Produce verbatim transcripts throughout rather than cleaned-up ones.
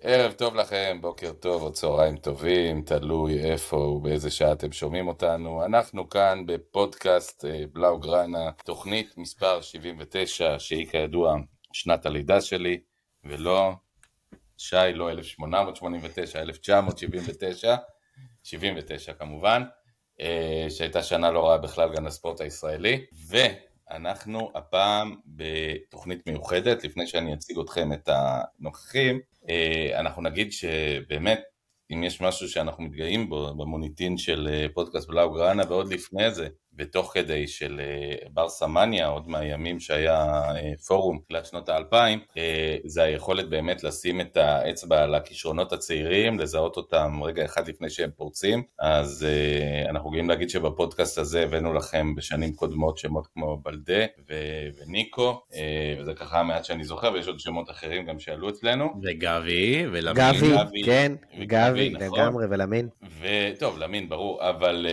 ערב טוב לכם, בוקר טוב או צהריים טובים, תלוי איפה ובאיזה שעה אתם שומעים אותנו. אנחנו כאן בפודקאסט אה, בלאוגרנה, תוכנית מספר שבעים ותשע, שהיא כידוע שנת הלידה שלי, ולא, שי, לא אלף שמונה מאות שמונים ותשע, אלף תשע מאות שבעים ותשע, שבעים ותשע כמובן, אה, שהייתה שנה לא רעה בכלל גם לספורט הישראלי, ואנחנו הפעם בתוכנית מיוחדת, לפני שאני אציג אתכם את הנוכחים, אנחנו נגיד שבאמת, אם יש משהו שאנחנו מתגאים בו, במוניטין של פודקאסט בלאוגרנה, ועוד לפני זה, בתוך כדי של בר סמניה, עוד מהימים שהיה פורום תחילת שנות האלפיים, זה היכולת באמת לשים את האצבע על הכישרונות הצעירים, לזהות אותם רגע אחד לפני שהם פורצים. אז אנחנו גאים להגיד שבפודקאסט הזה הבאנו לכם בשנים קודמות שמות כמו בלדה ו- וניקו, וזה ככה מעט שאני זוכר, ויש עוד שמות אחרים גם שעלו אצלנו. וגבי ולמין. גבי, גבי, כן, וגבי, גבי, נכון. לגמרי, ולמין. וטוב, למין, ברור, אבל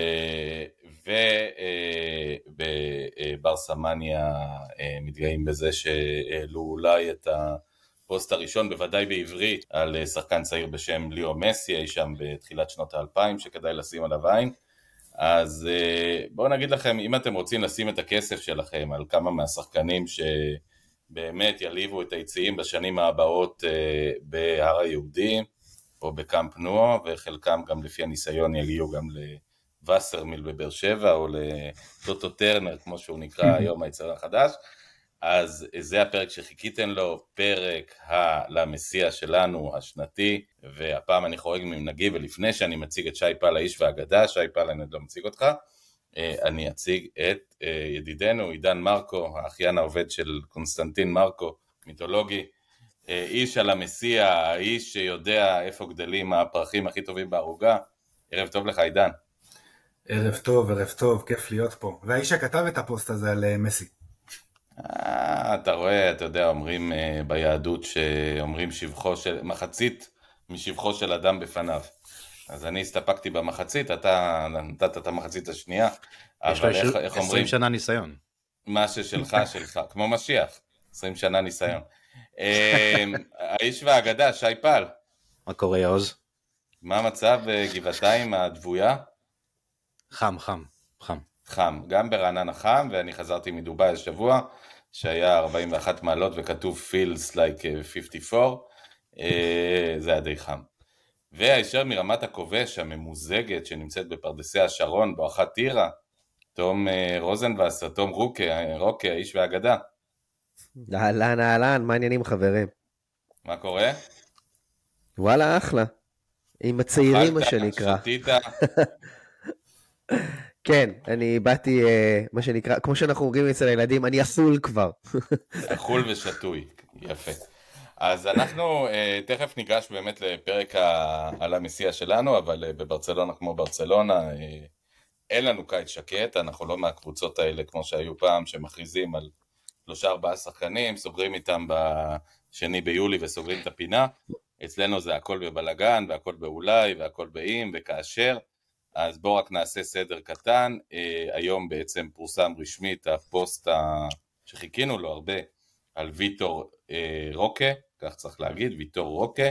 ובר סמניה מתגאים בזה שהעלו אולי את הפוסט הראשון, בוודאי בעברית, על שחקן צעיר בשם ליאו מסי, אי שם בתחילת שנות האלפיים, שכדאי לשים עליו עין. אז בואו נגיד לכם, אם אתם רוצים לשים את הכסף שלכם על כמה מהשחקנים שבאמת יליבו את היציעים בשנים הבאות בהר היהודים, או בקאמפ נוער, וחלקם גם לפי הניסיון יגיעו גם לווסרמיל בבאר שבע, או לטוטו טרנר, כמו שהוא נקרא היום היצר החדש. אז זה הפרק שחיכיתם לו, פרק הלמסיע שלנו השנתי, והפעם אני חורג ממנהגי, ולפני שאני מציג את שי פל האיש והאגדה, שי פל אני עוד לא מציג אותך, אני אציג את ידידנו עידן מרקו, האחיין העובד של קונסטנטין מרקו, מיתולוגי, איש על המסיע, האיש שיודע איפה גדלים הפרחים הכי טובים בערוגה. ערב טוב לך עידן. ערב טוב, ערב טוב, כיף להיות פה. והאיש שכתב את הפוסט הזה על מסי. אה, אתה רואה, אתה יודע, אומרים ביהדות שאומרים שבחו של, מחצית משבחו של אדם בפניו. אז אני הסתפקתי במחצית, אתה נתת את המחצית השנייה. יש לו עשרים שנה ניסיון. מה ששלך, שלך, כמו משיח, עשרים שנה ניסיון. האיש והאגדה, שי פל. מה קורה יעוז? מה המצב בגבעתיים הדבויה? חם, חם, חם. חם, גם ברעננה חם, ואני חזרתי מדובאי השבוע, שהיה ארבעים ואחת מעלות וכתוב feels like חמישים וארבע, זה היה די חם. והישר מרמת הכובש הממוזגת שנמצאת בפרדסי השרון, בואכה טירה, תום רוזנבסר, תום רוקה, רוקה, האיש והאגדה. אהלן, אהלן, מה העניינים חברים? מה קורה? וואלה, אחלה. עם הצעירים מה שנקרא. שתית? כן, אני באתי, מה שנקרא, כמו שאנחנו אומרים אצל הילדים, אני אכול כבר. אכול ושתוי, יפה. אז אנחנו תכף ניגש באמת לפרק על המסיע שלנו, אבל בברצלונה כמו ברצלונה, אין לנו קיץ שקט, אנחנו לא מהקבוצות האלה כמו שהיו פעם, שמכריזים על שלושה ארבעה שחקנים, סוגרים איתם בשני ביולי וסוגרים את הפינה. אצלנו זה הכל בבלגן, והכל באולי, והכל באים, וכאשר. אז בואו רק נעשה סדר קטן. היום בעצם פורסם רשמית הפוסט שחיכינו לו הרבה, על ויטור רוקה, כך צריך להגיד, ויטור רוקה,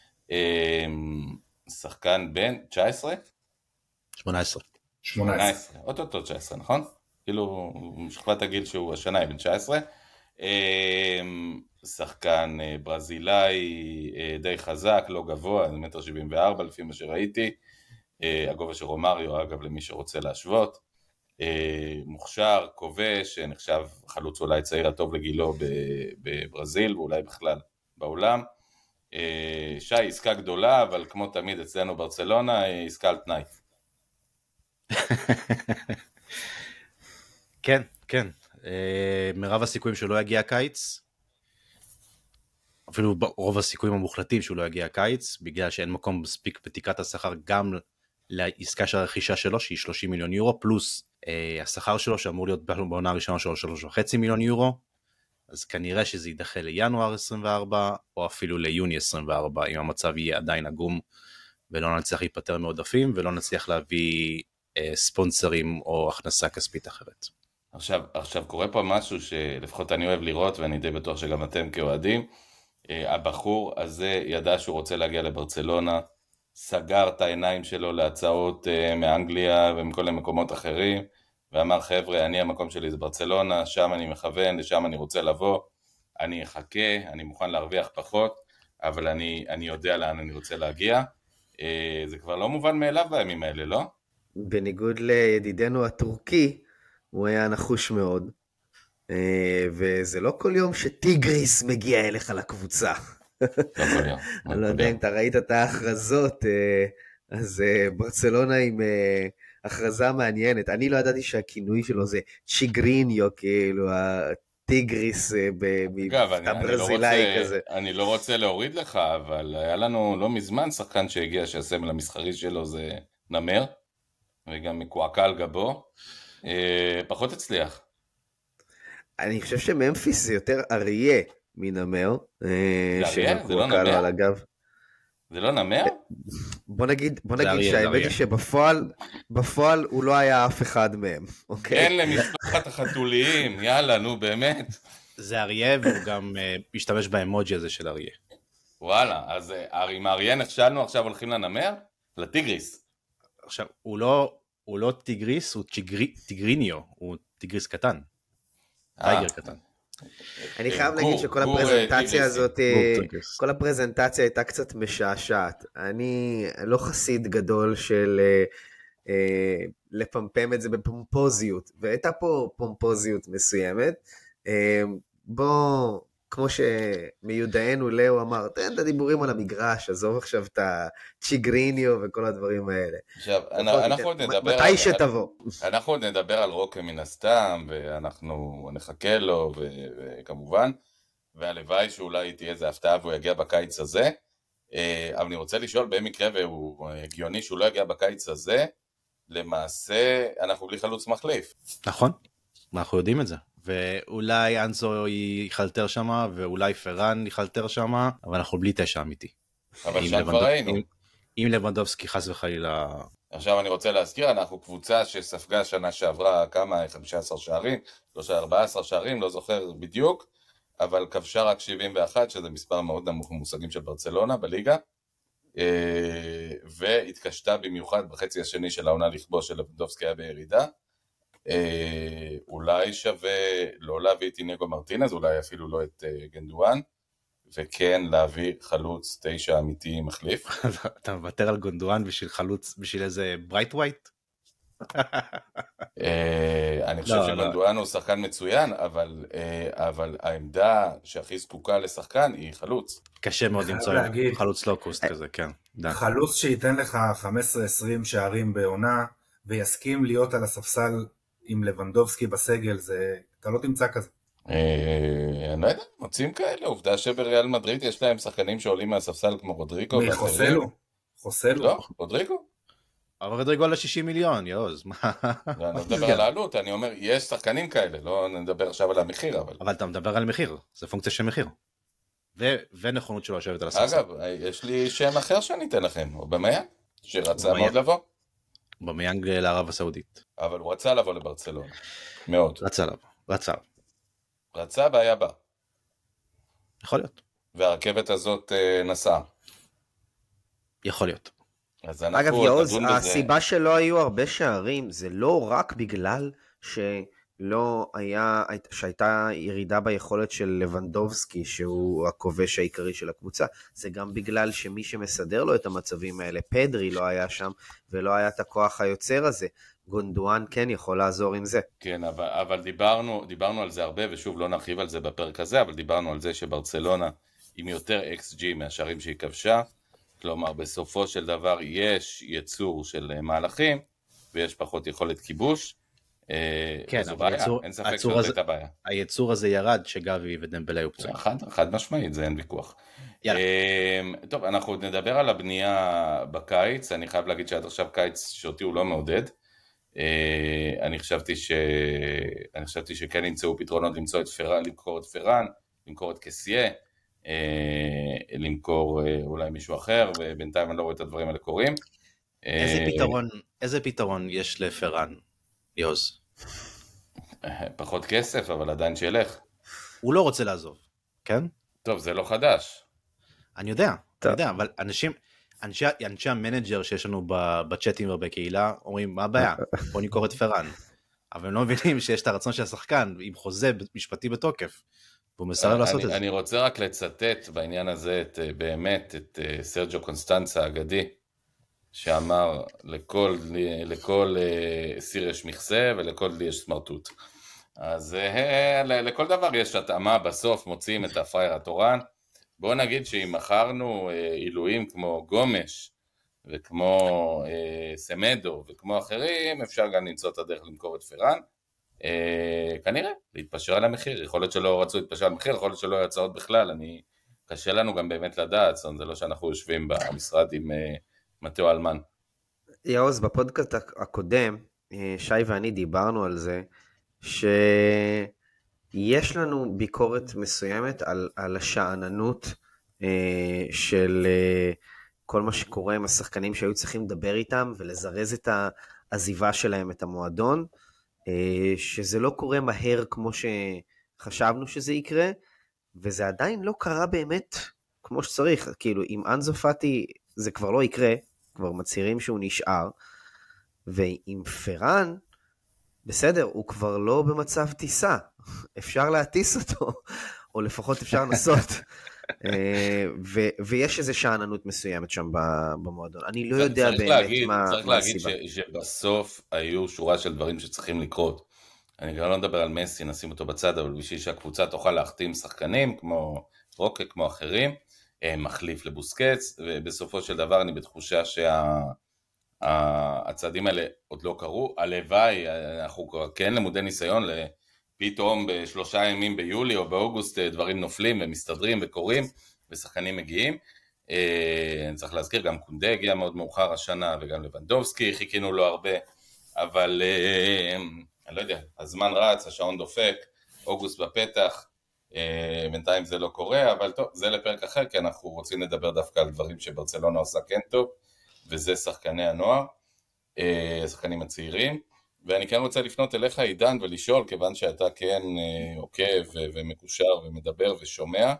שחקן בן תשע עשרה? שמונה עשרה. שמונה עשרה, אותו תשע עשרה, נכון? כאילו, שכבת הגיל שהוא השנה היא בן תשע עשרה, שחקן ברזילאי די חזק, לא גבוה, מטר שבעים וארבע לפי מה שראיתי, הגובה של רומריו, אגב למי שרוצה להשוות, מוכשר, כובש, נחשב חלוץ אולי צעיר הטוב לגילו בברזיל, ואולי בכלל בעולם. שי, עסקה גדולה, אבל כמו תמיד אצלנו ברצלונה, עסקה על תנאי. כן, כן. מרב הסיכויים שהוא לא יגיע קיץ, אפילו רוב הסיכויים המוחלטים שהוא לא יגיע קיץ, בגלל שאין מקום מספיק בתקרת השכר גם לעסקה של הרכישה שלו, שהיא שלושים מיליון יורו, פלוס אה, השכר שלו שאמור להיות בעונה הראשונה שלו שלוש וחצי מיליון יורו, אז כנראה שזה יידחה לינואר עשרים וארבע, או אפילו ליוני עשרים וארבע, אם המצב יהיה עדיין עגום, ולא נצליח להיפטר מעודפים, ולא נצליח להביא אה, ספונסרים או הכנסה כספית אחרת. עכשיו, עכשיו קורה פה משהו שלפחות אני אוהב לראות, ואני די בטוח שגם אתם כאוהדים, הבחור הזה ידע שהוא רוצה להגיע לברצלונה, סגר את העיניים שלו להצעות מאנגליה ומכל המקומות אחרים, ואמר חבר'ה, אני המקום שלי זה ברצלונה, שם אני מכוון, לשם אני רוצה לבוא, אני אחכה, אני מוכן להרוויח פחות, אבל אני, אני יודע לאן אני רוצה להגיע. זה כבר לא מובן מאליו בימים האלה, לא? בניגוד לידידנו הטורקי, הוא היה נחוש מאוד, וזה לא כל יום שטיגריס מגיע אליך לקבוצה. לא כל יום. אני לא יודע אם אתה ראית את ההכרזות, אז ברצלונה עם הכרזה מעניינת. אני לא ידעתי שהכינוי שלו זה צ'יגריניו, כאילו הטיגריס במבטא ברזילאי כזה. אני לא רוצה להוריד לך, אבל היה לנו לא מזמן שחקן שהגיע שהסמל המסחרי שלו זה נמר, וגם מקועקע על גבו, פחות הצליח. אני חושב שממפיס זה יותר אריה מנמר. זה אריה? זה לא נמר? זה לא נמר? בוא נגיד, בוא נגיד שהאמת היא שבפועל, בפועל הוא לא היה אף אחד מהם, אוקיי? אין למשפחת החתוליים, יאללה, נו באמת. זה אריה, והוא גם משתמש באמוג'י הזה של אריה. וואלה, אז עם האריה נכשלנו, עכשיו הולכים לנמר? לטיגריס. עכשיו, הוא לא, הוא לא טיגריס, הוא טיגריניו, הוא טיגריס קטן. טייגר קטן. אני חייב להגיד שכל הפרזנטציה הזאת, כל הפרזנטציה הייתה קצת משעשעת. אני לא חסיד גדול של לפמפם את זה בפומפוזיות, והייתה פה פומפוזיות מסוימת. בוא, כמו שמיודענו לאו אמר, תן את הדיבורים על המגרש, עזוב עכשיו את הצ'יגריניו וכל הדברים האלה. עכשיו, אנחנו עוד נדבר... מתי שתבוא. אנחנו עוד נדבר על רוקה מן הסתם, ואנחנו נחכה לו, וכמובן, והלוואי שאולי תהיה איזה הפתעה והוא יגיע בקיץ הזה, אבל אני רוצה לשאול, במקרה והוא הגיוני שהוא לא יגיע בקיץ הזה, למעשה אנחנו בלי חלוץ מחליף. נכון, אנחנו יודעים את זה. ואולי אנזו יחלטר שם, ואולי פרן יחלטר שם, אבל אנחנו בלי תשע אמיתי. אבל שם כבר ראינו. אם לבנדובסקי חס וחלילה... עכשיו אני רוצה להזכיר, אנחנו קבוצה שספגה שנה שעברה כמה, חמישה עשר שערים, שלושה ארבעה עשר שערים, לא זוכר בדיוק, אבל כבשה רק שבעים ואחת, שזה מספר מאוד נמוך במושגים של ברצלונה בליגה, והתקשתה במיוחד בחצי השני של העונה לכבוש של לבנדובסקי היה בירידה, אה, אולי שווה לא להביא את אינגו מרטינז, אולי אפילו לא את אה, גנדואן, וכן להביא חלוץ תשע אמיתי מחליף. אתה מוותר על גנדואן בשביל חלוץ, בשביל איזה ברייט ווייט? אה, אני חושב לא, שגנדואן הוא שחקן מצוין, אבל, אה, אבל העמדה שהכי זקוקה לשחקן היא חלוץ. קשה מאוד חייב למצוא להגיד- חלוץ לוקוסט כזה, כן. דן. חלוץ שייתן לך חמש עשרה עשרים שערים בעונה, ויסכים להיות על הספסל עם לבנדובסקי בסגל, זה, אתה לא תמצא כזה. אה, אני לא יודע, מוצאים כאלה, עובדה שבריאל מדריד יש להם שחקנים שעולים מהספסל כמו רודריקו. מי, ואחרים. חוסלו? חוסלו? לא, רודריקו. אבל רודריגו עלה שישים מיליון, יוז. מה? לא, אני לא מדבר על העלות, אני אומר, יש שחקנים כאלה, לא נדבר עכשיו על המחיר, אבל... אבל אתה מדבר על מחיר, זה פונקציה של מחיר. ו- ונכונות שלו לשבת על הספסל. אגב, יש לי שם אחר שאני אתן לכם, אובמיאנג, שרצה אובמיאנג. מאוד לבוא, במיינג לערב הסעודית. אבל הוא רצה לבוא לברצלונה, מאוד. רצה עליו, רצה. רצה והיה בא, יכול להיות, והרכבת הזאת אה, נסעה. יכול להיות. אז אנחנו אגב, יעוז, נדון בזה. הסיבה שלא היו הרבה שערים, זה לא רק בגלל שלא היה, שהייתה ירידה ביכולת של לבנדובסקי, שהוא הכובש העיקרי של הקבוצה, זה גם בגלל שמי שמסדר לו את המצבים האלה, פדרי לא היה שם, ולא היה את הכוח היוצר הזה. גונדואן כן יכול לעזור עם זה. כן, אבל, אבל דיברנו, דיברנו על זה הרבה, ושוב לא נרחיב על זה בפרק הזה, אבל דיברנו על זה שברצלונה עם יותר אקס ג'י מהשערים שהיא כבשה, כלומר בסופו של דבר יש יצור של מהלכים, ויש פחות יכולת כיבוש, כן, וזו אבל בעיה, היצור- אין ספק היצור שזאת הזה- הייתה בעיה. היצור הזה ירד שגבי ודמבלה היו פצועים. חד, חד משמעית, זה אין ויכוח. יאללה. אמ, טוב, אנחנו עוד נדבר על הבנייה בקיץ, אני חייב להגיד שעד עכשיו קיץ שאותי הוא לא מעודד, אה, אני חשבתי ש... אני חשבתי שכן ימצאו פתרונות למצוא את פרן, למכור את פרן, למכור את קסיה, אה, למכור אה, אולי מישהו אחר, ובינתיים אני לא רואה את הדברים האלה קורים. איזה אה, פתרון, איזה פתרון יש לפרן, יוז? פחות כסף, אבל עדיין שילך. הוא לא רוצה לעזוב, כן? טוב, זה לא חדש. אני יודע, טוב. אני יודע, אבל אנשים, אנשי, אנשי המנג'ר שיש לנו ב- בצ'אטים ובקהילה, אומרים, מה הבעיה? בוא נקור את פרן. אבל הם לא מבינים שיש את הרצון של השחקן, עם חוזה משפטי בתוקף, והוא מסרב לעשות אני, את זה. אני רוצה רק לצטט בעניין הזה את, באמת את סרג'ו קונסטנצה האגדי, שאמר לכל, לכל סיר יש מכסה ולכל לי יש סמרטוט. אז לכל דבר יש התאמה, בסוף מוצאים את הפרייר התורן. בואו נגיד שאם מכרנו עילויים כמו גומש וכמו סמדו וכמו אחרים, אפשר גם למצוא את הדרך למכור את פרן. כנראה, להתפשר על המחיר. יכול להיות שלא רצו להתפשר על המחיר, יכול להיות שלא יהיה הצעות בכלל. אני, קשה לנו גם באמת לדעת, זה לא שאנחנו יושבים במשרד עם מתאו אלמן. יאוז, בפודקאסט הקודם, שי ואני דיברנו על זה, שיש לנו ביקורת מסוימת על, על השעננות אה, של אה, כל מה שקורה עם השחקנים שהיו צריכים לדבר איתם ולזרז את העזיבה שלהם את המועדון, אה, שזה לא קורה מהר כמו שחשבנו שזה יקרה, וזה עדיין לא קרה באמת כמו שצריך. כאילו עם אנזו פאטי זה כבר לא יקרה, כבר מצהירים שהוא נשאר, ועם פרן, בסדר, הוא כבר לא במצב טיסה, אפשר להטיס אותו, או לפחות אפשר לנסות, ו- ויש איזו שעננות מסוימת שם במועדון, אני לא יודע באמת להגיד, מה, צריך מה להגיד הסיבה. ש- שבסוף היו שורה של דברים שצריכים לקרות, אני גם לא מדבר על מסי, נשים אותו בצד, אבל בשביל שהקבוצה תוכל להחתים שחקנים, כמו רוקה, כמו אחרים, מחליף לבוסקץ, ובסופו של דבר אני בתחושה שהצעדים האלה עוד לא קרו, הלוואי, אנחנו כן למודי ניסיון, פתאום בשלושה ימים ביולי או באוגוסט דברים נופלים ומסתדרים וקורים, ושחקנים מגיעים, אני צריך להזכיר, גם קונדה הגיע מאוד מאוחר השנה, וגם לבנדובסקי, חיכינו לו הרבה, אבל אני לא יודע, הזמן רץ, השעון דופק, אוגוסט בפתח, בינתיים זה לא קורה, אבל טוב, זה לפרק אחר, כי אנחנו רוצים לדבר דווקא על דברים שברצלונה עושה כן טוב, וזה שחקני הנוער, השחקנים הצעירים, ואני כן רוצה לפנות אליך עידן ולשאול, כיוון שאתה כן עוקב ומקושר ומדבר ושומע,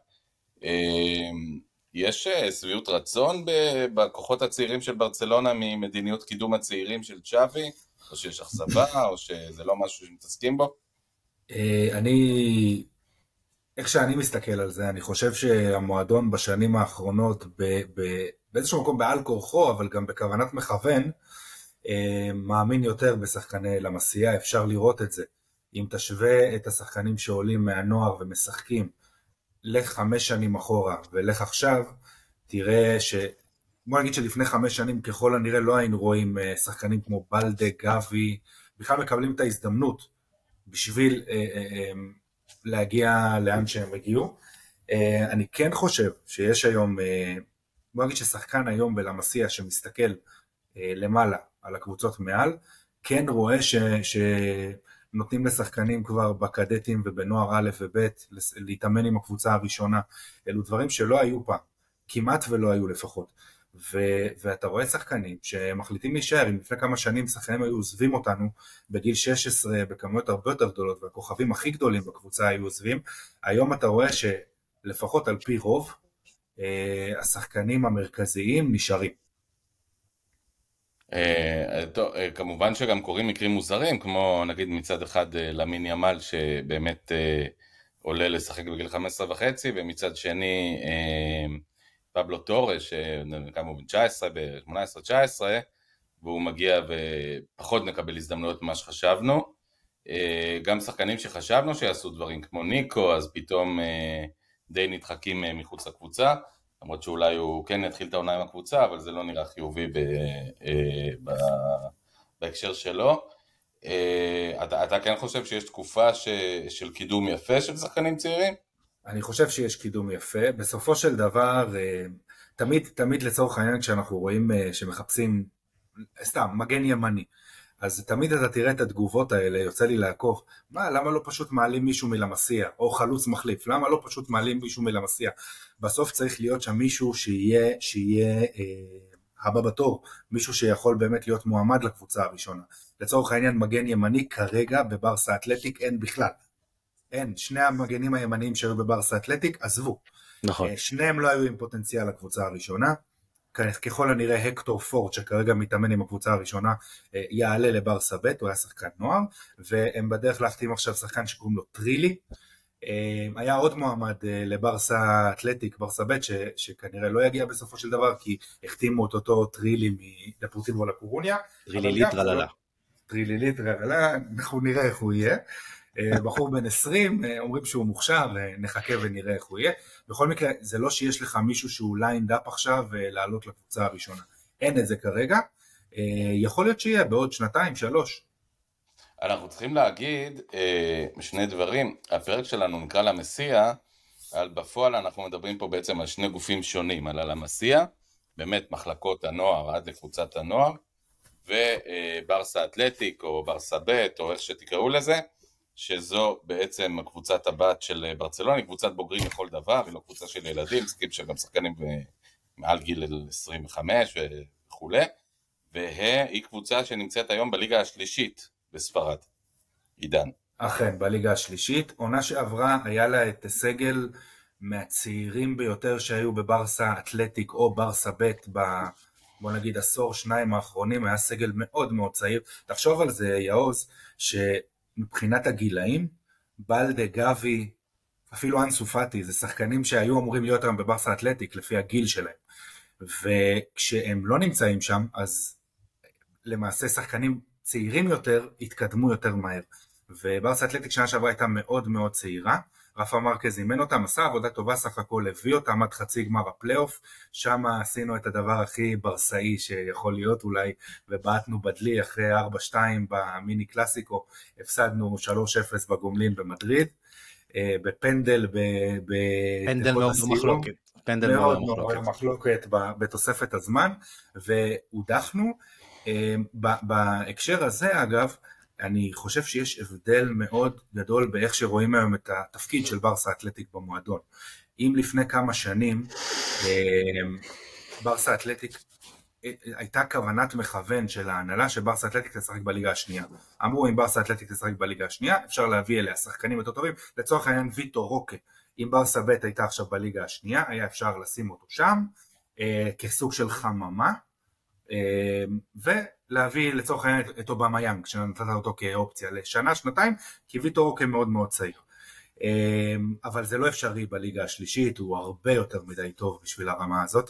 יש סביעות רצון בכוחות הצעירים של ברצלונה ממדיניות קידום הצעירים של צ'אבי, או שיש אכזבה, או שזה לא משהו שמתעסקים בו? אני... איך שאני מסתכל על זה, אני חושב שהמועדון בשנים האחרונות, ב, ב, באיזשהו מקום בעל כורחו, אבל גם בכוונת מכוון, מאמין יותר בשחקני למסייה, אפשר לראות את זה. אם תשווה את השחקנים שעולים מהנוער ומשחקים, לך חמש שנים אחורה ולך עכשיו, תראה ש... בוא נגיד שלפני חמש שנים ככל הנראה לא היינו רואים שחקנים כמו בלדה, גבי, בכלל מקבלים את ההזדמנות בשביל... להגיע לאן שהם הגיעו. אני כן חושב שיש היום, בוא נגיד ששחקן היום בלמסיה שמסתכל למעלה על הקבוצות מעל, כן רואה ש, שנותנים לשחקנים כבר בקדטים ובנוער א' וב' להתאמן עם הקבוצה הראשונה. אלו דברים שלא היו פעם, כמעט ולא היו לפחות. ו, ואתה רואה שחקנים שמחליטים להישאר, אם לפני כמה שנים שחקנים היו עוזבים אותנו בגיל שש עשרה בכמויות הרבה יותר גדולות, והכוכבים הכי גדולים בקבוצה היו עוזבים, היום אתה רואה שלפחות על פי רוב, השחקנים המרכזיים נשארים. טוב, כמובן שגם קוראים מקרים מוזרים, כמו נגיד מצד אחד למין ימל שבאמת עולה לשחק בגיל חמש עשרה וחצי, ומצד שני פבלו טורס, שכמה הוא בן תשע עשרה, ב-שמונה עשרה תשע עשרה, והוא מגיע ופחות נקבל הזדמנויות ממה שחשבנו. גם שחקנים שחשבנו שיעשו דברים כמו ניקו, אז פתאום די נדחקים מחוץ לקבוצה, למרות שאולי הוא כן יתחיל את העונה עם הקבוצה, אבל זה לא נראה חיובי בהקשר שלו. אתה, אתה כן חושב שיש תקופה ש, של קידום יפה של שחקנים צעירים? אני חושב שיש קידום יפה, בסופו של דבר, תמיד, תמיד לצורך העניין כשאנחנו רואים שמחפשים, סתם, מגן ימני, אז תמיד אתה תראה את התגובות האלה, יוצא לי לעקוף, מה, למה לא פשוט מעלים מישהו מלמסיע, או חלוץ מחליף, למה לא פשוט מעלים מישהו מלמסיע, בסוף צריך להיות שם מישהו שיהיה, שיהיה אה, הבא בתור, מישהו שיכול באמת להיות מועמד לקבוצה הראשונה, לצורך העניין מגן ימני כרגע בברסה אתלטיק אין בכלל, אין, שני המגנים הימניים שהיו בברסה אתלטיק עזבו, נכון. שניהם לא היו עם פוטנציאל לקבוצה הראשונה, ככל הנראה הקטור פורד שכרגע מתאמן עם הקבוצה הראשונה יעלה לברסה ב', הוא היה שחקן נוער, והם בדרך להחתים עכשיו שחקן שקוראים לו טרילי, היה עוד מועמד לברסה אתלטיק, ברסה ב' ש, שכנראה לא יגיע בסופו של דבר, כי החתימו את אותו טרילי מדפורטיבו לקורוניה. טרילילית רללה. טרילילית רללה, אנחנו נראה איך הוא יהיה. בחור בן עשרים, אומרים שהוא מוכשר, נחכה ונראה איך הוא יהיה. בכל מקרה, זה לא שיש לך מישהו שהוא ליינד אפ עכשיו לעלות לקבוצה הראשונה. אין את זה כרגע. יכול להיות שיהיה בעוד שנתיים, שלוש. אנחנו צריכים להגיד אה, שני דברים. הפרק שלנו נקרא למסיע, על בפועל אנחנו מדברים פה בעצם על שני גופים שונים, על למסיע, באמת מחלקות הנוער עד לקבוצת הנוער, וברסה אתלטיק או ברסה ב' או איך שתקראו לזה, שזו בעצם קבוצת הבת של ברצלונה, היא קבוצת בוגרים לכל דבר, היא לא קבוצה של ילדים, סכים שגם שחקנים מעל גיל עשרים וחמש וכו', והיא קבוצה שנמצאת היום בליגה השלישית בספרד. עידן. אכן, בליגה השלישית. עונה שעברה היה לה את הסגל מהצעירים ביותר שהיו בברסה אתלטיק או ברסה ב' ב... בוא נגיד עשור שניים האחרונים, היה סגל מאוד מאוד צעיר. תחשוב על זה יעוז, שמבחינת הגילאים, בלדה, גבי, אפילו אנסו פאטי, זה שחקנים שהיו אמורים להיות היום בברסה אתלטיק לפי הגיל שלהם. וכשהם לא נמצאים שם, אז למעשה שחקנים צעירים יותר התקדמו יותר מהר. וברסה אתלטיק שנה שעברה הייתה מאוד מאוד צעירה, רפה מרקז אימן אותם, עשה עבודה טובה סך הכל, הביא אותם עד חצי גמר הפלייאוף, שם עשינו את הדבר הכי ברסאי שיכול להיות אולי, ובעטנו בדלי אחרי ארבע שתיים במיני קלאסיקו, הפסדנו שלוש אפס בגומלין במדריד, בפנדל, פנדל מאוד מחלוקת, פנדל מאוד מחלוקת בתוספת הזמן, והודחנו. בהקשר הזה אגב, אני חושב שיש הבדל מאוד גדול באיך שרואים היום את התפקיד של ברסה אתלטיק במועדון. אם לפני כמה שנים ברסה אתלטיק הייתה כוונת מכוון של ההנהלה שברסה אתלטיק תשחק בליגה השנייה. אמרו אם ברסה אתלטיק תשחק בליגה השנייה, אפשר להביא אליה שחקנים יותר טובים, לצורך העניין ויטו רוקה. אם ברסה ב' הייתה עכשיו בליגה השנייה, היה אפשר לשים אותו שם, כסוג של חממה, ולהביא לצורך העניין את אובמה יאנג, שנתת אותו כאופציה לשנה, שנתיים, כי ויטו רוקה מאוד מאוד צעיר. אבל זה לא אפשרי בליגה השלישית, הוא הרבה יותר מדי טוב בשביל הרמה הזאת.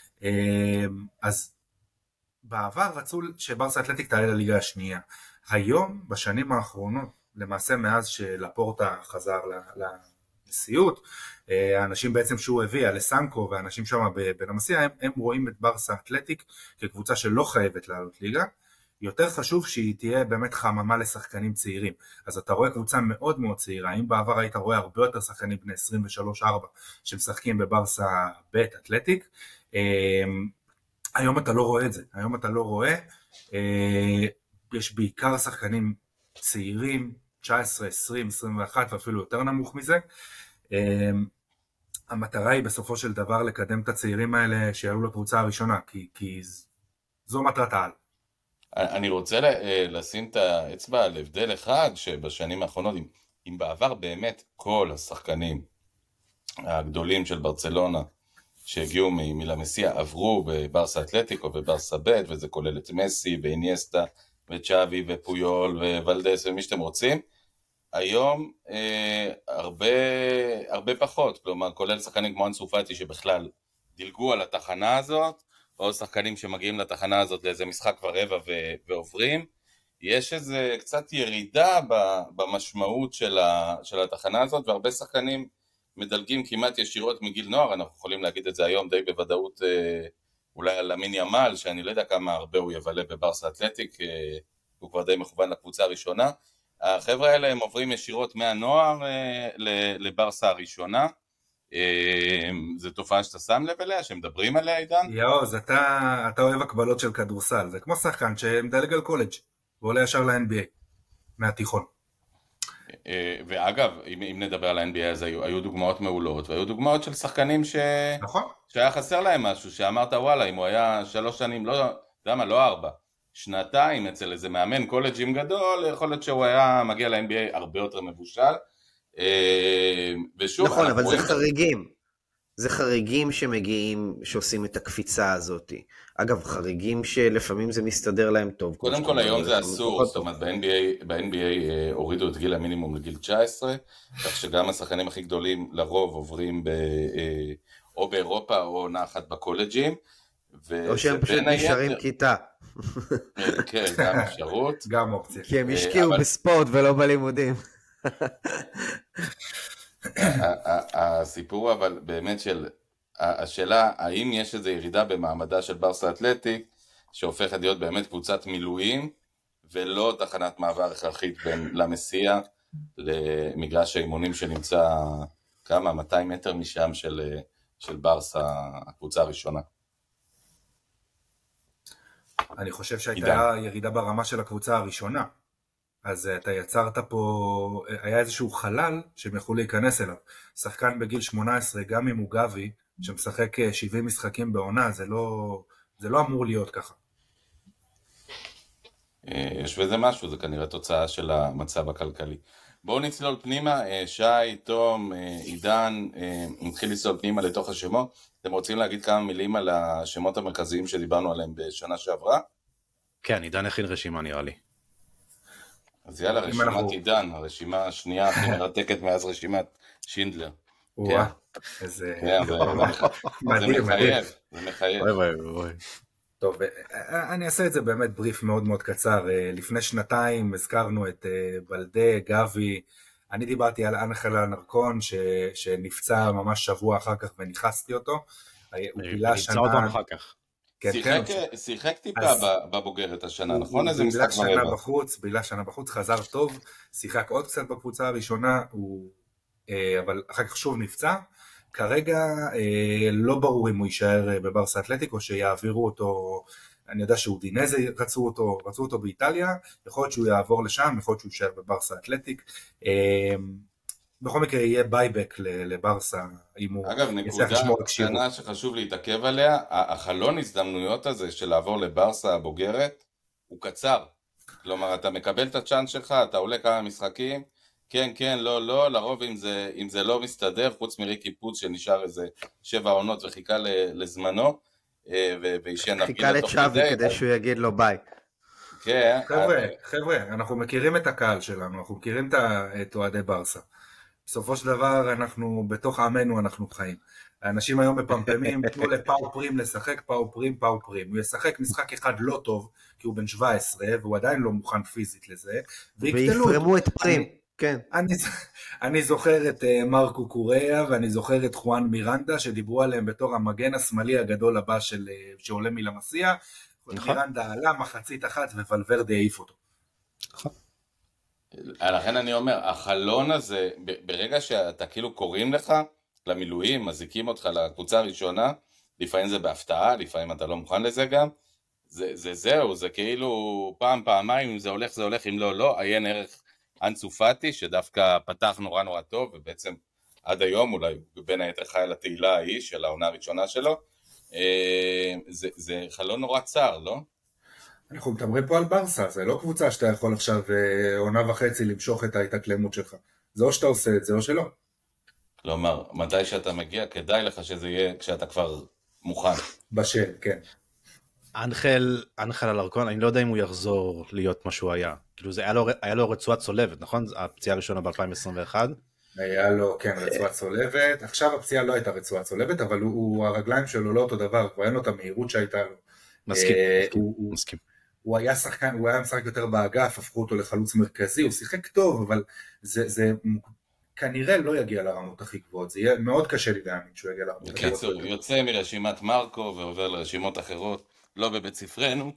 אז בעבר רצו שברסה אתלטיק תעלה לליגה השנייה. היום, בשנים האחרונות, למעשה מאז שלפורטה חזר לנשיאות, האנשים בעצם שהוא הביא, אלסנקו והאנשים שם בנמסיה, הם, הם רואים את ברסה אתלטיק כקבוצה שלא חייבת לעלות ליגה, יותר חשוב שהיא תהיה באמת חממה לשחקנים צעירים. אז אתה רואה קבוצה מאוד מאוד צעירה, אם בעבר היית רואה הרבה יותר שחקנים בני עשרים ושלוש ארבע שמשחקים בברסה ב' אתלטיק, היום אתה לא רואה את זה, היום אתה לא רואה, יש בעיקר שחקנים צעירים, תשע עשרה, עשרים, עשרים ואחת ואפילו יותר נמוך מזה. המטרה היא בסופו של דבר לקדם את הצעירים האלה שיעלו לקבוצה הראשונה, כי, כי זו מטרת העל. אני רוצה לשים את האצבע על הבדל אחד, שבשנים האחרונות, אם, אם בעבר באמת כל השחקנים הגדולים של ברצלונה, שהגיעו מלמסיה, עברו בברסה אתלטיקו וברסה ב', וזה כולל את מסי ואיניאסטה וצ'אבי ופויול וולדס ומי שאתם רוצים, היום אה, הרבה, הרבה פחות, כלומר כולל שחקנים כמו אנסו פאטי שבכלל דילגו על התחנה הזאת, או שחקנים שמגיעים לתחנה הזאת לאיזה משחק ורבע ו- ועוברים, יש איזה קצת ירידה במשמעות של, ה- של התחנה הזאת, והרבה שחקנים מדלגים כמעט ישירות מגיל נוער, אנחנו יכולים להגיד את זה היום די בוודאות, אה, אולי על אמין ימל, שאני לא יודע כמה הרבה הוא יבלה בברסה אתלטיק, אה, הוא כבר די מכוון לקבוצה הראשונה, החבר'ה האלה הם עוברים ישירות מהנוער אה, לברסה הראשונה, אה, זו תופעה שאתה שם לב אליה, שמדברים עליה עידן? יאוז, אתה, אתה אוהב הקבלות של כדורסל, זה כמו שחקן שמדלג על קולג' ועולה ישר ל-אן בי איי מהתיכון. ואגב, אם, אם נדבר על ה-אן בי איי, אז היו, היו דוגמאות מעולות, והיו דוגמאות של שחקנים ש... נכון. שהיה חסר להם משהו, שאמרת וואלה, אם הוא היה שלוש שנים, לא, דמה, לא ארבע, שנתיים אצל איזה מאמן קולג'ים גדול, יכול להיות שהוא היה מגיע ל-אן בי איי הרבה יותר מבושל, ושוב... נכון, אבל זה חריגים. זה חריגים שמגיעים, שעושים את הקפיצה הזאת. אגב, חריגים שלפעמים זה מסתדר להם טוב. קודם כל היום זה אסור, זאת אומרת ב-אן בי איי, ב-אן בי איי הורידו את גיל המינימום לגיל תשע עשרה, כך שגם השחקנים הכי גדולים לרוב עוברים ב, או באירופה או עונה אחת בקולג'ים. או שהם פשוט נשארים כיתה. כן, גם אפשרות. גם אופציה. כי הם השקיעו בספורט ולא בלימודים. הסיפור אבל באמת של השאלה האם יש איזו ירידה במעמדה של ברסה אתלטיק שהופכת להיות באמת קבוצת מילואים ולא תחנת מעבר הכרחית בין למסיע למגרש האימונים שנמצא כמה מאתיים מטר משם של, של ברסה, הקבוצה הראשונה. אני חושב שהייתה עידן. ירידה ברמה של הקבוצה הראשונה, אז אתה יצרת פה, היה איזשהו חלל שהם יכלו להיכנס אליו. שחקן בגיל שמונה עשרה, גם אם הוא גבי, שמשחק שבעים משחקים בעונה, זה לא, זה לא אמור להיות ככה. יש בזה משהו, זה כנראה תוצאה של המצב הכלכלי. בואו נצלול פנימה, שי, תום, עידן, נתחיל לצלול פנימה לתוך השמות. אתם רוצים להגיד כמה מילים על השמות המרכזיים שדיברנו עליהם בשנה שעברה? כן, עידן הכין רשימה נראה לי. אז יאללה, רשימת אנחנו... עידן, הרשימה השנייה הכי מרתקת מאז רשימת שינדלר. וואו, איזה... זה מחייב, זה מחייב. אוי אוי אוי. טוב, אני אעשה את זה באמת בריף מאוד מאוד קצר. לפני שנתיים הזכרנו את בלדה, גבי, אני דיברתי על אנחל הנרקון ש... שנפצע ממש שבוע אחר כך וניחסתי אותו. הוא בילה שנה... נפצע אותם אחר כך. כן, שיחק, כן. שיחק טיפה אז... בבוגרת השנה, נכון? איזה משחק כבר שנה בחוץ, בילה שנה בחוץ, חזר טוב, שיחק עוד קצת בקבוצה הראשונה, הוא... אבל אחר כך שוב נפצע. כרגע לא ברור אם הוא יישאר בברסה אתלטיק או שיעבירו אותו, אני יודע שאודינזה רצו אותו, רצו אותו באיטליה, יכול להיות שהוא יעבור לשם, יכול להיות שהוא יישאר בברסה אתלטיק. בכל מקרה יהיה בייבק לברסה, אם הוא... אגב, נקודה קטנה שחשוב להתעכב עליה, החלון הזדמנויות הזה של לעבור לברסה הבוגרת, הוא קצר. כלומר, אתה מקבל את הצ'אנס שלך, אתה עולה כמה משחקים, כן, כן, לא, לא, לרוב אם זה, אם זה לא מסתדר, חוץ מריקי פוץ שנשאר איזה שבע עונות וחיכה לזמנו, וישן נפיל חיכה לצ'אבי כדי שהוא יגיד לו ביי. כן. חבר'ה, חבר'ה, אנחנו מכירים את הקהל שלנו, אנחנו מכירים את אוהדי ברסה. בסופו של דבר אנחנו, בתוך עמנו אנחנו חיים. האנשים היום בפמפמים, תנו לפאו פרים לשחק, פאו פרים, פאו פרים. הוא ישחק משחק אחד לא טוב, כי הוא בן שבע עשרה, והוא עדיין לא מוכן פיזית לזה, ויפרמו את פרים. כן. אני, אני זוכר את uh, מרקו קוריאה, ואני זוכר את חואן מירנדה, שדיברו עליהם בתור המגן השמאלי הגדול הבא של, uh, שעולה מלמסיה. נכון. מירנדה עלה מחצית אחת, ווולברדה העיף אותו. נכון. לכן אני אומר, החלון הזה, ברגע שאתה כאילו קוראים לך למילואים, מזיקים אותך לקבוצה הראשונה, לפעמים זה בהפתעה, לפעמים אתה לא מוכן לזה גם, זה, זה זהו, זה כאילו פעם, פעמיים, אם זה הולך, זה הולך, אם לא, לא, עיין ערך אנסו פאטי, שדווקא פתח נורא נורא טוב, ובעצם עד היום אולי בין היתר חי על התהילה ההיא של העונה הראשונה שלו, זה, זה חלון נורא צר, לא? אנחנו מדברים פה על ברסה, זה לא קבוצה שאתה יכול עכשיו עונה וחצי למשוך את ההתאקלמות שלך. זה או שאתה עושה את זה או שלא. כלומר, מתי שאתה מגיע, כדאי לך שזה יהיה כשאתה כבר מוכן. בשל, כן. אנחל, אנחל אלרקון, אני לא יודע אם הוא יחזור להיות מה שהוא היה. כאילו זה היה לו, היה לו רצועת צולבת, נכון? הפציעה הראשונה ב-אלפיים עשרים ואחת. היה לו, כן, רצועת צולבת. עכשיו הפציעה לא הייתה רצועת צולבת, אבל הוא, הוא, הרגליים שלו לא אותו דבר, כבר אין לו את המהירות שהייתה לו. מסכים, מסכים, הוא, מסכים. הוא היה שחקן, הוא היה משחק יותר באגף, הפכו אותו לחלוץ מרכזי, הוא שיחק טוב, אבל זה, זה כנראה לא יגיע לרמות הכי גבוהות, זה יהיה מאוד קשה לי להאמין שהוא יגיע לרמות הכי גבוהות. בקיצור, יוצא מרשימת מרקו ועובר לרשימות אחרות, לא בבית ספרנו.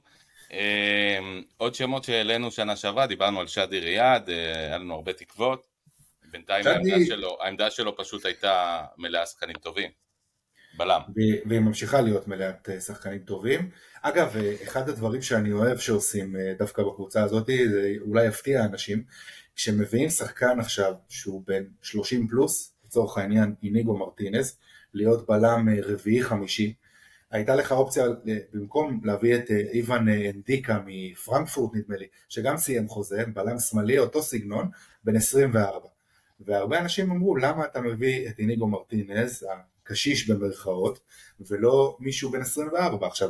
עוד שמות שהעלינו שנה שעברה, דיברנו על שדי ריאד, היה לנו הרבה תקוות, בינתיים העמדה שלו, העמדה שלו פשוט הייתה מלאה שחקנים טובים. בלם. והיא ממשיכה להיות מלאת שחקנים טובים. אגב, אחד הדברים שאני אוהב שעושים דווקא בקבוצה הזאת, זה אולי יפתיע אנשים, כשמביאים שחקן עכשיו שהוא בין שלושים פלוס, לצורך העניין איניגו מרטינז, להיות בלם רביעי חמישי, הייתה לך אופציה במקום להביא את איוון אנדיקה מפרנקפורט נדמה לי, שגם סיים חוזה, בלם שמאלי, אותו סגנון, בין עשרים וארבע. והרבה אנשים אמרו, למה אתה מביא את איניגו מרטינז, קשיש במרכאות, ולא מישהו בן עשרים וארבע. עכשיו,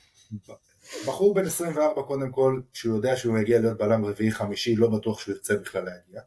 בחור בן עשרים וארבע קודם כל, שהוא יודע שהוא יגיע להיות בלם רביעי חמישי, לא בטוח שהוא ירצה בכלל להגיע.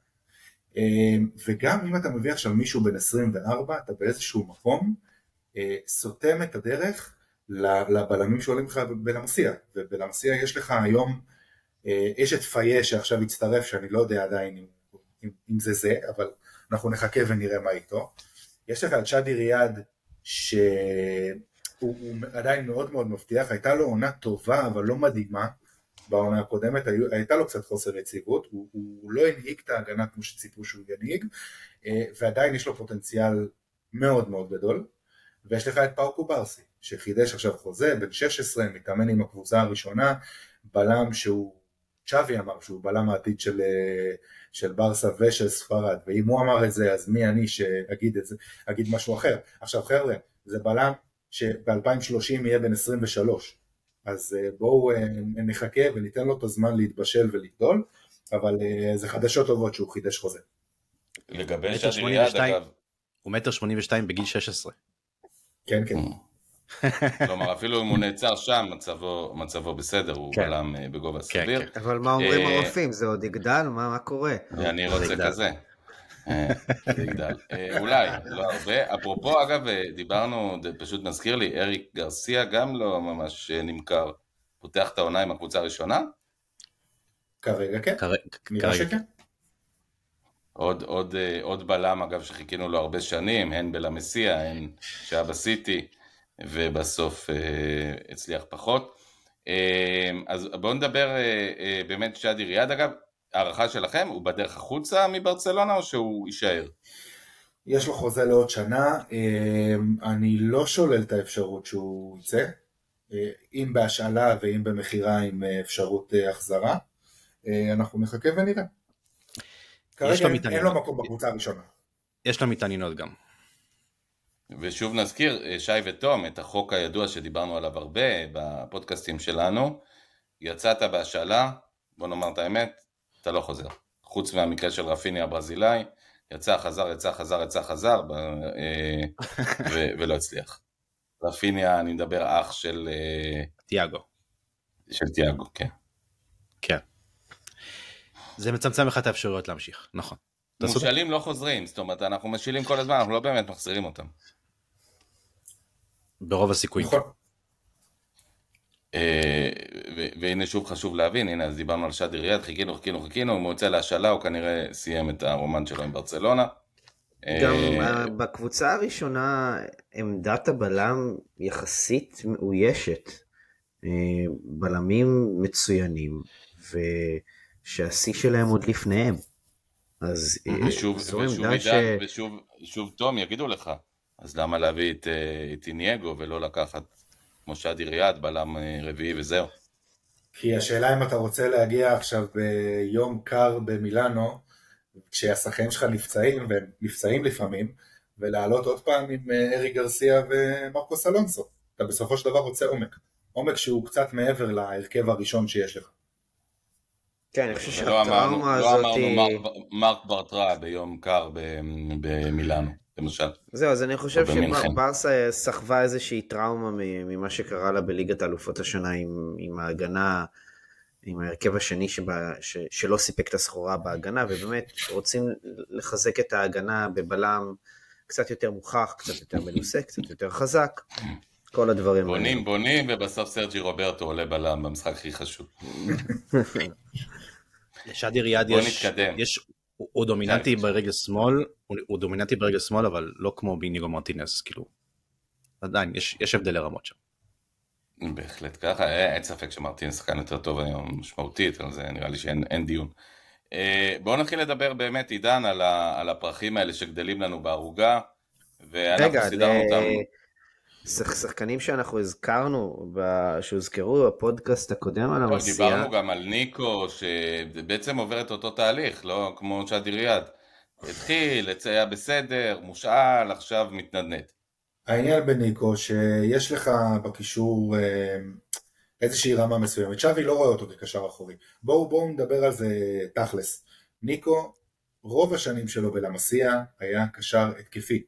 וגם אם אתה מביא עכשיו מישהו בן עשרים וארבע, אתה באיזשהו מקום סותם את הדרך לבלמים שעולים לך בלמסיה, ובלמסיה יש לך היום, יש את פייה שעכשיו הצטרף, שאני לא יודע עדיין אם, אם, אם זה זה, אבל אנחנו נחכה ונראה מה איתו. יש לך את שאדי ריאד, שהוא הוא עדיין מאוד מאוד מבטיח, הייתה לו עונה טובה, אבל לא מדהימה, בעונה הקודמת, הייתה לו קצת חוסר יציבות, הוא, הוא לא הנהיג את ההגנה כמו שציפו שהוא ינהיג, ועדיין יש לו פוטנציאל מאוד מאוד גדול, ויש לך את פאו קוברסי, שחידש עכשיו חוזה, בן שש עשרה, מתאמן עם הקבוצה הראשונה, בלם שהוא, צ'אבי אמר שהוא בלם העתיד של, של ברסה ושל ספרד, ואם הוא אמר את זה, אז מי אני שאגיד את זה, אגיד משהו אחר. עכשיו חבר'ה, זה בלם שב-אלפיים ושלושים יהיה בן עשרים ושלוש, אז בואו נחכה וניתן לו את הזמן להתבשל ולגדול, אבל זה חדשות טובות שהוא חידש חוזה. לגבי שאדי ריאד, אגב, הוא מטר שמונים ושתיים בגיל שש עשרה. כן, כן. כלומר, אפילו אם הוא נעצר שם, מצבו, מצבו בסדר, הוא כן. בלם בגובה כן, סביר. כן. אבל מה אומרים אה, הרופאים? זה עוד יגדל? מה מה קורה? אני רוצה כזה. אה, זה יגדל. אה, אולי, לא הרבה. אפרופו, אגב, דיברנו, פשוט נזכיר לי, אריק גרסיה גם לא ממש נמכר. פותח את העונה עם הקבוצה הראשונה? כרגע כן. כרגע- נראה כרגע. שכן. עוד, עוד, אה, עוד בלם, אגב, שחיכינו לו הרבה שנים, הן בלמסיה, הן שהיה בסיטי, ובסוף אה, הצליח פחות. אה, אז בואו נדבר אה, אה, באמת שאדי ריאד, אגב, הערכה שלכם, הוא בדרך החוצה מברצלונה או שהוא יישאר? יש לו חוזה לעוד שנה, אני לא שולל את האפשרות שהוא יצא, אם בהשאלה ואם במחירה עם אפשרות החזרה, אנחנו נחכה ונראה. כרגע לו אין, מתעניינות. אין לו מקום בקבוצה הראשונה. יש לה מתעניינות גם. ושוב נזכיר, שי ותום, את החוק הידוע שדיברנו עליו הרבה בפודקאסטים שלנו, יצאת בהשאלה, בוא נאמר את האמת, אתה לא חוזר. חוץ מהמקרה של רפיני הברזילאי, יצא, חזר, יצא, חזר, יצא, חזר, ב- אה, ו- ולא הצליח. רפיניה, אני מדבר אח של, אה, תיאגו. של תיאגו, כן. כן. זה מצמצם לך את האפשרויות להמשיך, נכון. אתה צודק. מושאלים לא חוזרים, זאת אומרת, אנחנו משילים כל הזמן, אנחנו לא באמת מחזירים אותם. ברוב הסיכויים. נכון. אה, ו- והנה שוב חשוב להבין, הנה אז דיברנו על שאדי ריאד, חיכינו, חיכינו, חיכינו, אם הוא יוצא להשאלה, הוא כנראה סיים את הרומן שלו עם ברצלונה. גם אה, אה, בקבוצה הראשונה עמדת הבלם יחסית מאוישת. אה, בלמים מצוינים, ושהשיא שלהם עוד לפניהם. אז אה, ושוב, זו ושוב, עמדה ש... עידן, ושוב, שוב תום יגידו לך, אז למה להביא את, אה, את אינייגו ולא לקחת כמו שאדי ריאד, בלם אה, רביעי וזהו? כי השאלה אם אתה רוצה להגיע עכשיו ביום קר במילאנו, כשהשחקנים שלך נפצעים, והם נפצעים לפעמים, ולעלות עוד פעם עם ארי גרסיה ומרקוס אלונסו. אתה בסופו של דבר רוצה עומק. עומק שהוא קצת מעבר להרכב הראשון שיש לך. כן, אני חושב ולא אמרנו, שהטראומה לא הזאת... אמרנו מרק, מרק ברטרה ביום קר ב- במילאנו, למשל. זהו, אז אני חושב או במינכן. שברסה סחבה איזושהי טראומה ממה שקרה לה בליגת האלופות השנה עם, עם ההגנה, עם ההרכב השני שבה, ש, שלא סיפק את הסחורה בהגנה, ובאמת רוצים לחזק את ההגנה בבלם קצת יותר מוכח, קצת יותר מנוסה, קצת יותר חזק, כל הדברים האלה. בונים, בונים, ובסוף סרג'י רוברטו עולה בלם במשחק הכי חשוב. לשאדי ריאד בוא יש, נתקדם. יש, הוא, הוא דומיננטי כן. ברגל שמאל, הוא, הוא דומיננטי ברגל שמאל, אבל לא כמו ביניגו מרטינס, כאילו, עדיין, יש, יש הבדל לרמות שם. בהחלט ככה, אה, אין ספק שמרטין שחקן יותר טוב היום משמעותית, אבל זה נראה לי שאין אין דיון. אה, בואו נתחיל לדבר באמת, עידן, על, ה, על הפרחים האלה שגדלים לנו בערוגה, ואנחנו רגע, סידרנו אותם. שח- שחקנים שאנחנו הזכרנו, ב- שהוזכרו בפודקאסט הקודם על המסיעה, דיברנו גם על ניקו, שבעצם עובר את אותו תהליך, לא כמו שאדי ריאד. התחיל, היה בסדר, מושאל, עכשיו מתנדנד. העניין בניקו שיש לך בקישור איזושהי רמה מסוימת. שווי לא רואה אותו כקשר אחורי. בואו בואו נדבר על זה תכלס. ניקו, רוב השנים שלו בלמסיה היה קשר התקפי.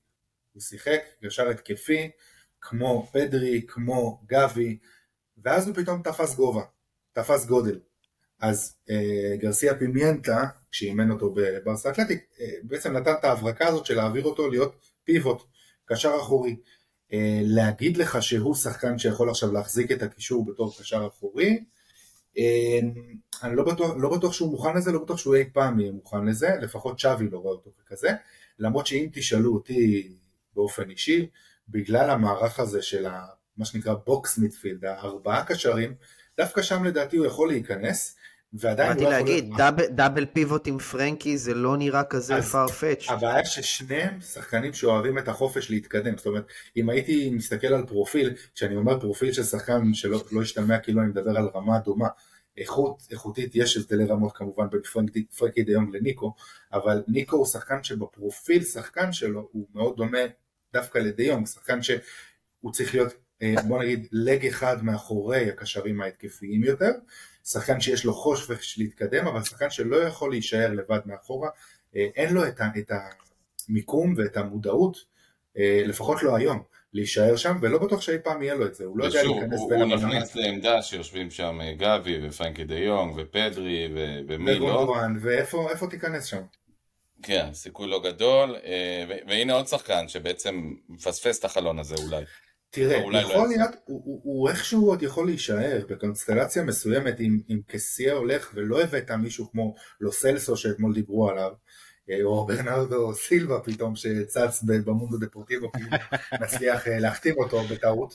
הוא שיחק קשר התקפי, כמו פדרי, כמו גבי, ואז הוא פתאום תפס גובה, תפס גודל. אז אה, גרסיה פימיינטה, כשאימן אותו בברסה אתלטיק, אה, בעצם נתן את ההברקה הזאת של להעביר אותו להיות פיבוט, קשר אחורי. אה, להגיד לך שהוא שחקן שיכול עכשיו להחזיק את הקישור בתור קשר אחורי, אה, אני לא בטוח, לא בטוח שהוא מוכן לזה, לא בטוח שהוא אי פעם יהיה מוכן לזה, לפחות שווי לא רואה אותו כזה, למרות שאם תשאלו אותי באופן אישי, בגלל המערך הזה של ה, מה שנקרא בוקס מידפילד, הארבעה קשרים, דווקא שם לדעתי הוא יכול להיכנס, ועדיין באתי לא להגיד, יכול... דאבל, דאבל פיבוט עם פרנקי זה לא נראה כזה פארפץ'. הבעיה ששניהם שחקנים שאוהבים את החופש להתקדם, זאת אומרת, אם הייתי מסתכל על פרופיל, כשאני אומר פרופיל של שחקן שלא לא ישתמע כאילו אני מדבר על רמה דומה, איכות, איכותית יש הבדלי רמות כמובן בין פרנקי, פרנקי דה יונג לניקו, אבל ניקו הוא שחקן שבפרופיל שחקן שלו הוא מאוד דומה דווקא לדה יונג, שחקן שהוא צריך להיות, בוא נגיד, לג אחד מאחורי הקשרים ההתקפיים יותר, שחקן שיש לו חושך להתקדם, אבל שחקן שלא יכול להישאר לבד מאחורה, אין לו את, ה, את המיקום ואת המודעות, לפחות לא היום, להישאר שם, ולא בטוח שאי פעם יהיה לו את זה, הוא לא יודע להיכנס בין המנהל. הוא נכנס לעמדה שיושבים שם גבי ופרנקי דה יונג ופדרי ו- ומי לא. וגונדואן, ואיפה איפה תיכנס שם? כן, סיכוי לא גדול, והנה עוד שחקן שבעצם מפספס את החלון הזה אולי. תראה, יכול להיות, הוא, הוא, הוא איכשהו עוד יכול להישאר בקונסטלציה מסוימת, אם, אם קסיה הולך ולא הבאת מישהו כמו לוסלסו שאתמול דיברו עליו, או ברנרדו סילבה פתאום שצץ במונדו דפורטיבו, נצליח להחתים אותו בטעות.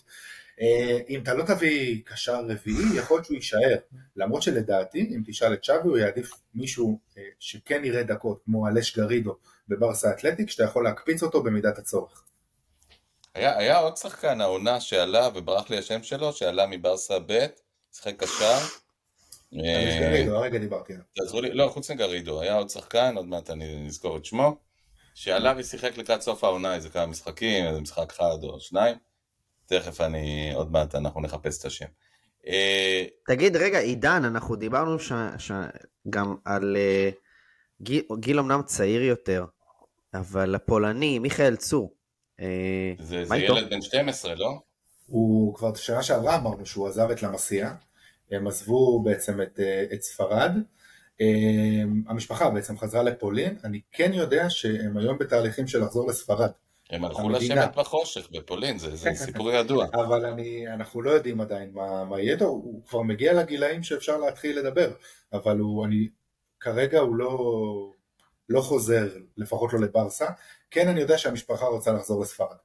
אם אתה לא תביא קשר רביעי, יכול להיות שהוא יישאר, למרות שלדעתי, אם תשאל את שווי, הוא יעדיף מישהו שכן יראה דקות, כמו אלש גרידו בברסה אתלטיק, שאתה יכול להקפיץ אותו במידת הצורך. היה, היה עוד שחקן העונה שעלה, וברח לי השם שלו, שעלה מברסה ב', שחק קשר. אלש גרידו, הרגע דיברתי עליו. תעזרו לי, לא, חוץ מגרידו, היה עוד שחקן, עוד מעט אני נזכור את שמו, שעלה ושיחק לקראת סוף העונה, איזה כמה משחקים, איזה משחק אחד או שניים, תכף אני, עוד מעט אנחנו נחפש את השם. תגיד, רגע, עידן, אנחנו דיברנו ש... ש... גם על uh, גיל, גיל אמנם צעיר יותר, אבל הפולני, מיכאל צור, uh, זה, זה ילד בן שתים עשרה, לא? הוא כבר שנה שעברה אמרנו שהוא עזב את למסיה, הם עזבו בעצם את, את ספרד, המשפחה בעצם חזרה לפולין, אני כן יודע שהם היום בתהליכים של לחזור לספרד. הם הלכו לשבת בחושך בפולין, זה, זה סיפור ידוע. אבל אני, אנחנו לא יודעים עדיין מה, מה יהיה, הוא כבר מגיע לגילאים שאפשר להתחיל לדבר, אבל הוא, אני, כרגע הוא לא, לא חוזר, לפחות לא לברסה, כן אני יודע שהמשפחה רוצה לחזור לספרד.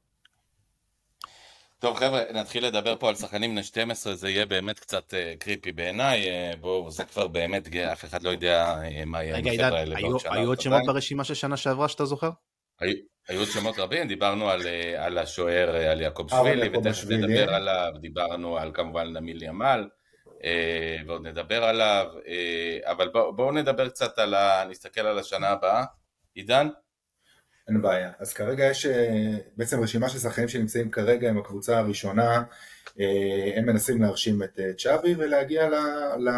טוב חבר'ה, נתחיל לדבר פה על שחקנים בני שתים עשרה, זה יהיה באמת קצת uh, קריפי בעיניי, uh, בואו, זה כבר באמת, אף אחד לא יודע uh, מה יהיה. רגע, עידן, היו עוד שמות ברשימה של שנה שעברה שאתה זוכר? היו, היו עוד שמות רבים, דיברנו על, uh, על השוער, uh, על יעקב שווילי, ותכף נדבר עליו, דיברנו על כמובן נמיל ימל, uh, ועוד נדבר עליו, uh, אבל בואו בוא נדבר קצת על ה... נסתכל על השנה הבאה, עידן? אין בעיה. אז כרגע יש בעצם רשימה של שחקנים שנמצאים כרגע עם הקבוצה הראשונה, הם מנסים להרשים את צ'אבי ולהגיע ל, ל,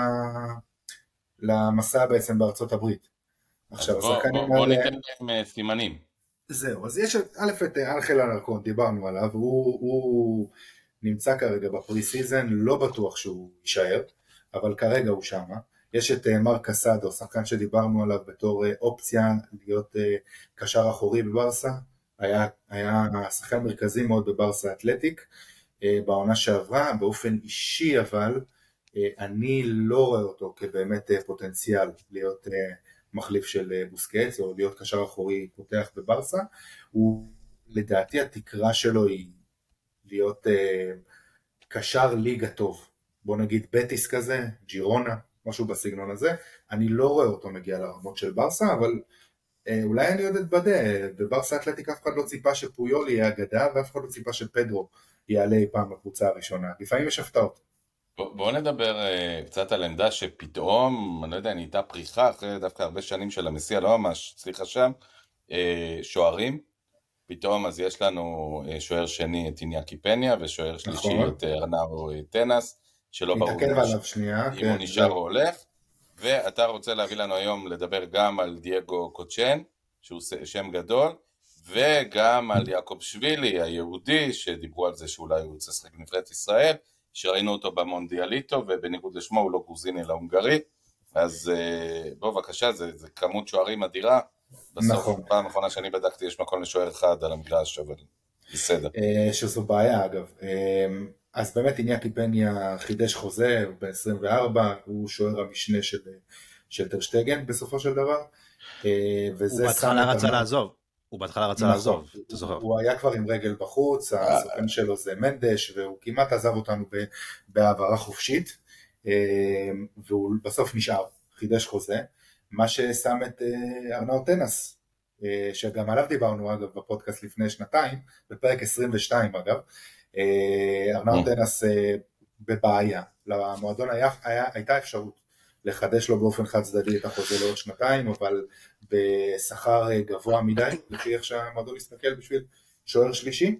למסע בעצם בארצות הברית. עכשיו, בוא, בוא, בוא ניתן להם סימנים. זהו, אז יש א' את אנחל אלרקון, דיברנו עליו, הוא, הוא נמצא כרגע בפרי סיזן, לא בטוח שהוא יישאר, אבל כרגע הוא שמה. יש את מרק קסאדו, שחקן שדיברנו עליו בתור אופציה להיות קשר אחורי בברסה, היה, היה שחקן מרכזי מאוד בברסה אתלטיק, בעונה שעברה, באופן אישי אבל, אני לא רואה אותו כבאמת פוטנציאל להיות מחליף של בוסקץ, או להיות קשר אחורי פותח בברסה, הוא לדעתי התקרה שלו היא להיות קשר ליגה טוב, בוא נגיד בטיס כזה, ג'ירונה, משהו בסגנון הזה, אני לא רואה אותו מגיע לרמות של ברסה, אבל אה, אולי אני עוד אתבדה, בברסה אתלטיק אף אחד לא ציפה שפויול יהיה אגדה, ואף אחד לא ציפה שפדרו יעלה אי פעם לקבוצה הראשונה, לפעמים יש הפתעות. בואו בוא נדבר uh, קצת על עמדה שפתאום, אני לא יודע, נהייתה פריחה, אחרי דווקא הרבה שנים של המסיע, לא ממש, סליחה שם, uh, שוערים, פתאום אז יש לנו uh, שוער שני את איניאקי פניה, ושוער שלישי נכון. את ארנאו טנס, שלא ברור אם הוא נשאר או הולך, ואתה רוצה להביא לנו היום לדבר גם על דייגו קוצ'ן, שהוא שם גדול, וגם על יעקב שבילי היהודי, שדיברו על זה שאולי הוא יוצא לשחק בנבחרת ישראל, שראינו אותו במונדיאליטו, ובניגוד לשמו הוא לא גרוזיני אלא הונגרי, אז בוא בבקשה, זה, זה כמות שוערים אדירה, בסוף נכון. פעם האחרונה שאני בדקתי יש מקום לשוער אחד על המגרש, אבל בסדר. שזו בעיה אגב, אז באמת איניקי פניה חידש חוזה, הוא ב-עשרים וארבע, הוא שוער המשנה של, של טרשטגן בסופו של דבר, הוא בהתחלה רצה לעזוב, הוא בהתחלה רצה לעזוב, אתה זוכר. הוא היה כבר עם רגל בחוץ, הסוכן שלו זה מנדש, והוא כמעט עזב אותנו בהעברה חופשית, והוא בסוף נשאר, חידש חוזה, מה ששם את ארנאו טנס, שגם עליו דיברנו אגב בפודקאסט לפני שנתיים, בפרק עשרים ושתיים אגב, ארנאו טנס בבעיה, למועדון היה, היה, הייתה אפשרות לחדש לו באופן חד צדדי את החוזה לעוד שנתיים, אבל בשכר גבוה מדי, לפי איך שהמועדון יסתכל בשביל שוער שלישי,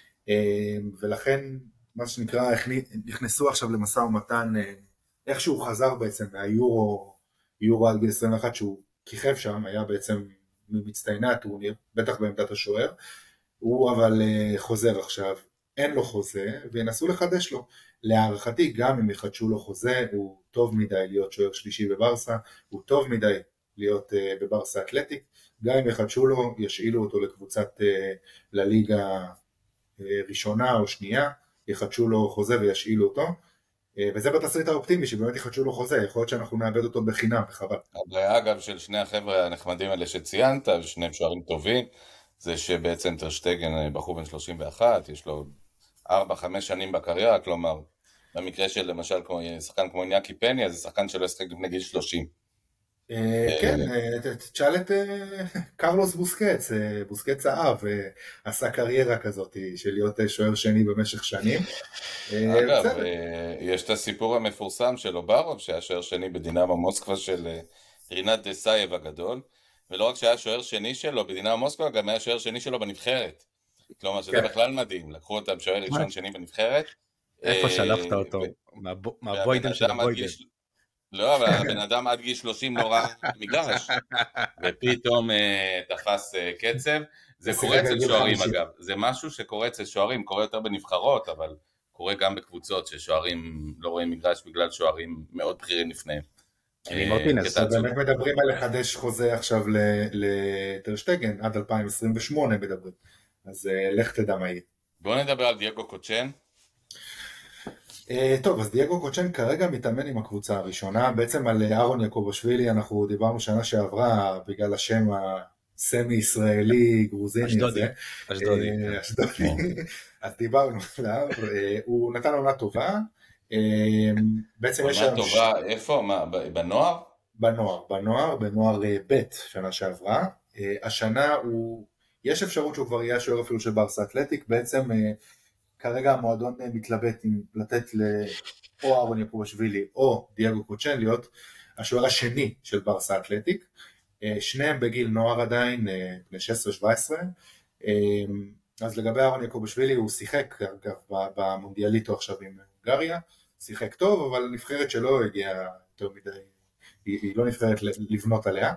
ולכן מה שנקרא, נכנסו עכשיו למשא ומתן, איך שהוא חזר בעצם מהיורו, יורו עד גיל עשרים ואחת שהוא כיכב שם, היה בעצם ממצטייני הטורניר, בטח בעמדת השוער, הוא אבל חוזר עכשיו, אין לו חוזה, וינסו לחדש לו. להערכתי, גם אם יחדשו לו חוזה, הוא טוב מדי להיות שוער שלישי בברסה, הוא טוב מדי להיות uh, בברסה אתלטיק, גם אם יחדשו לו, ישאילו אותו לקבוצת uh, לליגה uh, ראשונה או שנייה, יחדשו לו חוזה וישאילו אותו, uh, וזה בתסריט האופטימי, שבאמת יחדשו לו חוזה, יכול להיות שאנחנו נאבד אותו בחינם, בחבל. הבעיה אגב של שני החבר'ה הנחמדים האלה שציינת, ושניהם שוערים טובים, זה שבעצם טרשטגן בחור בן שלושים ואחת, יש לו ארבע חמש שנים בקריירה, כלומר, במקרה של למשל כמו, שחקן כמו איניקי פניה, זה שחקן שלא ישחק לפני גיל שלושים. כן, תשאל את קרלוס בוסקץ, בוסקץ האב, עשה קריירה כזאת של להיות שוער שני במשך שנים. אגב, יש את הסיפור המפורסם של אוברוב, שהיה שוער שני בדינמו מוסקבה של רינת דסייב הגדול, ולא רק שהיה שוער שני שלו בדינמו מוסקבה, גם היה שוער שני שלו בנבחרת. כלומר, שזה בכלל מדהים, לקחו אותם שוער ראשון שני בנבחרת. איפה שלפת אותו? מהבוידם של הבוידם. לא, אבל הבן אדם עד גיל שלושים לא ראה מגרש, ופתאום תפס קצב. זה קורה אצל שוערים אגב, זה משהו שקורה אצל שוערים, קורה יותר בנבחרות, אבל קורה גם בקבוצות ששוערים לא רואים מגרש בגלל שוערים מאוד בכירים לפניהם. באמת מדברים על לחדש חוזה עכשיו לטרשטגן, עד אלפיים עשרים ושמונה מדברים. אז לך תדע מה יהיה. בואו נדבר על דייגו קוצ'ן. טוב, אז דייגו קוצ'ן כרגע מתאמן עם הקבוצה הראשונה, בעצם על אהרון יעקובשווילי אנחנו דיברנו שנה שעברה בגלל השם הסמי ישראלי גרוזיני הזה. אשדודי. אשדודי. אז דיברנו עליו, הוא נתן עונה טובה. בעצם יש... עונה טובה, איפה? בנוער? בנוער, בנוער, בנוער ב' שנה שעברה. השנה הוא... יש אפשרות שהוא כבר יהיה שוער אפילו של ברסה אתלטיק, בעצם כרגע המועדון מתלבט אם לתת או אהרון יעקובשווילי או דייגו קוצ'ן להיות השוער השני של ברסה אתלטיק, שניהם בגיל נוער עדיין, בני שש עשרה שבע עשרה, אז לגבי אהרון יעקובשווילי הוא שיחק במונדיאליטו עכשיו עם הונגריה, שיחק טוב, אבל הנבחרת שלו הגיעה יותר מדי, היא לא נבחרת לבנות עליה.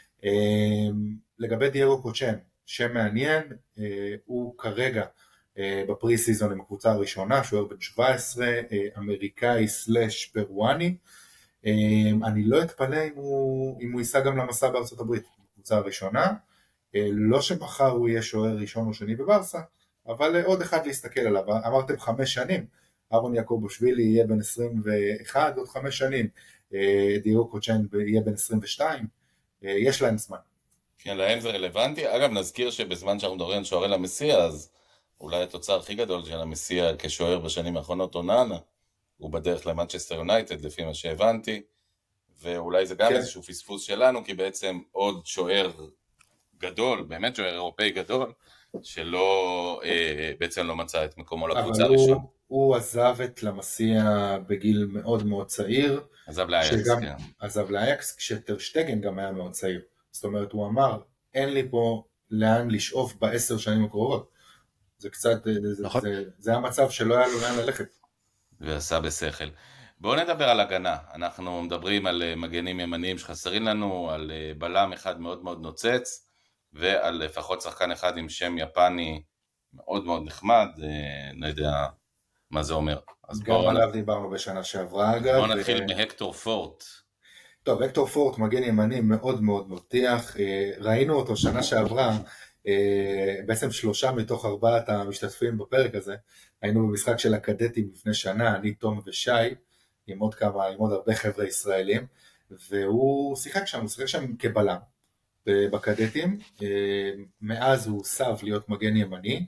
לגבי דייגו קוצ'ן, שם מעניין, הוא כרגע בפרי סיזון עם הקבוצה הראשונה, שוער בן שבע עשרה, אמריקאי סלש פרואני, אני לא אתפלא אם הוא, אם הוא ייסע גם למסע בארצות הברית, בקבוצה הראשונה, לא שמחר הוא יהיה שוער ראשון או שני בברסה, אבל עוד אחד להסתכל עליו, אמרתם חמש שנים, אהרון יעקובשווילי יהיה בן עשרים ואחת, עוד חמש שנים, דייגו קוצ'ן יהיה בן עשרים ושתיים, יש להם זמן. כן, להם זה רלוונטי. אגב, נזכיר שבזמן שאנחנו מדברים על שוערי למסיע, אז אולי התוצר הכי גדול של המסיע כשוער בשנים האחרונות אוננה, הוא בדרך למנצ'סטר יונייטד, לפי מה שהבנתי, ואולי זה גם כן. איזשהו פספוס שלנו, כי בעצם עוד שוער גדול, באמת שוער אירופאי גדול, שלא, אה, בעצם לא מצא את מקומו לקבוצה הראשון. הוא, הוא עזב את למסיע בגיל מאוד מאוד צעיר. עזב לאייקס, שגם, כן. עזב לאייקס, כשטרשטגן גם היה מאוד צעיר. זאת אומרת, הוא אמר, אין לי פה לאן לשאוף בעשר שנים הקרובות. זה קצת, נכון. זה, זה, זה המצב שלא היה לו לאן ללכת. ועשה בשכל. בואו נדבר על הגנה. אנחנו מדברים על מגנים ימניים שחסרים לנו, על בלם אחד מאוד מאוד נוצץ, ועל לפחות שחקן אחד עם שם יפני מאוד מאוד נחמד, לא יודע מה זה אומר. גם עליו דיברנו בשנה שעברה אגב. בואו נתחיל מהקטור פורט. טוב, הקטור פורט מגן ימני מאוד מאוד מבטיח, ראינו אותו שנה שעברה, בעצם שלושה מתוך ארבעת המשתתפים בפרק הזה, היינו במשחק של הקדטים לפני שנה, אני, תום ושי, עם עוד כמה, עם עוד הרבה חבר'ה ישראלים, והוא שיחק שם, הוא שיחק שם כבלם בקדטים, מאז הוא סב להיות מגן ימני,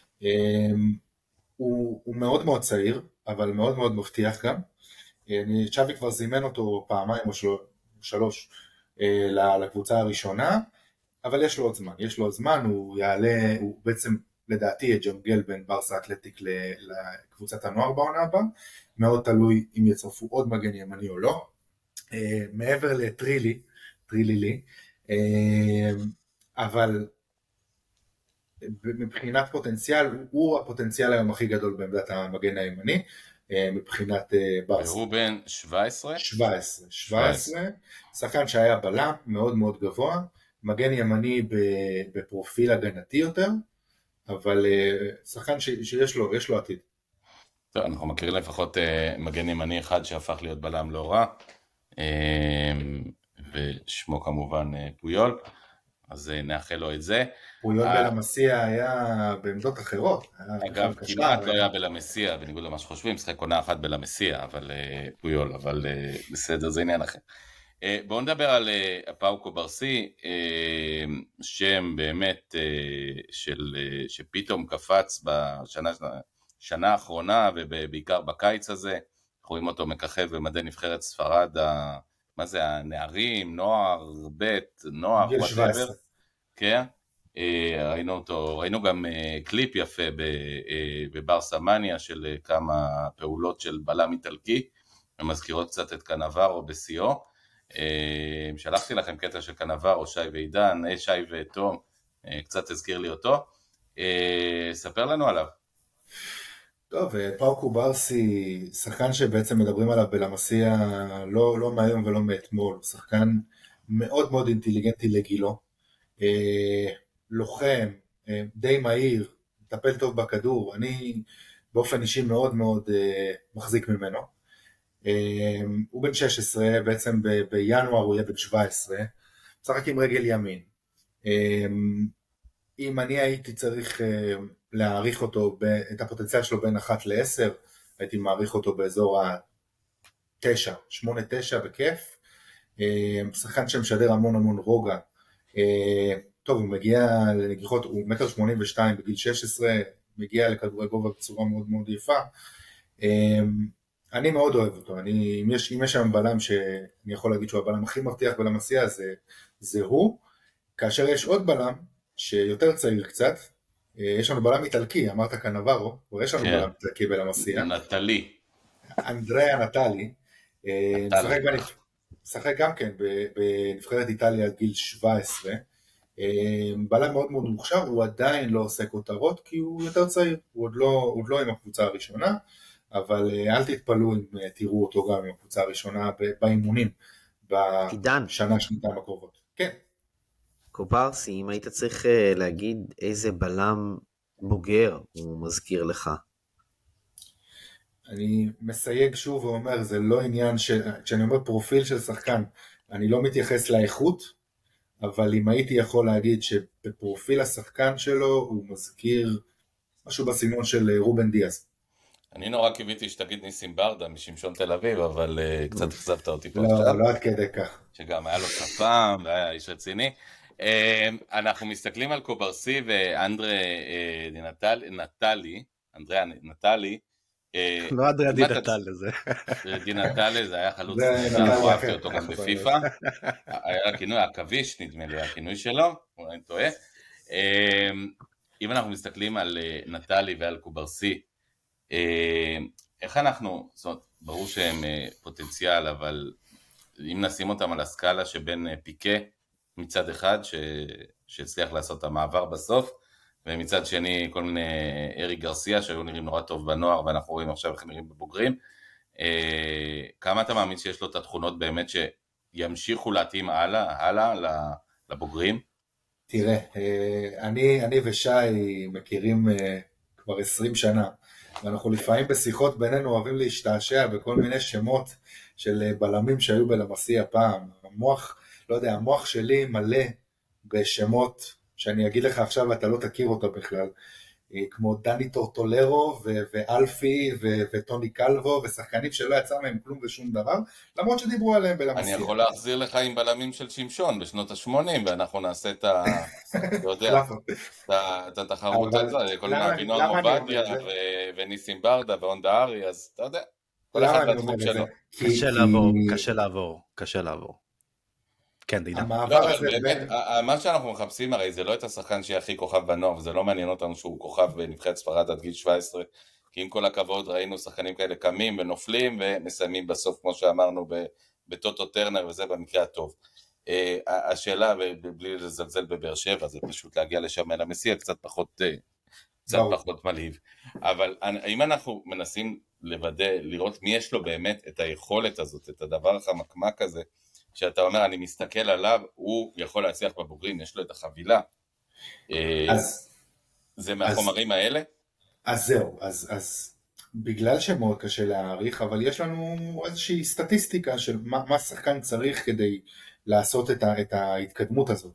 הוא, הוא מאוד מאוד צעיר, אבל מאוד מאוד מבטיח גם, צ'אבי כבר זימן אותו פעמיים או של... שלוש לקבוצה הראשונה, אבל יש לו עוד זמן, יש לו עוד זמן, הוא יעלה, הוא בעצם לדעתי יג'נגל בין ברסה אתלטיק לקבוצת הנוער בעונה הבאה, מאוד תלוי אם יצרפו עוד מגן ימני או לא, מעבר לטרילי, טרילי לי, אבל מבחינת פוטנציאל, הוא הפוטנציאל היום הכי גדול בעמדת המגן הימני, מבחינת ברסה. והוא בן שבע עשרה? שבע עשרה, שבע עשרה, שחקן שהיה בלם מאוד מאוד גבוה, מגן ימני בפרופיל הגנתי יותר, אבל שחקן שיש לו, יש לו עתיד. טוב, אנחנו מכירים לפחות מגן ימני אחד שהפך להיות בלם לא רע, ושמו כמובן פויול, אז נאחל לו את זה. פויול בלמסיה היה בעמדות אחרות. אגב, כמעט לא היה בלמסיה, בניגוד למה שחושבים, שחק עונה אחת בלמסיה, אבל פויול, אבל בסדר, זה עניין אחר. בואו נדבר על פאו קוברסי, שם באמת של, שפתאום קפץ בשנה שנה האחרונה, ובעיקר בקיץ הזה, אנחנו רואים אותו מככב במדי נבחרת ספרד, מה זה, הנערים, נוער, בית, נוער, whatever. כן, ראינו אותו, ראינו גם קליפ יפה בברסה מניה של כמה פעולות של בלם איטלקי, ומזכירות קצת את קנברו בסיו. שלחתי לכם קטע של קנברו, שי ועידן, שי ותום, קצת הזכיר לי אותו. ספר לנו עליו. טוב, פאו קוברסי, שחקן שבעצם מדברים עליו בלמסיה, לא, לא מהיום ולא מאתמול, שחקן מאוד מאוד אינטליגנטי לגילו, לוחם, די מהיר, מטפל טוב בכדור, אני באופן אישי מאוד מאוד מחזיק ממנו. הוא בן שש עשרה, בעצם בינואר הוא יהיה בן שבע עשרה, משחק עם רגל ימין. אם אני הייתי צריך להעריך אותו, את הפוטנציאל שלו בין אחת לעשר, הייתי מעריך אותו באזור ה-תשע, שמונה תשע בכיף, שחקן שמשדר המון המון רוגע, טוב, הוא מגיע לנגיחות, הוא מטר שמונים ושתיים בגיל שש עשרה, מגיע לכדורי גובה בצורה מאוד מאוד יפה, אני מאוד אוהב אותו, אני, אם יש, אם יש שם בלם שאני יכול להגיד שהוא הבלם הכי מבטיח בלמסיה, זה, זה הוא, כאשר יש עוד בלם, שיותר צעיר קצת, יש לנו בלם איטלקי, אמרת קנברו, ויש לנו בלם איטלקי בלמסיה. נטלי. אנדריאה נטלי, משחק גם כן בנבחרת איטליה גיל שבע עשרה, בלם מאוד מאוד מוכשר, הוא עדיין לא עושה כותרות, כי הוא יותר צעיר, הוא עוד לא, הוא עוד לא עם הקבוצה הראשונה, אבל אל תתפלו אם תראו אותו גם עם הקבוצה הראשונה באימונים, בשנה שנתיים הקרובות. כן. קוברסי, אם היית צריך להגיד איזה בלם בוגר הוא מזכיר לך. אני מסייג שוב ואומר, זה לא עניין של, כשאני אומר פרופיל של שחקן, אני לא מתייחס לאיכות, אבל אם הייתי יכול להגיד שבפרופיל השחקן שלו, הוא מזכיר משהו בסגנון של רובן דיאז. אני נורא קיוויתי שתגיד ניסים ברדה משמשון תל אביב, אבל קצת חזבת אותי פה. לא, לא עד כדי כך. שגם היה לו שפם, והיה איש רציני. אנחנו מסתכלים על קוברסי ואנדרה נטלי, אנדריאה נטלי, לא אנדריאה די נטלי זה. די נטלי זה היה חלוץ, אנחנו אהבתי אותו גם בפיפה, היה הכינוי, הכביש נדמה לי, הכינוי שלו, אולי אני טועה. אם אנחנו מסתכלים על נטלי ועל קוברסי, איך אנחנו, זאת אומרת, ברור שהם פוטנציאל, אבל אם נשים אותם על הסקאלה שבין פיקה, מצד אחד ש... שהצליח לעשות את המעבר בסוף, ומצד שני כל מיני ארי גרסיה שהיו נראים נורא טוב בנוער, ואנחנו רואים עכשיו איך הם נראים בבוגרים, אה, כמה אתה מאמין שיש לו את התכונות באמת שימשיכו להתאים הלאה, הלאה לבוגרים? תראה, אני, אני ושי מכירים כבר עשרים שנה, ואנחנו לפעמים בשיחות בינינו אוהבים להשתעשע בכל מיני שמות של בלמים שהיו בלמסיה פעם. המוח, לא יודע, המוח שלי מלא בשמות שאני אגיד לך עכשיו ואתה לא תכיר אותו בכלל, כמו דני טורטולרו ו- ואלפי ו- וטוני קלבו ושחקנים שלא יצא מהם כלום ושום דבר, למרות שדיברו עליהם בלמסיה. אני יכול להחזיר לך עם בלמים של שמשון בשנות ה-שמונים, ואנחנו נעשה את ה... אתה יודע, את התחרות הזאת, כל מיני אבינועם עובדיה וניסים ברדה ואונדה ארי, אז אתה יודע, כל אחד בתחום שלו. קשה לעבור, קשה לעבור, קשה לעבור. כן, דינה. לא, אבל באמת, מה שאנחנו מחפשים הרי זה לא את השחקן שיהיה הכי כוכב בנוער, וזה לא מעניין אותנו שהוא כוכב בנבחרת ספרד עד גיל שבע עשרה, כי עם כל הכבוד ראינו שחקנים כאלה קמים ונופלים ומסיימים בסוף, כמו שאמרנו, בטוטו טרנר, וזה במקרה הטוב. השאלה, בלי לזלזל בבאר שבע, זה פשוט להגיע לשם אל המסיע, קצת פחות, קצת פחות מלהיב. אבל אם אנחנו מנסים לוודא, לראות מי יש לו באמת את היכולת הזאת, את הדבר החמקמק הזה, שאתה אומר, אני מסתכל עליו, הוא יכול להצליח בבוגרים, יש לו את החבילה. אז, זה מהחומרים אז, האלה? אז זהו, אז, אז בגלל שמאוד קשה להעריך, אבל יש לנו איזושהי סטטיסטיקה של מה, מה שחקן צריך כדי לעשות את, ה, את ההתקדמות הזאת.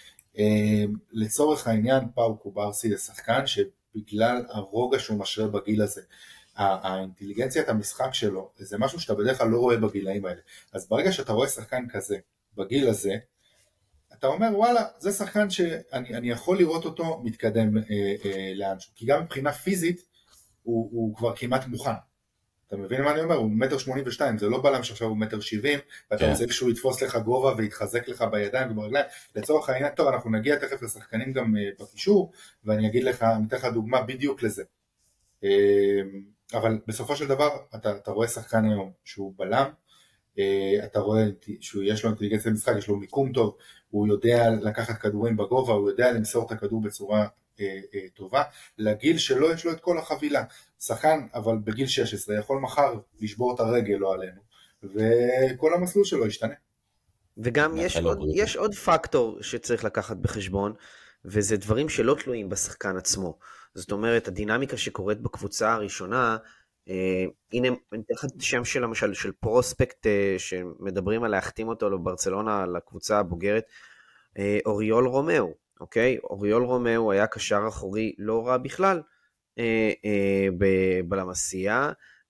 לצורך העניין, פאו קוברסי זה שחקן שבגלל הרוגע שהוא משרה בגיל הזה, האינטליגנציית המשחק שלו, זה משהו שאתה בדרך כלל לא רואה בגילאים האלה. אז ברגע שאתה רואה שחקן כזה, בגיל הזה, אתה אומר, וואלה, זה שחקן שאני אני יכול לראות אותו מתקדם אה, אה, לאנשהו. כי גם מבחינה פיזית, הוא, הוא כבר כמעט מוכן. אתה מבין מה אני אומר? הוא מטר שמונים ושתיים, זה לא בלם שעכשיו הוא מטר שבעים, ואתה רוצה שהוא יתפוס לך גובה ויתחזק לך בידיים וברגליים. לצורך העניין, טוב, אנחנו נגיע תכף לשחקנים גם אה, בקישור, ואני אגיד לך, אני אתן לך דוגמה בדיוק לזה. אה, אבל בסופו של דבר אתה, אתה רואה שחקן היום שהוא בלם, אתה רואה שיש לו אינטליגנציה במשחק, יש לו מיקום טוב, הוא יודע לקחת כדורים בגובה, הוא יודע למסור את הכדור בצורה אה, אה, טובה, לגיל שלו יש לו את כל החבילה, שחקן אבל בגיל שש עשרה יכול מחר לשבור את הרגל לא עלינו, וכל המסלול שלו ישתנה. וגם יש עוד, יש עוד פקטור שצריך לקחת בחשבון, וזה דברים שלא תלויים בשחקן עצמו. זאת אומרת, הדינמיקה שקורית בקבוצה הראשונה, אה, הנה, אני אתן לך שם של למשל, של פרוספקט, אה, שמדברים על להחתים אותו לברצלונה, לקבוצה הבוגרת, אה, אוריול רומאו, אוקיי? אוריול רומאו היה קשר אחורי לא רע בכלל, אה, אה, בלמסיה,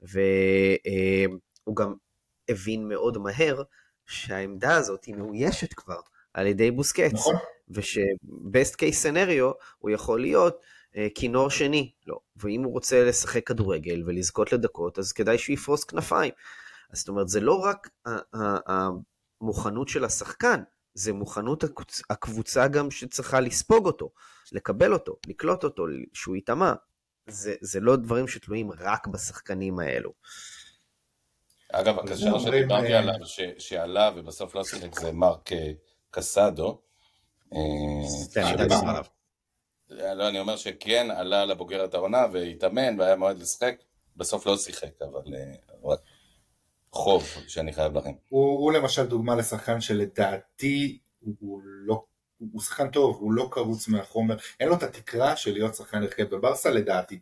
והוא גם הבין מאוד מהר, שהעמדה הזאת היא מאוישת כבר, על ידי בוסקץ. נכון. ושבסט קייס סנריו הוא יכול להיות אה, כינור שני, לא. ואם הוא רוצה לשחק כדורגל ולזכות לדקות, אז כדאי שהוא יפרוס כנפיים. אז זאת אומרת, זה לא רק המוכנות של השחקן, זה מוכנות הקבוצה גם שצריכה לספוג אותו, לקבל אותו, לקלוט אותו, שהוא יתאמה. זה, זה לא דברים שתלויים רק בשחקנים האלו. אגב, הקשר שדיברתי עליו, שעלה ובסוף לא שיחק, זה מרק קסאדו. לא, אני אומר שכן עלה לבוגרת העונה והתאמן והיה מועד לשחק, בסוף לא שיחק, אבל חוב שאני חייב לכם. הוא למשל דוגמה לשחקן שלדעתי הוא לא, הוא שחקן טוב, הוא לא קרוץ מהחומר, אין לו את התקרה של להיות שחקן הרכב בברסה לדעתי.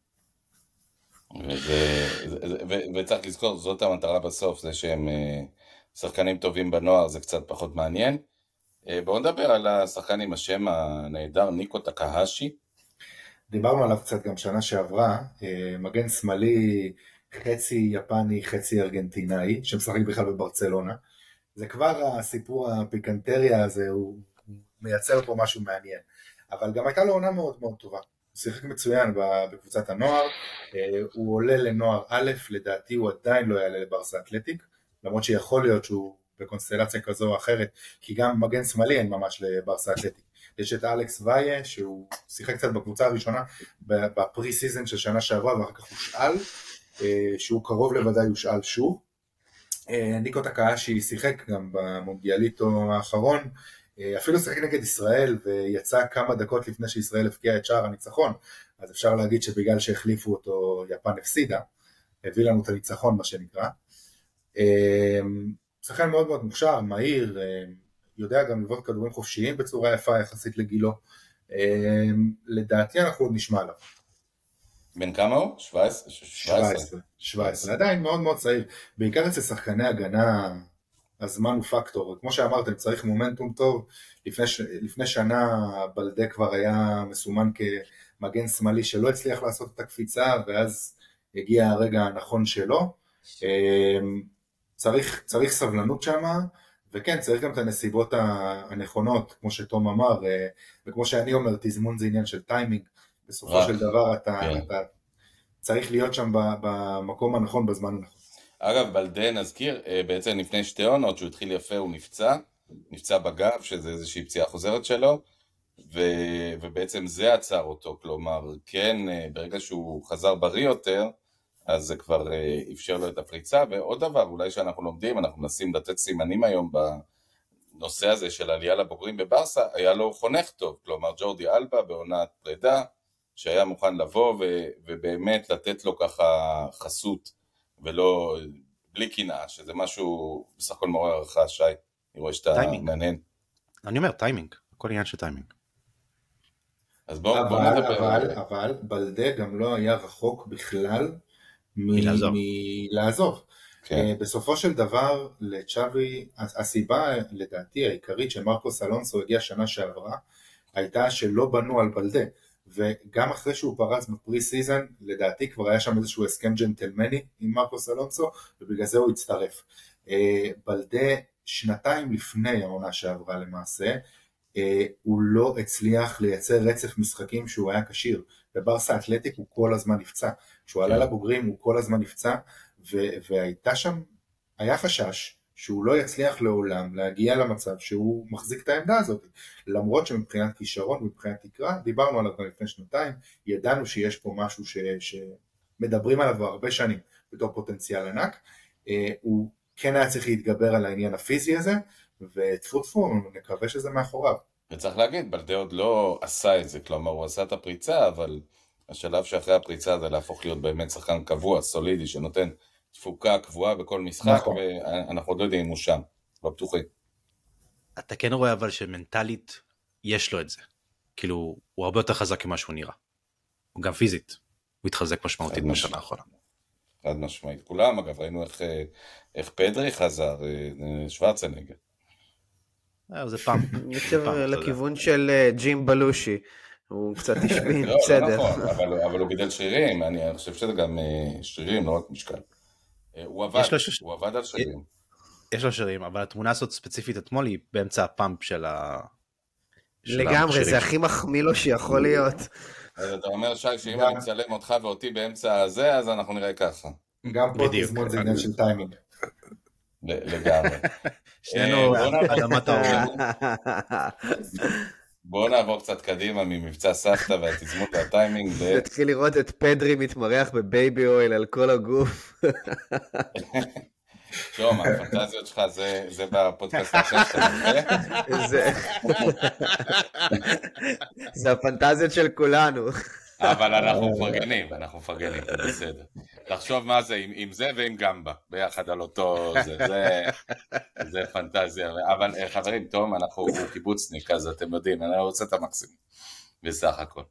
וצריך לזכור, זאת המטרה בסוף, זה שהם שחקנים טובים בנוער, זה קצת פחות מעניין. בואו נדבר על השחקן עם השם הנהדר, ניקו טקהשי. דיברנו עליו קצת גם שנה שעברה, מגן שמאלי, חצי יפני, חצי ארגנטינאי, שמשחק בכלל בברצלונה. זה כבר הסיפור הפיקנטריה הזה, הוא מייצר פה משהו מעניין. אבל גם הייתה לו עונה מאוד מאוד טובה. הוא שיחק מצוין בקבוצת הנוער, הוא עולה לנוער א', לדעתי הוא עדיין לא יעלה לברסה אתלטיק, למרות שיכול להיות שהוא בקונסטלציה כזו או אחרת, כי גם מגן שמאלי אין ממש לברסה אתלטיק. יש את אלכס ויה, שהוא שיחק קצת בקבוצה הראשונה, בפרי סיזן של שנה שעברה, ואחר כך הוא שאל, שהוא קרוב לוודאי הוא שאל שוב. ניקו טקהשי שיחק גם במונדיאליטו האחרון, אפילו שיחק נגד ישראל, ויצא כמה דקות לפני שישראל הפקיעה את שער הניצחון, אז אפשר להגיד שבגלל שהחליפו אותו יפן הפסידה, הביא לנו את הניצחון מה שנקרא. שחקן מאוד מאוד מוכשר, מהיר, יודע גם לבעוט כדורים חופשיים בצורה יפה יחסית לגילו. לדעתי אנחנו עוד נשמע עליו. בן כמה הוא? שבע עשרה? שבע עשרה. שבע עשרה. עדיין מאוד מאוד צעיר. בעיקר אצל שחקני הגנה, הזמן הוא פקטור. כמו שאמרתם, צריך מומנטום טוב. לפני, ש... לפני שנה בלדה כבר היה מסומן כמגן שמאלי שלא הצליח לעשות את הקפיצה, ואז הגיע הרגע הנכון שלו. צריך, צריך סבלנות שמה, וכן, צריך גם את הנסיבות הנכונות, כמו שתום אמר, וכמו שאני אומר, תזמון זה עניין של טיימינג. בסופו של דבר אתה, אתה צריך להיות שם במקום הנכון בזמן הנכון. אגב, בלדה נזכיר, בעצם לפני שתי עונות שהוא התחיל יפה, הוא נפצע, נפצע בגב, שזה איזושהי פציעה חוזרת שלו, ו, ובעצם זה עצר אותו, כלומר, כן, ברגע שהוא חזר בריא יותר, אז זה כבר אפשר לו את הפריצה, ועוד דבר, אולי שאנחנו לומדים, אנחנו מנסים לתת סימנים היום בנושא הזה של עלייה לבוגרים בברסה, היה לו חונך טוב, כלומר, ג'ורדי אלבה בעונת פרידה, שהיה מוכן לבוא ו, ובאמת לתת לו ככה חסות, ולא בלי קנאה, שזה משהו בסך הכל מעורר הערכה, שי, אני רואה שאתה מעניין. אני אומר, טיימינג, הכל עניין של טיימינג. אז בואו אבל, בוא נדבר. אבל, אבל בלדה גם לא היה רחוק בכלל מלעזוב. מלעזוב. כן. בסופו של דבר, לצ'אבי, הסיבה לדעתי העיקרית שמרקוס אלונסו הגיע שנה שעברה, הייתה שלא בנו על בלדה. וגם אחרי שהוא פרץ בפרי סיזן, לדעתי כבר היה שם איזשהו הסכם ג'נטלמני עם מרקוס אלונסו, ובגלל זה הוא הצטרף. בלדה שנתיים לפני העונה שעברה למעשה, הוא לא הצליח לייצר רצף משחקים שהוא היה קשיר. בברסה אתלטיק הוא כל הזמן נפצע. כשהוא עלה לבוגרים הוא כל הזמן נפצע, והייתה שם, היה חשש, שהוא לא יצליח לעולם להגיע למצב שהוא מחזיק את העמדה הזאת, למרות שמבחינת כישרון ומבחינת תקרה, דיברנו עליו גם לפני שנתיים, ידענו שיש פה משהו ש, שמדברים עליו הרבה שנים בתור פוטנציאל ענק, הוא כן היה צריך להתגבר על העניין הפיזי הזה, ותפו נקווה שזה מאחוריו. וצריך להגיד, בלדה עוד לא עשה את זה, כלומר הוא עשה את הפריצה, אבל השלב שאחרי הפריצה זה להפוך להיות באמת שחקן קבוע, סולידי, שנותן תפוקה קבועה בכל משחק, נכון. ואנחנו עוד לא יודעים אם הוא שם, בבטוחים. אתה כן רואה אבל שמנטלית יש לו את זה. כאילו, הוא הרבה יותר חזק ממה שהוא נראה. הוא גם פיזית. הוא התחזק משמעותית בשנה האחרונה. חד משמעית. כולם, אגב, ראינו איך, איך פדרי חזר, שוורצנגר. זה פעם. יותר לכיוון של ג'ים בלושי. הוא קצת השמין, בסדר. לא, נכון, אבל הוא גידל שרירים. אני חושב שזה גם שרירים, לא רק משקל. הוא עבד, הוא עבד על שרירים. יש לו שרירים, אבל התמונה הזאת ספציפית אתמול היא באמצע הפאמפ של ה... לגמרי, זה הכי מחמיא לו שיכול להיות. אז אתה אומר, שי, שאם אני מצלם אותך ואותי באמצע הזה, אז אנחנו נראה ככה. גם פה תזמון זה עניין של טיימינג. לגמרי. שנינו אדמת האור. בואו נעבור קצת קדימה ממבצע סבתא והתזמון והטיימינג. תתחיל לראות את פדרי מתמרח בבייבי אויל על כל הגוף. שום, הפנטזיות שלך זה בפודקאסט השם שאתה מוחה? זה הפנטזיות של כולנו. אבל אנחנו מפרגנים, אנחנו מפרגנים, זה בסדר. תחשוב מה זה, עם זה ועם גמבה, ביחד על אותו, זה פנטזיה. אבל חברים, תום, אנחנו קיבוצניק, אז אתם יודעים, אני רוצה את המקסימום, בסך הכל.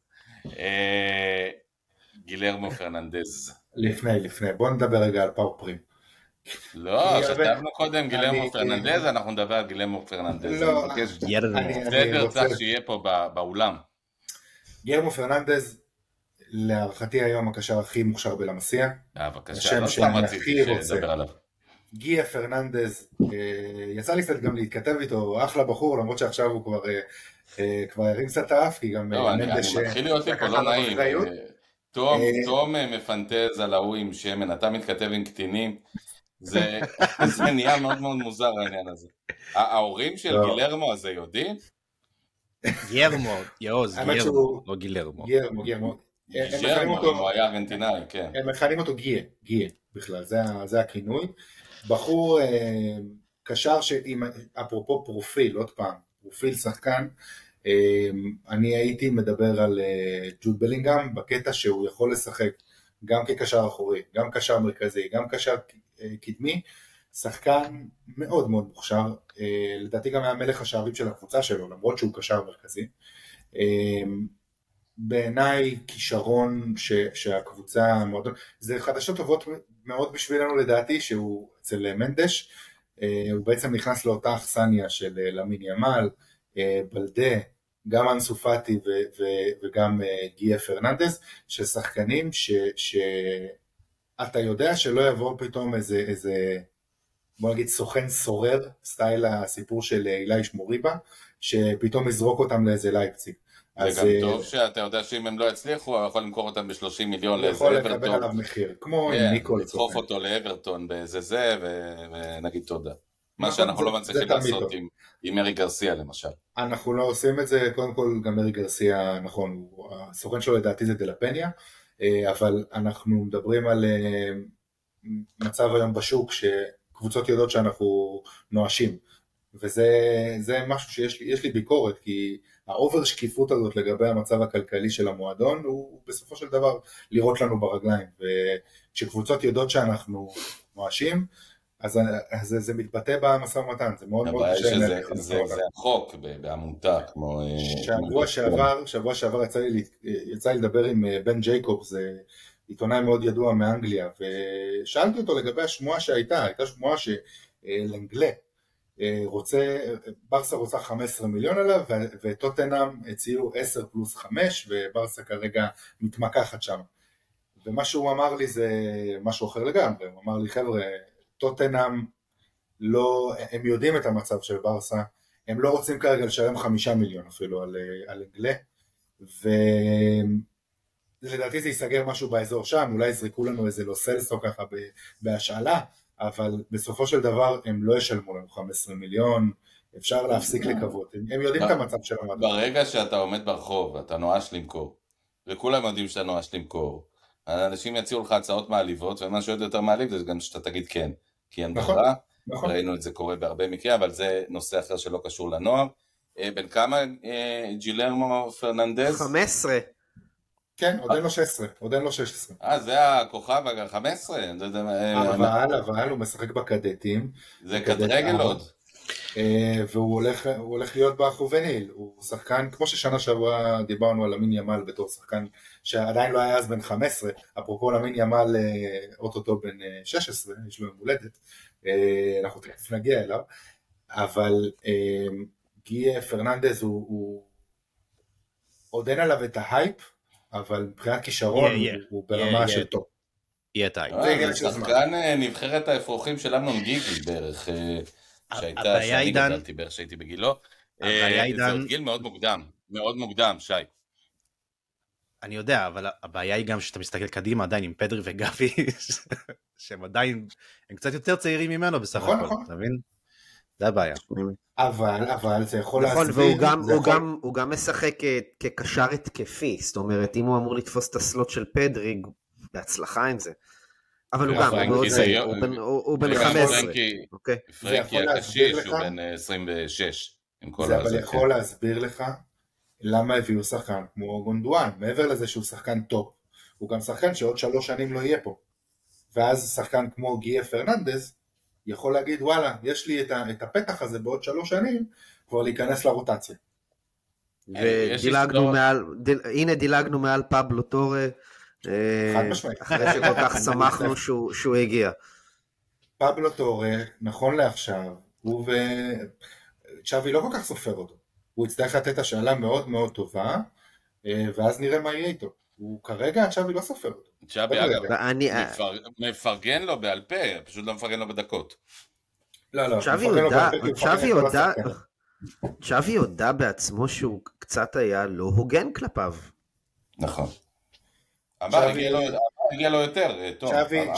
גילרמו פרננדז. לפני, לפני, בואו נדבר רגע על פאו פרים. לא, שתבנו קודם גילרמו פרננדז, אנחנו נדבר על גילרמו פרננדז. אני מבקש, סדר צריך שיהיה פה באולם. גילרמו פרננדז, להערכתי היום הקשר הכי מוכשר בלמסיה. אה, בבקשה, לא סתם רציתי שדבר עליו. גיה פרננדז, יצא לי קצת גם להתכתב איתו, אחלה בחור, למרות שעכשיו הוא כבר כבר הרים קצת האף, כי גם... לא, אני מתחיל להיות לי פה לא נעים. תום מפנטז על ההוא עם שמן, אתה מתכתב עם קטינים, זה נהיה מאוד מאוד מוזר העניין הזה. ההורים של גילרמו הזה יודעים? גילרמו, יאוז, גילרמו, לא גילרמו. גילרמו, גילרמו. גילרמו, הוא היה ארגנטינאי, כן. הם מכנים אותו גיה, גיה בכלל, זה הכינוי. בחור קשר שעם, אפרופו פרופיל, עוד פעם, פרופיל שחקן, אני הייתי מדבר על ג'וד בלינגהם, בקטע שהוא יכול לשחק גם כקשר אחורי, גם קשר מרכזי, גם קשר קדמי, שחקן מאוד מאוד מוכשר, לדעתי גם היה מלך השערים של הקבוצה שלו, למרות שהוא קשר מרכזי. בעיניי כישרון ש, שהקבוצה מאוד, זה חדשות טובות מאוד בשבילנו לדעתי, שהוא אצל מנדש, הוא בעצם נכנס לאותה אכסניה של למין ימל, בלדה, גם אנסו פאטי ו, ו, וגם גיה פרננדס, של שחקנים ש, שאתה יודע שלא יבוא פתאום איזה, איזה בוא נגיד סוכן סורר, סטייל הסיפור של אילייש מוריבה, שפתאום יזרוק אותם לאיזה לייפציג. זה גם טוב שאתה יודע שאם הם לא יצליחו, הוא יכול למכור אותם ב-שלושים מיליון לאיזה אברטון. יכול לקבל עליו מחיר, כמו עם ניקול. לדחוף אותו לאברטון באיזה זה, ונגיד תודה. מה שאנחנו לא מצליחים לעשות עם מרי גרסיה למשל. אנחנו לא עושים את זה, קודם כל גם מרי גרסיה, נכון, הסוכן שלו לדעתי זה דלפניה, אבל אנחנו מדברים על מצב היום בשוק, שקבוצות יודעות שאנחנו נואשים. וזה משהו שיש לי, יש לי ביקורת, כי האובר שקיפות הזאת לגבי המצב הכלכלי של המועדון, הוא בסופו של דבר לראות לנו ברגליים, וכשקבוצות יודעות שאנחנו נואשים, אז זה, זה מתבטא במשא ומתן, זה מאוד מאוד קשה. זה, זה, זה החוק בעמותה, כמו... שבוע שעבר, שבוע שעבר יצא לי, יצא לי לדבר עם בן ג'ייקוב, זה עיתונאי מאוד ידוע מאנגליה, ושאלתי אותו לגבי השמועה שהייתה, הייתה שמועה שלנגלה, רוצה, ברסה רוצה חמישה עשר מיליון עליו, וטוטנהאם הציעו עשר פלוס חמש, וברסה כרגע מתמקחת שם. ומה שהוא אמר לי זה משהו אחר לגמרי, הוא אמר לי חבר'ה, טוטנהאם לא, הם יודעים את המצב של ברסה, הם לא רוצים כרגע לשלם חמישה מיליון אפילו על, על אנגלה, ולדעתי זה ייסגר משהו באזור שם, אולי יזרקו לנו איזה לא סלסו ככה בהשאלה, אבל בסופו של דבר הם לא ישלמו לנו חמישה עשר מיליון, אפשר להפסיק לקוות, הם, הם יודעים את המצב של המדע. ברגע שאתה עומד ברחוב, אתה נואש למכור, וכולם יודעים שאתה נואש למכור, האנשים יציעו לך הצעות מעליבות, ומה שעוד יותר מעליב זה גם שאתה תגיד כן, כי אין נכון, ברירה, נכון. ראינו את זה קורה בהרבה מקרה, אבל זה נושא אחר שלא קשור לנוער. בין כמה ג'ילרמו פרננדז? חמש עשרה. כן, עוד אין לו שש עשרה, עוד אין לו שש עשרה. אה, זה הכוכב, חמש עשרה. אבל, אבל הוא משחק בקדטים. זה כדרגל עוד. והוא הולך, הוא הולך להיות באחובניל, הוא שחקן, כמו ששנה שעברה דיברנו על למין ימל בתור שחקן שעדיין לא היה אז בן חמש עשרה, אפרופו למין ימל אוטוטו בן שש עשרה, יש לו יום הולדת, אנחנו תכף נגיע אליו, אבל גיה פרננדז הוא, הוא עוד אין עליו את ההייפ, אבל מבחינת כישרון yeah, yeah. הוא ברמה yeah, של yeah. טוב. יהיה טייפ. זה שחקן נבחרת האפרוחים של אמנון גיגי בערך, שהייתה, שאני גדלתי בערך שהייתי בגילו. זה עוד גיל מאוד מוקדם, מאוד מוקדם, שי. אני יודע, אבל הבעיה היא גם שאתה מסתכל קדימה עדיין עם פדרי וגבי, שהם עדיין, הם קצת יותר צעירים ממנו בסך הכל, אתה מבין? זה הבעיה. אבל, אבל זה יכול נכון, להסביר. והוא גם, זה הוא יכול... גם, הוא גם משחק כקשר התקפי, זאת אומרת, אם הוא אמור לתפוס את הסלוט של פדרי, בהצלחה עם זה. אבל הוא גם, הוא בן חמש עשרה. פרנקי הקשיש הוא בן עשרים ושש. זה אבל יכול להסביר לך למה הביאו שחקן כמו גונדואן, מעבר לזה שהוא שחקן טוב, הוא גם שחקן שעוד שלוש שנים לא יהיה פה. ואז שחקן כמו גיה פרננדז, יכול להגיד וואלה, יש לי את הפתח הזה בעוד שלוש שנים, כבר להיכנס לרוטציה. ודילגנו מעל, הנה דילגנו מעל פבלו טורה, אחרי שכל כך שמחנו שהוא הגיע. פבלו טורה, נכון לעכשיו, הוא וצ'אבי לא כל כך סופר אותו. הוא יצטרך לתת השאלה מאוד מאוד טובה, ואז נראה מה יהיה איתו. הוא כרגע, צ'אבי לא סופר אותו. צ'אבי אגב, מפרגן לו בעל פה, פשוט לא מפרגן לו בדקות. לא, לא, צ'אבי הודע בעצמו שהוא קצת היה לא הוגן כלפיו. נכון. אמר, הגיע לו יותר, טוב.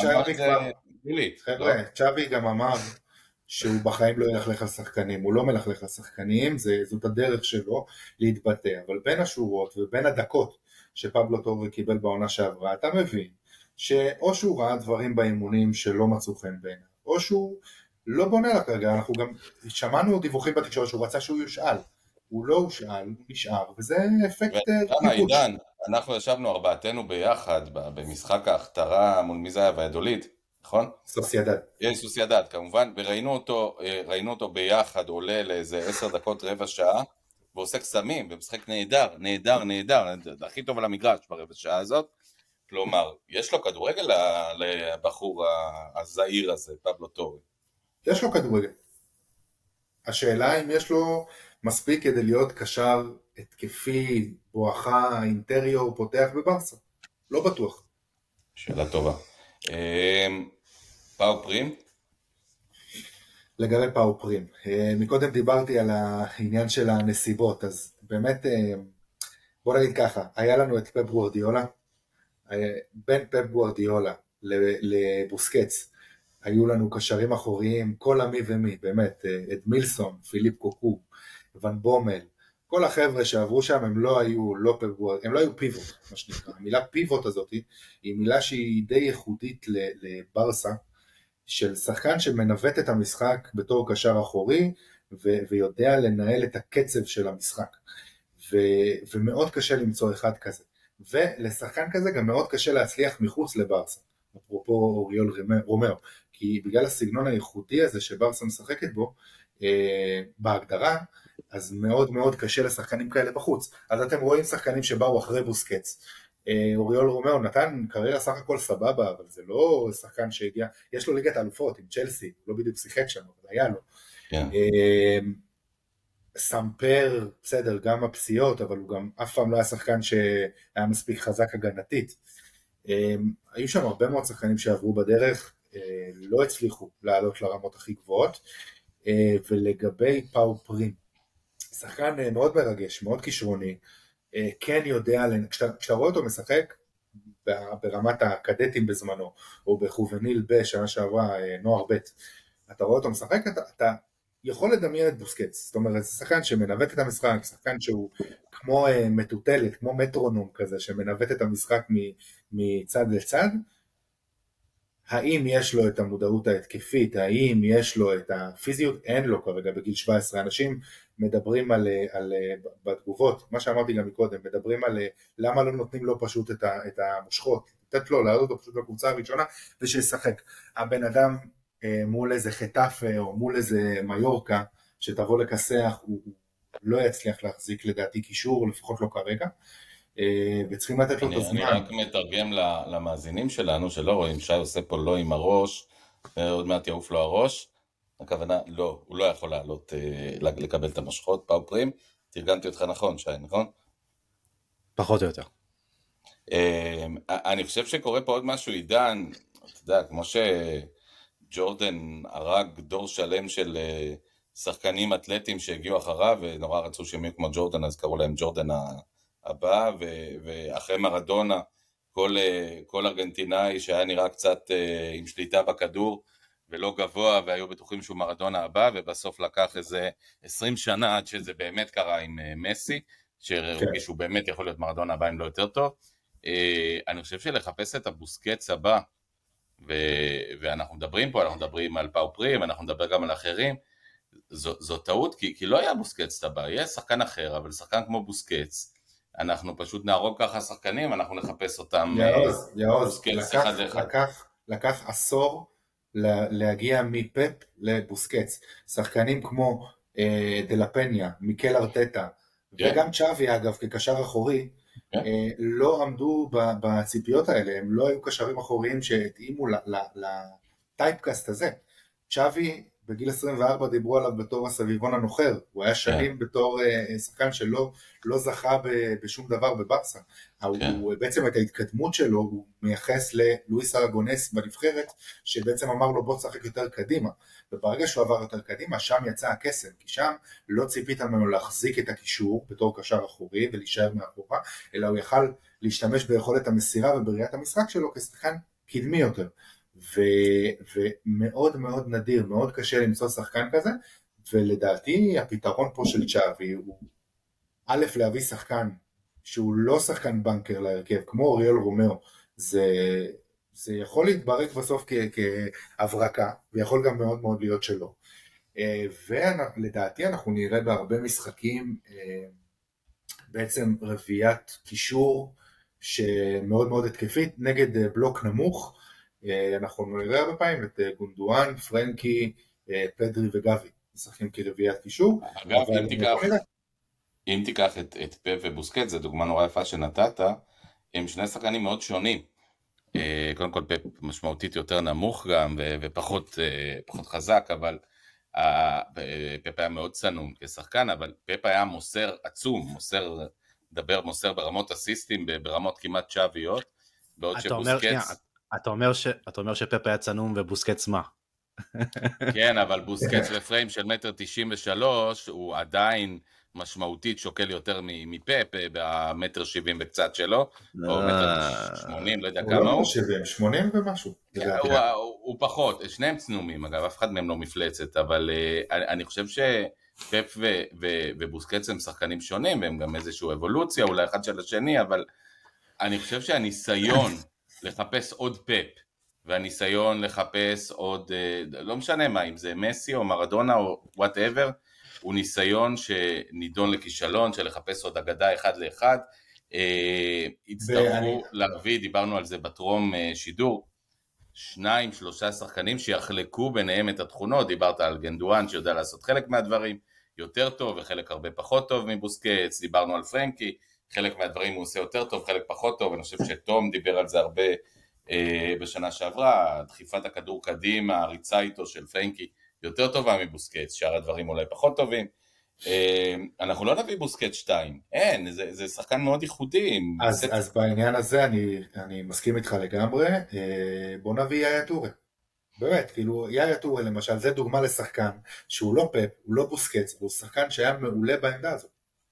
צ'אבי גם אמר שהוא בחיים לא ילכלך על שחקנים, הוא לא מלכלך על שחקנים, זאת הדרך שלו להתבטא, אבל בין השורות ובין הדקות שפבלו טורי קיבל בעונה שעברה, אתה מבין שאו שהוא ראה דברים באימונים שלא מצאו חן בעיניו, או שהוא לא בונה לה כרגע, אנחנו גם שמענו דיווחים בתקשורת שהוא רצה שהוא יושאל, הוא לא הושאל, הוא נשאר, וזה אפקט טיפוש. אנחנו ישבנו ארבעתנו ביחד במשחק ההכתרה מול מי זה היה והידולית, נכון? סוסיידד. יש סוסיידד, כמובן, וראינו אותו, ראינו אותו ביחד, עולה לאיזה עשר דקות, רבע שעה, ועושה קסמים, ומשחק נהדר, נהדר, נהדר, הכי טוב על המגרש ברבע שעה הזאת. כלומר, יש לו כדורגל לבחור הזעיר הזה, פבלו טורי. יש לו כדורגל. השאלה אם יש לו מספיק כדי להיות קשר התקפי, בואכה, אינטריור, פותח בברסה. לא בטוח. שאלה טובה. פאו פרים? לגבי פאו פרים. מקודם דיברתי על העניין של הנסיבות, אז באמת, בוא נגיד ככה, היה לנו את פפ גוארדיולה, בין פפ גוארדיולה לבוסקץ, היו לנו קשרים אחוריים, כל המי ומי, באמת, את מילסון, פיליפ קוקו, ון בומל, כל החבר'ה שעברו שם הם לא היו, לא פפ גוארדיולה, הם לא היו פיבוט, מה שנקרא. המילה פיבוט הזאת היא מילה שהיא די ייחודית לברסה, של שחקן שמנווט את המשחק בתור קשר אחורי, ו- ויודע לנהל את הקצב של המשחק, ו- ומאוד קשה למצוא אחד כזה, ולשחקן כזה גם מאוד קשה להצליח מחוץ לברסה, אפרופו אוריול רומאו, כי בגלל הסגנון הייחודי הזה שברסה משחקת בו, אה, בהגדרה, אז מאוד מאוד קשה לשחקנים כאלה בחוץ. אז אתם רואים שחקנים שבאו אחרי בוסקץ, אוריול רומאו נתן קריירה סך הכל סבבה, אבל זה לא שחקן שהגיע, יש לו ליגת אלופות עם צ'לסי, לא בדיוק שיחק שם, אבל היה לו. Yeah. סמפר, בסדר, גם הפציעות, אבל הוא גם אף פעם לא היה שחקן שהיה מספיק חזק הגנתית. היו שם הרבה מאוד שחקנים שעברו בדרך, לא הצליחו לעלות לרמות הכי גבוהות, ולגבי פאו פרים, שחקן מאוד מרגש, מאוד כישרוני, כן יודע, כשאתה, כשאתה רואה אותו משחק ברמת הקדטים בזמנו, או בחובניל בשנה שעברה נוער ב', אתה רואה אותו משחק, אתה, אתה יכול לדמיין את בוסקץ, זאת אומרת, זה שחקן שמנווט את המשחק, שחקן שהוא כמו מטוטלת, כמו מטרונום כזה, שמנווט את המשחק מצד לצד. האם יש לו את המודעות ההתקפית, האם יש לו את הפיזיות, אין לו כרגע בגיל שבע עשרה, אנשים מדברים על, על, בתגובות, מה שאמרתי גם מקודם, מדברים על למה לא נותנים לו פשוט את, ה, את המושכות, לתת לו, לעלות אותו פשוט לקבוצה הראשונה, ושישחק. הבן אדם מול איזה חטאפה, או מול איזה מיורקה, שתבוא לכסח, הוא לא יצליח להחזיק לדעתי קישור, לפחות לא כרגע, וצריכים לתת לו את הזמן. אני רק מתרגם למאזינים שלנו, שלא רואים, שי עושה פה לא עם הראש, עוד מעט יעוף לו הראש, הכוונה, לא, הוא לא יכול לעלות, לקבל את המשכות, פאו פרים, תרגמתי אותך נכון, שי, נכון? פחות או יותר. אני חושב שקורה פה עוד משהו, עידן, אתה יודע, כמו שג'ורדן הרג דור שלם של שחקנים אתלטים שהגיעו אחריו, ונורא רצו שהם יהיו כמו ג'ורדן, אז קראו להם ג'ורדן הבא, ואחרי מרדונה, כל, כל ארגנטינאי שהיה נראה קצת עם שליטה בכדור, ולא גבוה, והיו בטוחים שהוא מרדונה הבא, ובסוף לקח איזה עשרים שנה עד שזה באמת קרה עם מסי, שהרגיש שהוא באמת יכול להיות מרדונה הבא אם לא יותר טוב. אני חושב שלחפש את הבוסקץ הבא, ואנחנו מדברים פה, אנחנו מדברים על פאו פרים, אנחנו נדבר גם על אחרים, זו, זו טעות, כי, כי לא היה בוסקץ הבא, יהיה שחקן אחר, אבל שחקן כמו בוסקץ, אנחנו פשוט נהרוג ככה שחקנים, אנחנו נחפש אותם. יעוז, יעוז, לקח, לקח, לקח עשור להגיע מפפ לבוסקץ, שחקנים כמו אה, דלפניה, מיקל ארטטה, yeah. וגם צ'אבי אגב כקשר אחורי, yeah. אה, לא עמדו בציפיות האלה, הם לא היו קשרים אחוריים שהתאימו לטייפקאסט הזה. צ'אבי בגיל עשרים וארבע דיברו עליו בתור הסביבון הנוחר, הוא היה שנים yeah. בתור uh, שחקן שלא לא זכה ב, בשום דבר בברסה, yeah. הוא, בעצם את ההתקדמות שלו הוא מייחס ללואיס ארגונס בנבחרת, שבעצם אמר לו בוא תשחק יותר קדימה, וברגע שהוא עבר יותר קדימה, שם יצא הקסם, כי שם לא ציפית ממנו להחזיק את הקישור בתור קשר אחורי ולהישאר מאחורה, אלא הוא יכל להשתמש ביכולת המסירה ובראיית המשחק שלו כשחקן קדמי יותר, ו, ומאוד מאוד נדיר, מאוד קשה למצוא שחקן כזה, ולדעתי הפתרון פה של צ'אבי הוא א' להביא שחקן שהוא לא שחקן בנקר להרכב, כמו אוריול רומאו, זה, זה יכול להתברק בסוף כ, כהברקה, ויכול גם מאוד מאוד להיות שלא. ולדעתי אנחנו נראה בהרבה משחקים בעצם רביעיית קישור שמאוד מאוד התקפית, נגד בלוק נמוך, אנחנו נראה הרבה פעמים את גונדואן, פרנקי, פדרי וגבי, משחקים כרביעיית קישור. אגב, אם תיקח, אם תיקח את, את פפ ובוסקט, זו דוגמה נורא יפה שנתת, הם שני שחקנים מאוד שונים. קודם כל פפ משמעותית יותר נמוך גם, ופחות פחות חזק, אבל פפ היה מאוד צנום כשחקן, אבל פפ היה מוסר עצום, מוסר, דבר מוסר ברמות אסיסטים, ברמות כמעט שוואיות, בעוד שבוסקטס... אתה אומר, ש... אתה אומר שפפ היה צנום ובוסקטס מה? כן, אבל בוסקטס בפריים של מטר תשעים ושלוש, הוא עדיין משמעותית שוקל יותר מפפ, במטר שבעים וקצת שלו, או מטר שמונים, לא יודע כמה הוא. הוא לא שבעים, שמונים ומשהו. הוא פחות, שניהם צנומים, אגב, אף אחד מהם לא מפלצת, אבל אני חושב שפפ ובוסקטס הם שחקנים שונים, והם גם איזושהי אבולוציה, אולי אחד של השני, אבל אני חושב שהניסיון לחפש עוד פפ, והניסיון לחפש עוד, לא משנה מה, אם זה מסי או מרדונה או whatever, הוא ניסיון שנידון לכישלון, של לחפש עוד אגדה אחד לאחד, הצטרכו להביא, דיברנו על זה בטרום שידור, שניים, שלושה שחקנים שיחלקו ביניהם את התכונות, דיברת על גנדואן שיודע לעשות חלק מהדברים יותר טוב, וחלק הרבה פחות טוב מבוסקטס, דיברנו על פרנקי, חלק מהדברים הוא עושה יותר טוב, חלק פחות טוב, אני חושב שתום דיבר על זה הרבה אה, בשנה שעברה, דחיפת הכדור קדימה, הריצה איתו של פרנקי, יותר טובה מבוסקטס, שאר הדברים אולי פחות טובים, אה, אנחנו לא נביא בוסקטס שתיים, אין, זה, זה שחקן מאוד ייחודי. אז, בוסקט... אז בעניין הזה אני, אני מסכים איתך לגמרי, אה, בוא נביא יאיה טורה. באמת, כאילו, יאיה טורה למשל, זה דוגמה לשחקן שהוא לא פפ, הוא לא בוסקטס, הוא שחקן שהיה מעולה בעמדה הזאת.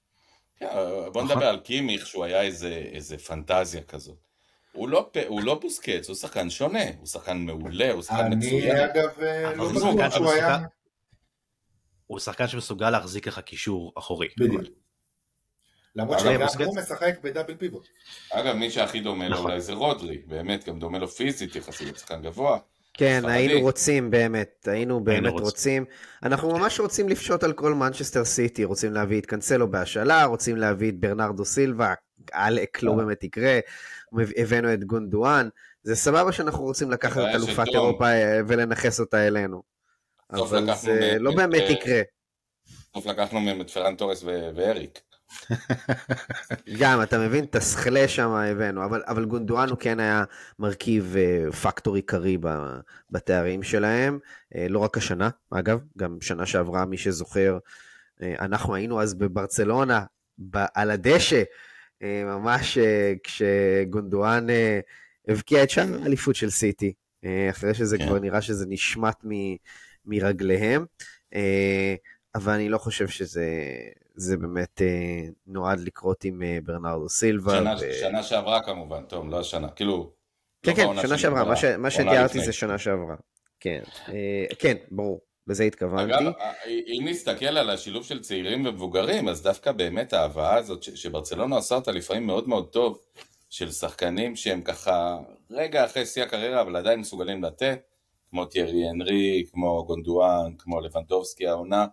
בוא נדבר על קימיך, שהוא היה איזה, איזה פנטזיה כזאת. הוא לא, הוא לא בוסקטס, הוא שחקן שונה, הוא שחקן מעולה, הוא שחקן מצוין. אני אגב לא בטוח שהוא היה... הוא שחקן שמסוגל להחזיק לך קישור אחורי. בדיוק. למרות שגם הוא משחק בדאבל פיבוט. אגב, מי שהכי דומה לו אולי זה רודרי, באמת, גם דומה לו פיזית, יחסית שחקן גבוה. כן, היינו רוצים באמת, היינו באמת רוצים, אנחנו ממש רוצים לפשוט על כל מנצ'סטר סיטי, רוצים להביא את קנסלו בהשאלה, רוצים להביא את ברנרדו סילבה, אלק לא באמת יקרה, הבאנו את גונדואן, זה סבבה שאנחנו רוצים לקחת את אלופת אירופה ולנחס אותה אלינו, אבל זה לא באמת יקרה. טוב, לקחנו מהם את פרן טורס ואריק. גם, אתה מבין, תסכלה שם הבאנו, אבל, אבל גונדואן הוא כן היה מרכיב פקטור עיקרי בתארים שלהם, לא רק השנה, אגב, גם שנה שעברה, מי שזוכר, אנחנו היינו אז בברצלונה, על הדשא, ממש כשגונדואן הבקיע את שם האליפות של סיטי, אחרי שזה כן. כבר נראה שזה נשמט מ, מרגליהם, אבל אני לא חושב שזה זה באמת אה, נועד לקרות עם אה, ברנרדו סילבה. שנה, ו... שנה שעברה כמובן, טוב, לא השנה, כאילו... כן, כן, שנה שעברה, מה, ש... מה שתיארתי זה שנה שעברה. כן, אה, כן, ברור, בזה התכוונתי. אגב, אם נסתכל על השילוב של צעירים ומבוגרים, אז דווקא באמת ההבאה הזאת, ש... שברצלונה עושה אותה לפעמים מאוד מאוד טוב, של שחקנים שהם ככה רגע אחרי שיא הקריירה, אבל עדיין מסוגלים לתת, כמו טיירי אנרי, כמו גונדואן, כמו לבנדובסקי העונה,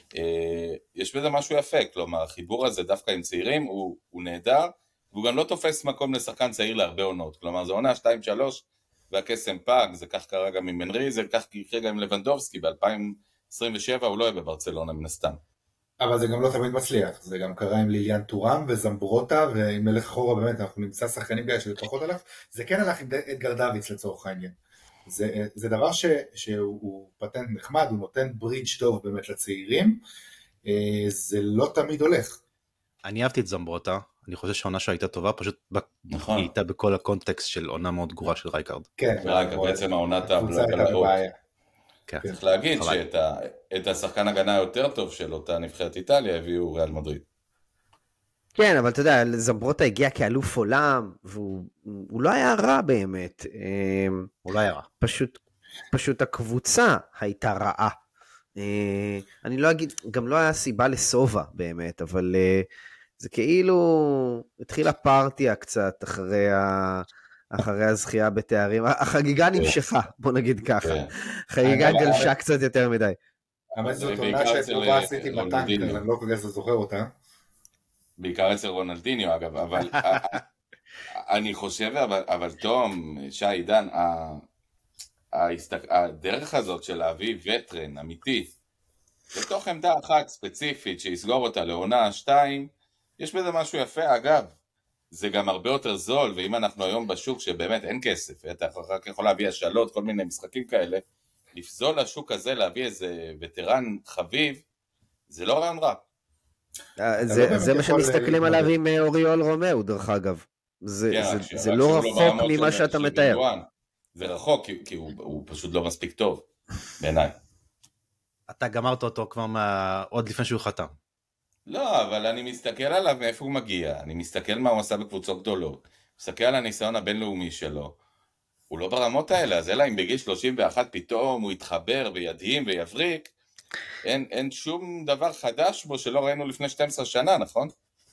יש בזה משהו יפה, כלומר, החיבור הזה דווקא עם צעירים הוא, הוא נהדר, והוא גם לא תופס מקום לשחקן צעיר להרבה עונות, כלומר, זו עונה שתיים שלוש, והקסם פאג, זה כך קרה גם עם אנרי, זה כך יקרה גם עם לבנדובסקי, ב-אלפיים עשרים ושבע הוא לא יהיה בברצלונה מן הסתם. אבל זה גם לא תמיד מצליח, זה גם קרה עם ליליאן טורם וזמברוטה, ועם מלך חורה באמת, אנחנו נמצא שחקנים כאלה שזה פחות הלך, זה כן הלך עם אדגר דוויץ לצורך העניין. זה, זה דבר ש, שהוא פטנט נחמד, הוא נותן ברידג' טוב באמת לצעירים, זה לא תמיד הולך. אני אהבתי את זמברוטה, אני חושב שהעונה שלה הייתה טובה, פשוט נכון. היא הייתה בכל הקונטקסט של עונה מאוד גרועה של רייקארד. כן. רייקארד בעצם העונת הבלעות. צריך להגיד שאת השחקן הגנה היותר טוב של אותה נבחרת איטליה הביאו ריאל מדריד. כן, אבל אתה יודע, זמברוטה הגיע כאלוף עולם, והוא לא היה רע באמת. הוא לא היה רע. פשוט, פשוט הקבוצה הייתה רעה. אני לא אגיד, גם לא היה סיבה לסובה באמת, אבל זה כאילו התחילה פארטיה קצת אחרי ה... אחרי הזכייה בתארים. החגיגה נמשכה, בוא נגיד ככה. חגיגה גלשה קצת יותר מדי. אבל זאת עונה שטובה עשיתי בטנק, אני לא כל כך זוכר אותה. בעיקר אצל רונלדיניו אגב, אבל אני חושב, אבל, אבל תום, שי, עידן, הדרך הזאת של להביא וטרן אמיתי, בתוך עמדה אחת ספציפית שיסגור אותה לעונה שתיים, יש בזה משהו יפה. אגב, זה גם הרבה יותר זול, ואם אנחנו היום בשוק שבאמת אין כסף, אתה רק יכול להביא השאלות, כל מיני משחקים כאלה, לפזול לשוק הזה, להביא איזה וטרן חביב, זה לא רעיון רע. זה מה שמסתכלים עליו עם אוריול רומאו, דרך אגב. זה לא רחוק ממה שאתה מתאר. זה רחוק, כי הוא פשוט לא מספיק טוב, בעיניי. אתה גמרת אותו כבר עוד לפני שהוא חתם. לא, אבל אני מסתכל עליו מאיפה הוא מגיע, אני מסתכל מה הוא עשה בקבוצות גדולות, מסתכל על הניסיון הבינלאומי שלו, הוא לא ברמות האלה, אז אלא אם בגיל שלושים ואחת פתאום הוא יתחבר וידהים ויבריק, אין, אין שום דבר חדש בו שלא ראינו לפני שתים עשרה שנה, נכון?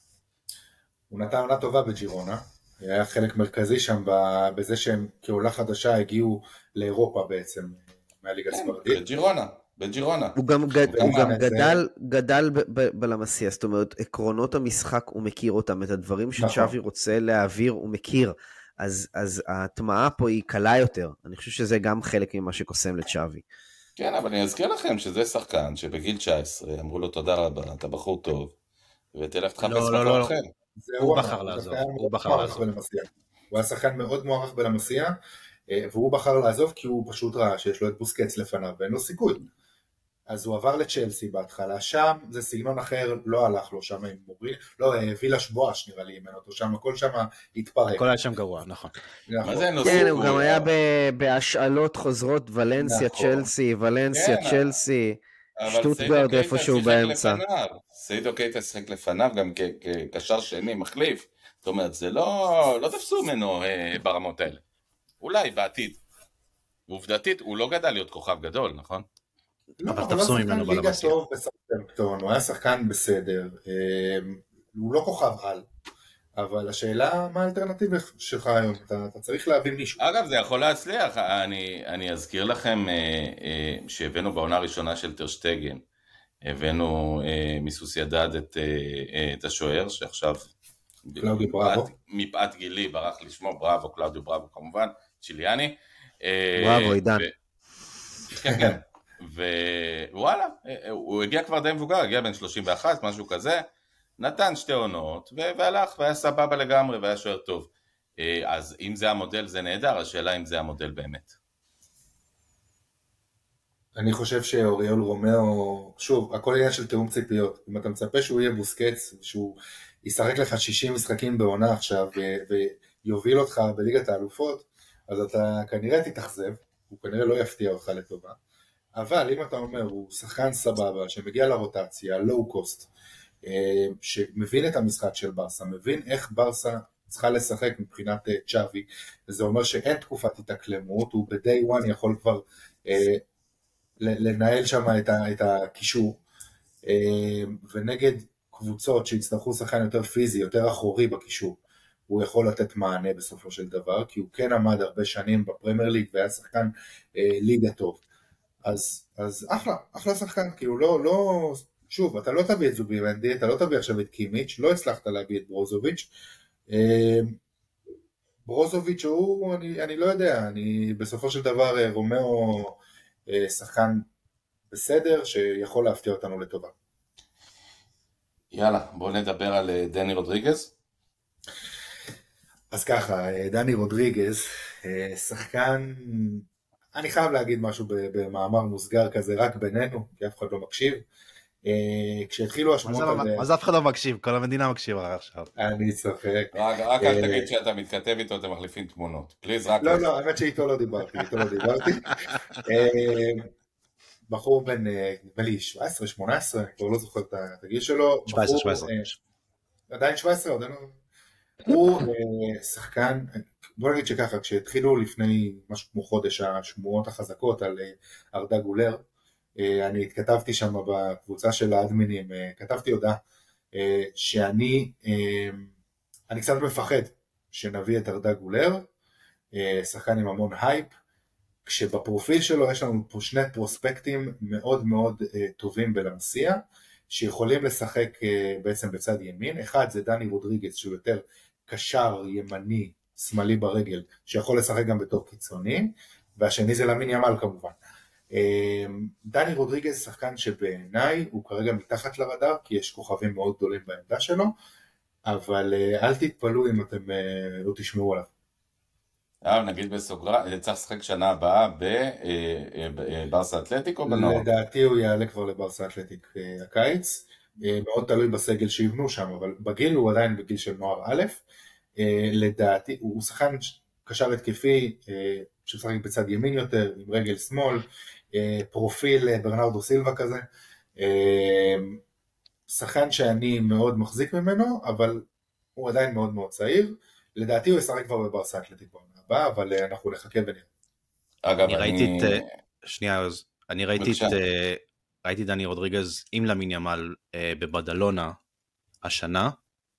הוא נתן עונה טובה בג'ירונה, היה חלק מרכזי שם בזה שהם כעולה חדשה הגיעו לאירופה בעצם, מהליגה הספרדית. בג'ירונה. בג'ירונה. הוא גם, גד, הוא גם גדל, גדל בלמסיה, זאת אומרת, עקרונות המשחק הוא מכיר אותם, את הדברים שצ'אבי רוצה להעביר הוא מכיר, אז, אז ההטמעה פה היא קלה יותר, אני חושב שזה גם חלק ממה שקוסם לצ'אבי. כן, אבל אני אזכיר לכם שזה שחקן שבגיל תשע עשרה אמרו לו תודה רבה, אתה בחור טוב, ותלך תחפש בחור אחר. הוא בחר לעזוב, הוא בחר לעזוב. הוא היה שחקן מאוד מוערך בלמסיה, והוא בחר לעזוב כי הוא פשוט ראה שיש לו את בוסקץ לפניו, ואין לו סיכוי. אז הוא עבר לצ'לסי בהתחלה, שם זה סגנון אחר, לא הלך לו שם עם מורי, לא, וילש בואש נראה לי, אימן אותו שם, הכל שם התפרק. הכל היה שם גרוע, נכון. כן, הוא גם היה בהשאלות חוזרות, ולנסיה, צ'לסי, ולנסיה, צ'לסי, שטוטגרד איפשהו באמצע. סיידו קייטה שחק לפניו, גם כקשר שני, מחליף, זאת אומרת, זה לא תפסו ממנו ברמות האלה. אולי בעתיד. ועובדתית, הוא לא גדל להיות כוכב גדול, נכון? אבל תפסו ממנו בלמסיה. הוא היה שחקן בסדר, הוא לא כוכב על, אבל השאלה מה האלטרנטיבה שלך היום, אתה צריך להבין מישהו. אגב, זה יכול להצליח, אני אזכיר לכם שהבאנו בעונה הראשונה של טרשטגן, הבאנו מסוסיידד את השוער, שעכשיו מפאת גילי ברח לשמו, בראבו, קלאודיו בראבו כמובן, צ'יליאני. בראבו, עידן. כן, כן. ווואלה, הוא הגיע כבר די מבוגר, הגיע בין שלושים ואחת, משהו כזה, נתן שתי עונות, והלך, והיה סבבה לגמרי, והיה שוער טוב. אז אם זה המודל זה נהדר, השאלה אם זה המודל באמת. אני חושב שאוריול רומאו, שוב, הכל עניין של תאום ציפיות. אם אתה מצפה שהוא יהיה בוסקץ, שהוא ישחק לך שישים משחקים בעונה עכשיו, ויוביל אותך בליגת האלופות, אז אתה כנראה תתאכזב, הוא כנראה לא יפתיע אותך לטובה. אבל אם אתה אומר, הוא שחקן סבבה, שמגיע לרוטציה, לואו קוסט, שמבין את המשחק של ברסה, מבין איך ברסה צריכה לשחק מבחינת צ'אבי, וזה אומר שאין תקופת התאקלמות, הוא ב-day one יכול כבר אה, לנהל שם את, ה, את הקישור, אה, ונגד קבוצות שיצטרכו שחקן יותר פיזי, יותר אחורי בקישור, הוא יכול לתת מענה בסופו של דבר, כי הוא כן עמד הרבה שנים בפרמייר ליג, והיה שחקן אה, ליגה טוב. אז, אז אחלה, אחלה שחקן, כאילו לא, לא, שוב, אתה לא תביא את זובימנדי, אתה לא תביא עכשיו את קימיץ', לא הצלחת להביא את ברוזוביץ', ברוזוביץ' הוא, אני, אני לא יודע, אני בסופו של דבר רומאו שחקן בסדר, שיכול להפתיע אותנו לטובה. יאללה, בואו נדבר על דני רודריגז. אז ככה, דני רודריגז, שחקן, אני חייב להגיד משהו במאמר מוסגר כזה, רק בינינו, כי אף אחד לא מקשיב. כשהתחילו השמועות... אז אף אחד לא מקשיב, כל המדינה מקשיבה עכשיו. אני צוחק. רק אל תגיד שאתה מתכתב איתו, אתם מחליפים תמונות. פליז, רק... לא, לא, האמת שאיתו לא דיברתי, איתו לא דיברתי. בחור בן, נדמה לי, שבע עשרה שמונה עשרה, אני כבר לא זוכר את הגיל שלו. שבע עשרה שבע עשרה. עדיין שבע עשרה, עדיין לא... הוא שחקן, בוא נגיד שככה, כשהתחילו לפני משהו כמו חודש השמועות החזקות על ארדה גולר, אני התכתבתי שם בקבוצה של האדמינים, כתבתי הודעה שאני אני קצת מפחד שנביא את ארדה גולר, שחקן עם המון הייפ, כשבפרופיל שלו יש לנו פה שני פרוספקטים מאוד מאוד טובים בלמסיה, שיכולים לשחק בעצם בצד ימין. אחד זה דני רודריגז, שהוא יותר קשר ימני, שמאלי ברגל, שיכול לשחק גם בתור קיצוני, והשני זה למין ימל כמובן. דני רודריגז שחקן שבעיניי הוא כרגע מתחת לרדאר, כי יש כוכבים מאוד גדולים בעמדה שלו, אבל אל תתפלו אם אתם לא תשמעו עליו. אה, נגיד בסוגרה, צריך לשחק שנה הבאה בברסה אתלטיק או בנוער? לדעתי הוא יעלה כבר לברסה אתלטיק הקיץ, מאוד תלוי בסגל שיבנו שם, אבל בגיל הוא עדיין בגיל של נוער א', לדעתי הוא שחקן קשר התקפי, ששחק בצד ימין יותר, עם רגל שמאל, פרופיל ברנרדו סילבה כזה, שחקן שאני מאוד מחזיק ממנו, אבל הוא עדיין מאוד מאוד צעיר, לדעתי הוא ישחק כבר בברסה אתלטיק בעונה הבאה, אבל אנחנו נחכה ונראה. אגב, אני ראיתי את, שנייה, אני ראיתי את, ראיתי דני רודריגז עם למין ימל בבדלונה השנה,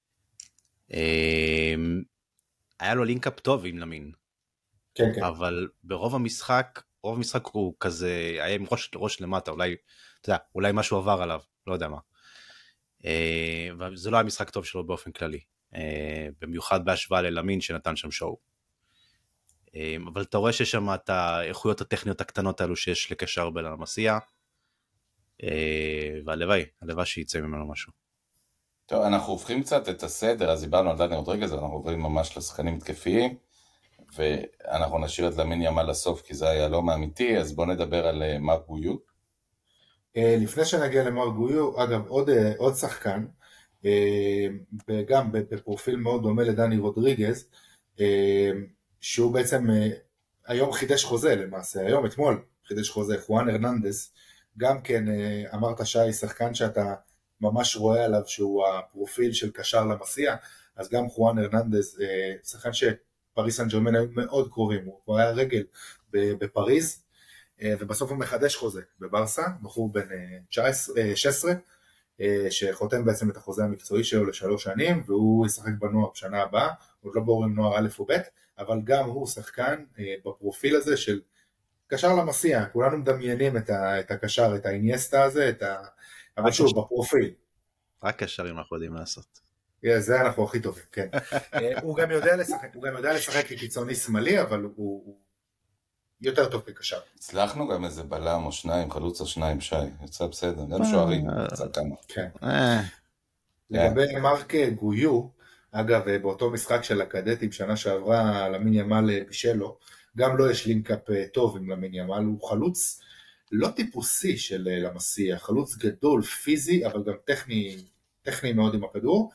היה לו לינקאפ טוב עם למין, כן, כן. אבל ברוב המשחק, רוב המשחק הוא כזה, היה עם ראש, ראש למטה, אולי, אתה יודע, אולי משהו עבר עליו, לא יודע מה. וזה לא היה משחק טוב שלו באופן כללי, במיוחד בהשוואה ללמין שנתן שם שואו. אבל אתה רואה שיש שם את האיכויות הטכניות הקטנות האלו שיש לקשר בין המסיע, והלוואי, הלוואי שיצא ממנו משהו. טוב, אנחנו הופכים קצת את הסדר, אז דיברנו על דני רודריגז, אנחנו עוברים ממש לשחקנים תקפיים, ואנחנו נשאיר את למין ימל לסוף, כי זה היה לא מאמיתי, אז בואו נדבר על מרק גויו. לפני שנגיע למרק גויו, אגב, עוד, עוד שחקן, גם בפרופיל מאוד דומה לדני רודריגז, שהוא בעצם היום חידש חוזה למעשה, היום אתמול חידש חוזה, חואן הרננדס, גם כן אמרת שי, שחקן שאתה ממש רואה עליו שהוא הפרופיל של קשר למסיע, אז גם חואן הרננדס, שחקן שפריס סן ז'רמן היו מאוד קרובים, הוא היה רגל בפריז, ובסוף הוא מחדש חוזה בברסה, בחור בן שש עשרה, שחותם בעצם את החוזה המקצועי שלו לשלוש שנים, והוא ישחק בנוער בשנה הבאה, עוד לא ברור עם נוער א' או ב', אבל גם הוא שחקן בפרופיל הזה של קשר למסיע, כולנו מדמיינים את הקשר, את האינייסטה הזה, את ה... אבל שוב, בפרופיל. רק קשרים אנחנו יודעים לעשות. זה אנחנו הכי טובים, כן. הוא גם יודע לשחק, הוא גם יודע לשחק כקיצוני שמאלי, אבל הוא יותר טוב כקשר. הצלחנו גם איזה בלם או שניים, חלוץ או שניים, שי, יצא בסדר, גם שוערים, יצא כמה. כן. לגבי מרק גויו, אגב, באותו משחק של הקדטים, שנה שעברה למין ימל בישלו, גם לא יש לינקאפ טוב עם למין ימל, הוא חלוץ לא טיפוסי של למסיע, חלוץ גדול, פיזי, אבל גם טכני, טכני מאוד עם הכדור.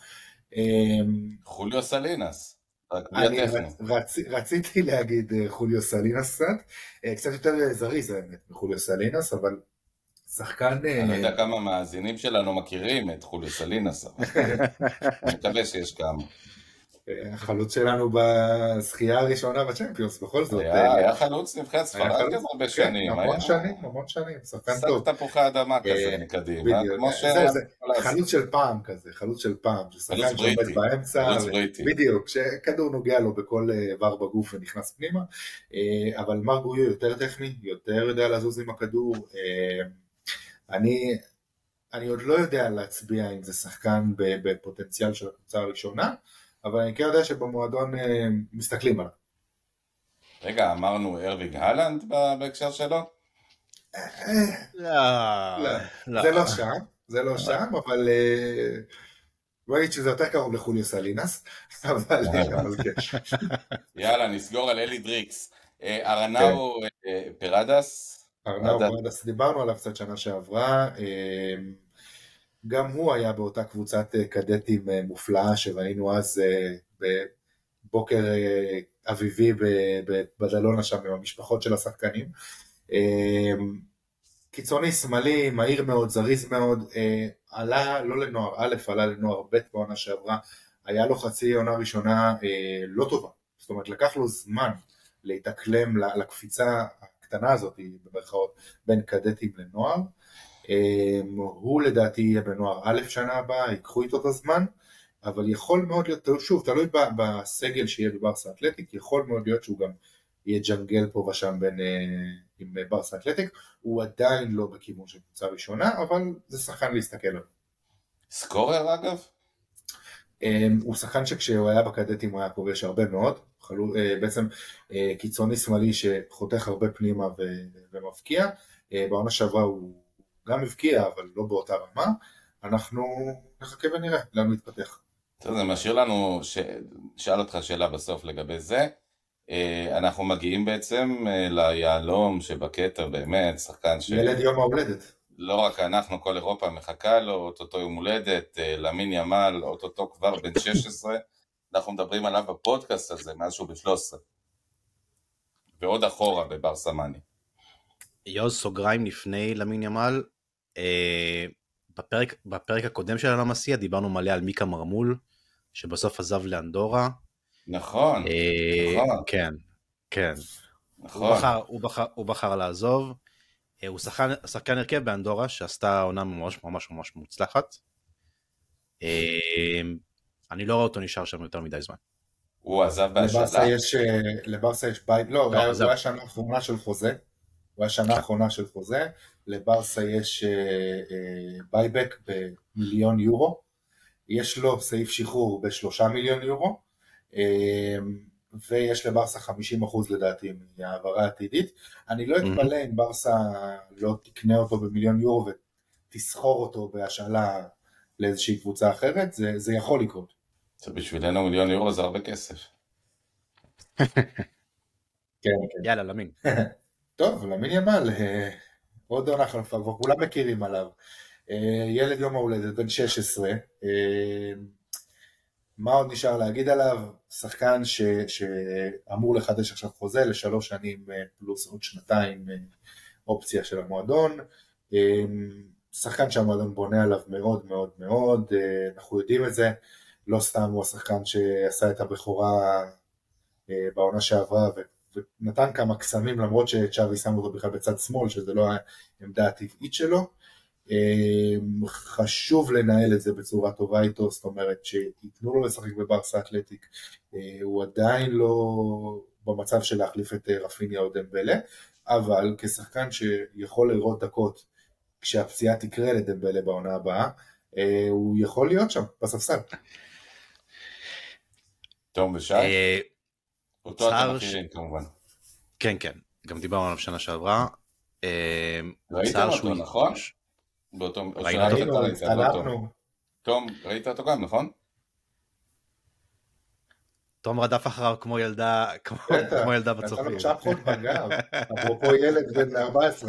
חוליו סלינס. אני רצ, רציתי להגיד חוליו סלינס קצת, קצת יותר זריז האמת מחוליו סלינס, אבל שחקן... אני לא יודע כמה מאזינים שלנו מכירים את חוליו סלינס, אני מקווה שיש כמה. החלוץ שלנו בשחייה הראשונה בצ'מפיונס, בכל זאת. היה חלוץ נבחרת ספרד כזה הרבה שנים. המון שנים, המון שנים, שחקן טוב. שחק תפוחי אדמה כזה מקדימה. חלוץ של פעם כזה, חלוץ של פעם, ששחקן שעומד באמצע, בדיוק, שכדור נוגע לו בכל איבר בגוף ונכנס פנימה, אבל מרק גויו יותר טכני, יותר יודע לזוז עם הכדור. אני... אני עוד לא יודע להצביע אם זה שחקן בפוטנציאל של הקבוצה הראשונה, אבל אני כן יודע שבמועדון מסתכלים עליו. רגע, אמרנו ארווינג הלנד בהקשר שלו? לא. זה לא שם, זה לא שם, אבל בוא נגיד שזה יותר קרוב לחוליו סלינס, אבל כן. יאללה, נסגור על אלי דריקס. ארנאו פרדס? ארנאו פרדס, דיברנו עליו קצת שנה שעברה, גם הוא היה באותה קבוצת קדטים מופלאה שראינו אז בבוקר אביבי בבדלונה שם עם המשפחות של השחקנים. קיצוני שמאלי, מהיר מאוד, זריז מאוד, עלה לא לנוער א', עלה לנוער ב' בעונה שעברה, היה לו חצי עונה ראשונה לא טובה, זאת אומרת לקח לו זמן להתאקלם לקפיצה הקטנה הזאת במרכאות בין קדטים לנוער, הוא לדעתי יהיה בנוער א' שנה הבאה, ייקחו איתו את הזמן, אבל יכול מאוד להיות, שוב, תלוי בסגל שיהיה בברסה אתלטיק, יכול מאוד להיות שהוא גם יהיה ג'נגל פה ושם בין, עם ברסה אתלטיק, הוא עדיין לא בכיוון של קבוצה ראשונה, אבל זה שחקן להסתכל עליו. סקורר אגב? הוא שחקן שכשהוא היה בקדטים הוא היה כובש הרבה מאוד, חלו, בעצם קיצוני שמאלי שחותך הרבה פנימה ומפקיע, בעונה שעברה הוא גם הבקיע, אבל לא באותה רמה, אנחנו נחכה ונראה לאן מתפתח. זה משאיר לנו, ש... שאל אותך שאלה בסוף לגבי זה, אנחנו מגיעים בעצם ליעלום שבקטע באמת, שחקן ש... ילד יום ההולדת. לא רק אנחנו, כל אירופה מחכה לו, אוטוטו יום הולדת, למין ימל, אוטוטו כבר בן שש עשרה, אנחנו מדברים עליו בפודקאסט הזה, מאז שהוא ב-שלוש עשרה. ועוד אחורה בברסה מאני. יוז סוגריים לפני למין ימל, אה, בפרק, בפרק הקודם של הלמסיה דיברנו מלא על מיקה מרמול, שבסוף עזב לאנדורה. נכון, אה, נכון. כן, כן. נכון. הוא בחר, הוא בחר, הוא בחר לעזוב. אה, הוא שחקן, שחקן הרכב באנדורה, שעשתה עונה ממש ממש ממש מוצלחת. אה, אני לא רואה אותו נשאר שם יותר מדי זמן. הוא עזב בהשאלה. לברסה יש, לברסה יש בית, לא, לא, הוא עזב. היה שנה אחרונה של חוזה, הוא היה שנה אחרונה של חוזה, לברסה יש בייבק במיליון יורו, יש לו סעיף שחרור בשלושה מיליון יורו, ויש לברסה חמישים אחוז לדעתי מהעברה העתידית. אני לא אתפלא אם ברסה לא תקנה אותו במיליון יורו ותסחור אותו בהשאלה לאיזושהי קבוצה אחרת, זה, זה יכול לקרות. זה בשבילנו מיליון יורו זה הרבה כסף. כן, כן. יאללה, למין. טוב, למין ימל, עוד עונה חלפה, כבר כולם מכירים עליו. ילד יום ההולדת, בן שש עשרה, מה עוד נשאר להגיד עליו? שחקן ש, שאמור לחדש עכשיו חוזה לשלוש שנים פלוס עוד שנתיים אופציה של המועדון, שחקן שהמועדון בונה עליו מאוד מאוד מאוד, אנחנו יודעים את זה, לא סתם הוא השחקן שעשה את הבכורה בעונה שעברה ונתן כמה קסמים, למרות שצ'אבי שם אותו בכלל בצד שמאל, שזה לא העמדה הטבעית שלו. חשוב לנהל את זה בצורה טובה איתו, זאת אומרת שיתנו לו לשחק בברסה אתלטיק, הוא עדיין לא במצב של להחליף את רפיניה או דמבלה, אבל כשחקן שיכול לראות דקות כשהפציעה תקרה לדמבלה בעונה הבאה, הוא יכול להיות שם בספסל. תום ושי? אותו אתם מכירים כמובן. כן, כן, גם דיברנו עליו שנה שעברה. ראיתם אותו, נכון? ראינו, הצטלמנו. תום, ראית אותו גם, נכון? תום רדף אחריו כמו ילדה, כמו ילדה בצופים. נתן לו צ'פחות בגב, אפרופו ילד בן ארבע עשרה.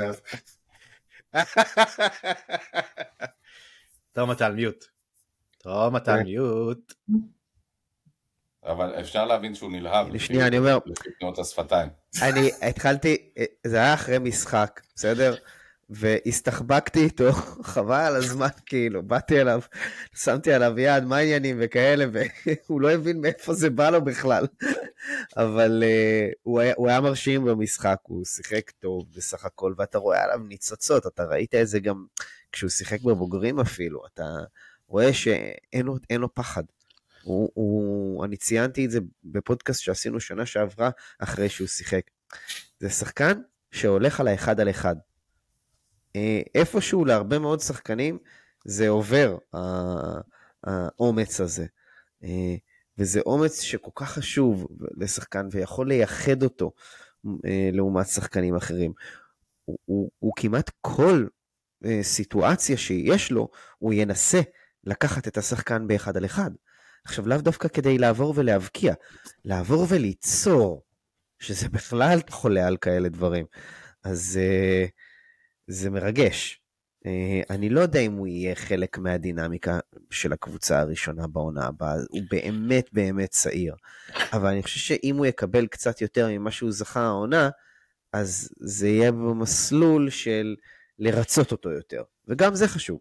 תום אתה על מיוט. תום אתה על מיוט. אבל אפשר להבין שהוא נלהב. שנייה, אני אומר. לפי תנועות השפתיים. אני התחלתי, זה היה אחרי משחק, בסדר? והסתחבקתי איתו, חבל על הזמן, כאילו, באתי אליו, שמתי עליו יד, מה העניינים וכאלה, והוא לא הבין מאיפה זה בא לו בכלל, אבל uh, הוא, היה, הוא היה מרשים במשחק, הוא שיחק טוב בסך הכל, ואתה רואה עליו ניצוצות, אתה ראית את זה גם כשהוא שיחק בבוגרים אפילו, אתה רואה שאין לו, אין לו פחד, הוא, הוא, אני ציינתי את זה בפודקאסט שעשינו שנה שעברה, אחרי שהוא שיחק, זה שחקן שהולך על האחד על אחד, איפשהו להרבה מאוד שחקנים זה עובר האומץ הזה, וזה אומץ שכל כך חשוב לשחקן ויכול לייחד אותו לעומת שחקנים אחרים. הוא, הוא, הוא כמעט כל סיטואציה שיש לו הוא ינסה לקחת את השחקן באחד על אחד. עכשיו לאו דווקא כדי לעבור ולהבקיע, לעבור וליצור, שזה בכלל חולה על כאלה דברים. אז זה מרגש. אני לא יודע אם הוא יהיה חלק מהדינמיקה של הקבוצה הראשונה בעונה הבאה, הוא באמת באמת צעיר, אבל אני חושב שאם הוא יקבל קצת יותר ממה שהוא זכה העונה, אז זה יהיה במסלול של לרצות אותו יותר, וגם זה חשוב.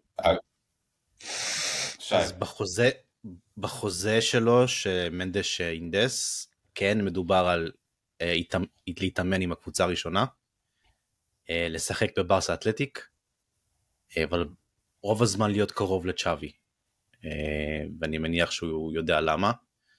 אז בחוזה, בחוזה שלו שמנדש אינדס, כן מדובר על להתאמן עם הקבוצה הראשונה, לשחק בברסה אתלטיק, אבל רוב הזמן להיות קרוב לצ'אבי, ואני מניח שהוא יודע למה.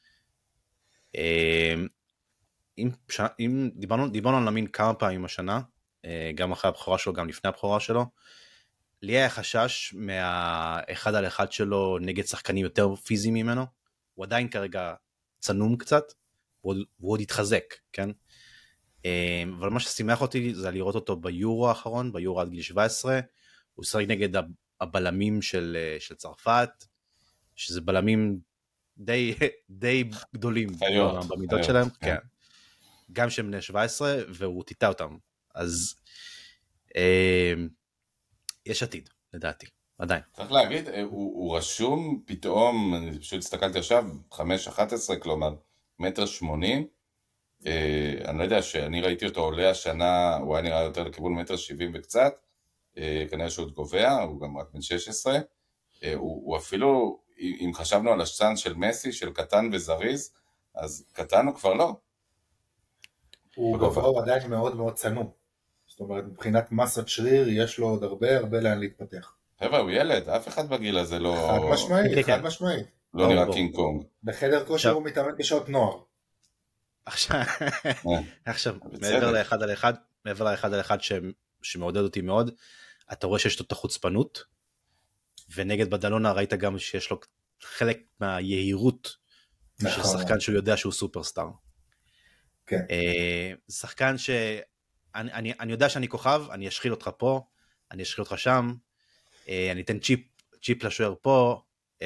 אם, אם דיברנו, דיברנו על למין כמה פעמים השנה, גם אחרי הבחורה שלו, גם לפני הבחורה שלו, לי היה חשש מהאחד על אחד שלו נגד שחקנים יותר פיזיים ממנו, הוא עדיין כרגע צנום קצת, הוא עוד יתחזק, כן? אבל מה ששימח אותי זה לראות אותו ביורו האחרון, ביורו עד גיל שבע עשרה, הוא שחק נגד הבלמים של, של צרפת, שזה בלמים די, די גדולים חיות, במידות חיות, שלהם, כן. כן. גם שהם בני שבע עשרה, והוא טיטה אותם. אז אה, יש עתיד, לדעתי, עדיין. צריך להגיד, הוא, הוא רשום פתאום, אני פשוט הסתכלתי עכשיו, חמש אחת עשרה, כלומר, מטר שמונים, אה, אני לא יודע שאני ראיתי אותו עולה השנה, הוא היה נראה יותר לכיוון מטר שבעים וקצת, אה, כנראה שהוא עוד גובע, הוא גם רק בן שש עשרה, אה, הוא, הוא אפילו, אם חשבנו על השצן של מסי, של קטן וזריז, אז קטן הוא כבר לא. הוא גבוה, הוא עדיין מאוד מאוד צנום. זאת אומרת, מבחינת מסת שריר, יש לו עוד הרבה הרבה לאן להתפתח. חבר'ה, הוא ילד, אף אחד בגיל הזה לא... חד משמעית, כן. חד משמעית. לא נראה קינג קונג. בחדר כושר הוא מתאמן בשעות נוער. עכשיו, עכשיו מעבר לאחד על אחד, מעבר לאחד על אחד שמעודד אותי מאוד, אתה רואה שיש לו את החוצפנות, ונגד בדלונה ראית גם שיש לו חלק מהיהירות של שחקן שהוא יודע שהוא סופרסטאר. כן. שחקן ש... אני, אני, אני יודע שאני כוכב, אני אשחיל אותך פה, אני אשחיל אותך שם, אני אתן צ'יפ, צ'יפ לשוער פה,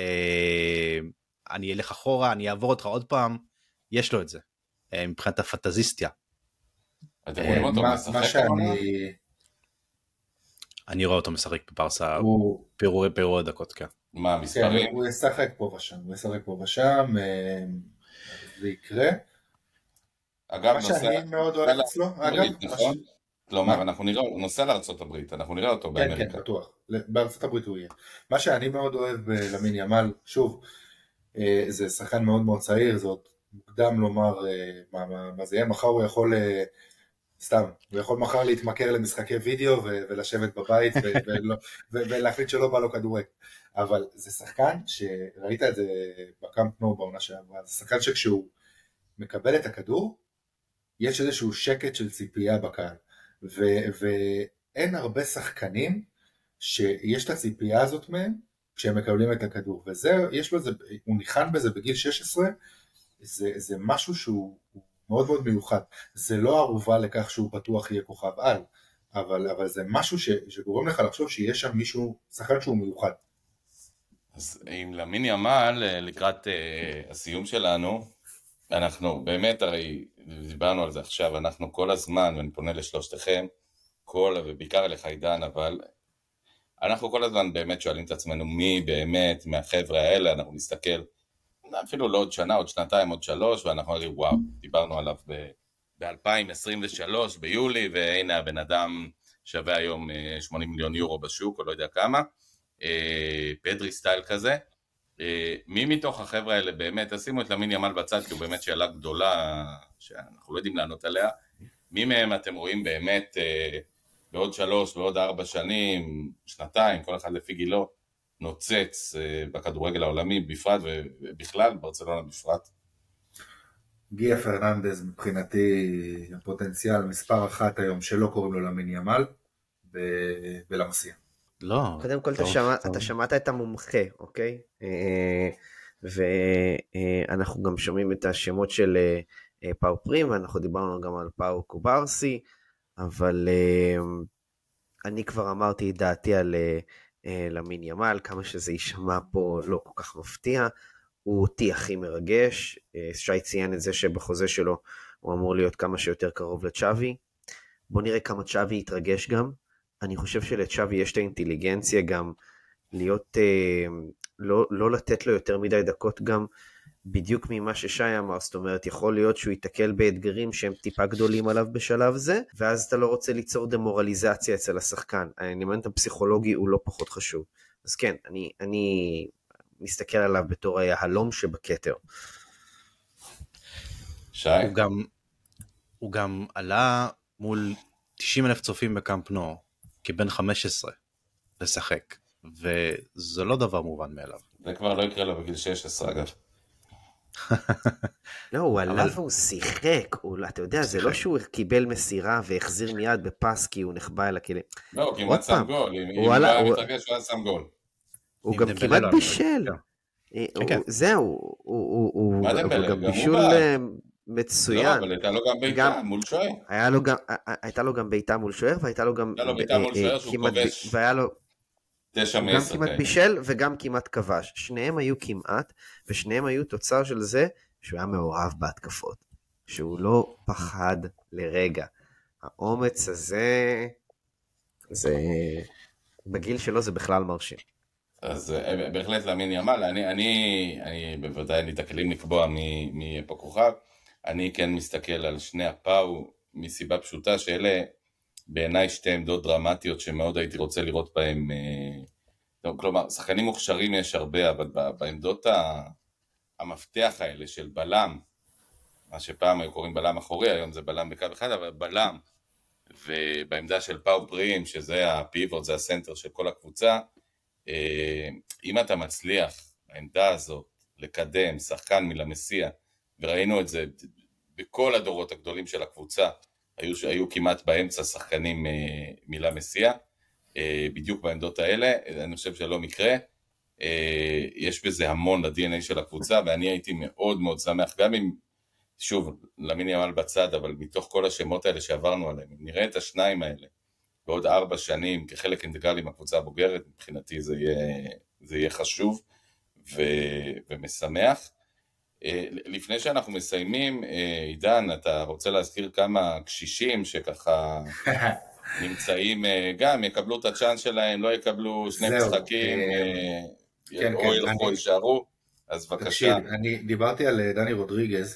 אני אלך אחורה, אני אעבור אותך עוד פעם, יש לו את זה, מבחינת הפנטזיסטיה. אתם רואים אותו משחק? אני רואה אותו משחק בפרסה, הוא... פירורי פירורי דקות, כן. מה, מספרים? כן, הוא ישחק פה ושם, הוא ישחק פה ושם, זה יקרה. אגב, מה שאני מאוד אוהב אצלו, אגב, כלומר, אנחנו נראה, הוא נוסע לארצות הברית, אנחנו נראה אותו באמריקה. כן, כן, בטוח, בארצות הברית הוא יהיה. מה שאני מאוד אוהב בלמין ימל, שוב, זה שחקן מאוד מאוד צעיר, זה עוד מוקדם לומר מה זה יהיה, מחר הוא יכול, סתם, הוא יכול מחר להתמכר למשחקי וידאו ולשבת בבית ולהחליט שלא בא לו כדורגל. אבל זה שחקן שראית את זה בקאמפ נו בעונה שעברה, זה שחקן שכשהוא מקבל את הכדור, יש איזשהו שקט של ציפייה בקהל, ו- ואין הרבה שחקנים שיש את הציפייה הזאת מהם, כשהם מקבלים את הכדור, וזה, יש לו זה, הוא ניחן בזה בגיל שש עשרה, זה, זה משהו שהוא מאוד מאוד מיוחד, זה לא ערובה לכך שהוא בטוח יהיה כוכב על, אבל, אבל זה משהו ש, שגורם לך לחשוב שיש שם מישהו, שחקן שהוא מיוחד. אז עם למין ימל, לקראת uh, הסיום שלנו, אנחנו באמת, הרי דיברנו על זה עכשיו, אנחנו כל הזמן, ואני פונה לשלושתכם, כל, ובעיקר אליך עידן, אבל אנחנו כל הזמן באמת שואלים את עצמנו, מי באמת מהחבר'ה האלה, אנחנו נסתכל, אפילו לא עוד שנה, עוד שנתיים, עוד שלוש, ואנחנו נגיד, וואו, דיברנו עליו ב-אלפיים עשרים ושלוש, ביולי, והנה הבן אדם שווה היום שמונים מיליון יורו בשוק, או לא יודע כמה, פדרי סטייל כזה, מי מתוך החבר'ה האלה באמת, תשימו את למין ימל בצד, כי הוא באמת שאלה גדולה, שאנחנו לא יודעים לענות עליה, מי מהם אתם רואים באמת בעוד שלוש, בעוד ארבע שנים, שנתיים, כל אחד לפי גילו, נוצץ בכדורגל העולמי בפרט, ובכלל ברצלונה בפרט? גיה פרננדז מבחינתי הפוטנציאל מספר אחת היום, שלא קוראים לו למין ימל, בלמסיה. לא. קודם כל אתה, שמע, אתה שמעת את המומחה, אוקיי? ואנחנו גם שומעים את השמות של פאו פרים, ואנחנו דיברנו גם על פאו קוברסי, אבל אני כבר אמרתי את דעתי על למין ימל, כמה שזה יישמע פה לא כל כך מפתיע, הוא אותי הכי מרגש, שי ציין את זה שבחוזה שלו הוא אמור להיות כמה שיותר קרוב לצ'אבי, בוא נראה כמה צ'אבי יתרגש גם, אני חושב שלצ'אבי יש את האינטליגנציה גם להיות, אה, לא, לא לתת לו יותר מדי דקות גם בדיוק ממה ששי אמר, זאת אומרת יכול להיות שהוא ייתקל באתגרים שהם טיפה גדולים עליו בשלב זה, ואז אתה לא רוצה ליצור דמורליזציה אצל השחקן, האלמנט הפסיכולוגי הוא לא פחות חשוב, אז כן, אני, אני מסתכל עליו בתור ההלום שבכתר. שי? הוא גם, הוא גם עלה מול תשעים אלף צופים בקאמפ נו, כבן חמש עשרה לשחק, וזה לא דבר מובן מאליו. זה כבר לא יקרה לו בגיל שש עשרה אגב. לא, הוא עלה והוא שיחק, אתה יודע, זה לא שהוא קיבל מסירה והחזיר מיד בפס כי הוא נחבא אל הכלים. לא, הוא כמעט שם גול, אם הוא היה מתרגש הוא היה שם גול. הוא גם כמעט בישל. זהו, הוא גם בישול מצוין. לא, אבל הייתה לו גם בעיטה גם- מול שוער. היה לו גם, הייתה לו גם בעיטה מול שוער, והייתה לו גם... הייתה לו בעיטה אה, מול אה, שוער שהוא כמעט- כובש והיה לו... תשע הוא גם מעשר כמעט כאלה. בישל וגם כמעט כבש. שניהם היו כמעט, ושניהם היו תוצר של זה שהוא היה מעורב בהתקפות. שהוא לא פחד לרגע. האומץ הזה, זה... בגיל שלו זה בכלל מרשים. אז אה, בהחלט להאמין ימל, אני, אני, אני בוודאי אין לי את הכלים לקבוע מי מי יהיה פה כוכב, אני כן מסתכל על שני הפאו מסיבה פשוטה שאלה בעיניי שתי עמדות דרמטיות שמאוד הייתי רוצה לראות בהם, אה, לא, כלומר שחקנים מוכשרים יש הרבה, אבל ב- בעמדות ה- המפתח האלה של בלם, מה שפעם היו קוראים בלם אחורי, היום זה בלם בקו אחד, אבל בלם, ובעמדה של פאו פרים, שזה הפיבוט, זה הסנטר של כל הקבוצה, אה, אם אתה מצליח העמדה הזאת לקדם שחקן מלמסיה, וראינו את זה בכל הדורות הגדולים של הקבוצה, היו, היו כמעט באמצע שחקנים אה, מלמסיה, אה, בדיוק בעמדות האלה, אני חושב שלא מקרה, אה, יש בזה המון ל-די אן איי של הקבוצה, ואני הייתי מאוד מאוד שמח, גם אם, שוב, למין ימל בצד, אבל מתוך כל השמות האלה שעברנו עליהם, אם נראה את השניים האלה, בעוד ארבע שנים כחלק אינטגרלי מהקבוצה הבוגרת, מבחינתי זה יהיה, זה יהיה חשוב ו, ומשמח. לפני שאנחנו מסיימים, עידן, אתה רוצה להזכיר כמה קשישים שככה נמצאים, גם יקבלו את הצ'אנס שלהם, לא יקבלו שני זהו, משחקים, כן, או כן, ילכו אני- יישארו, אז בבקשה. תקשיב, אני דיברתי על דני רודריגז,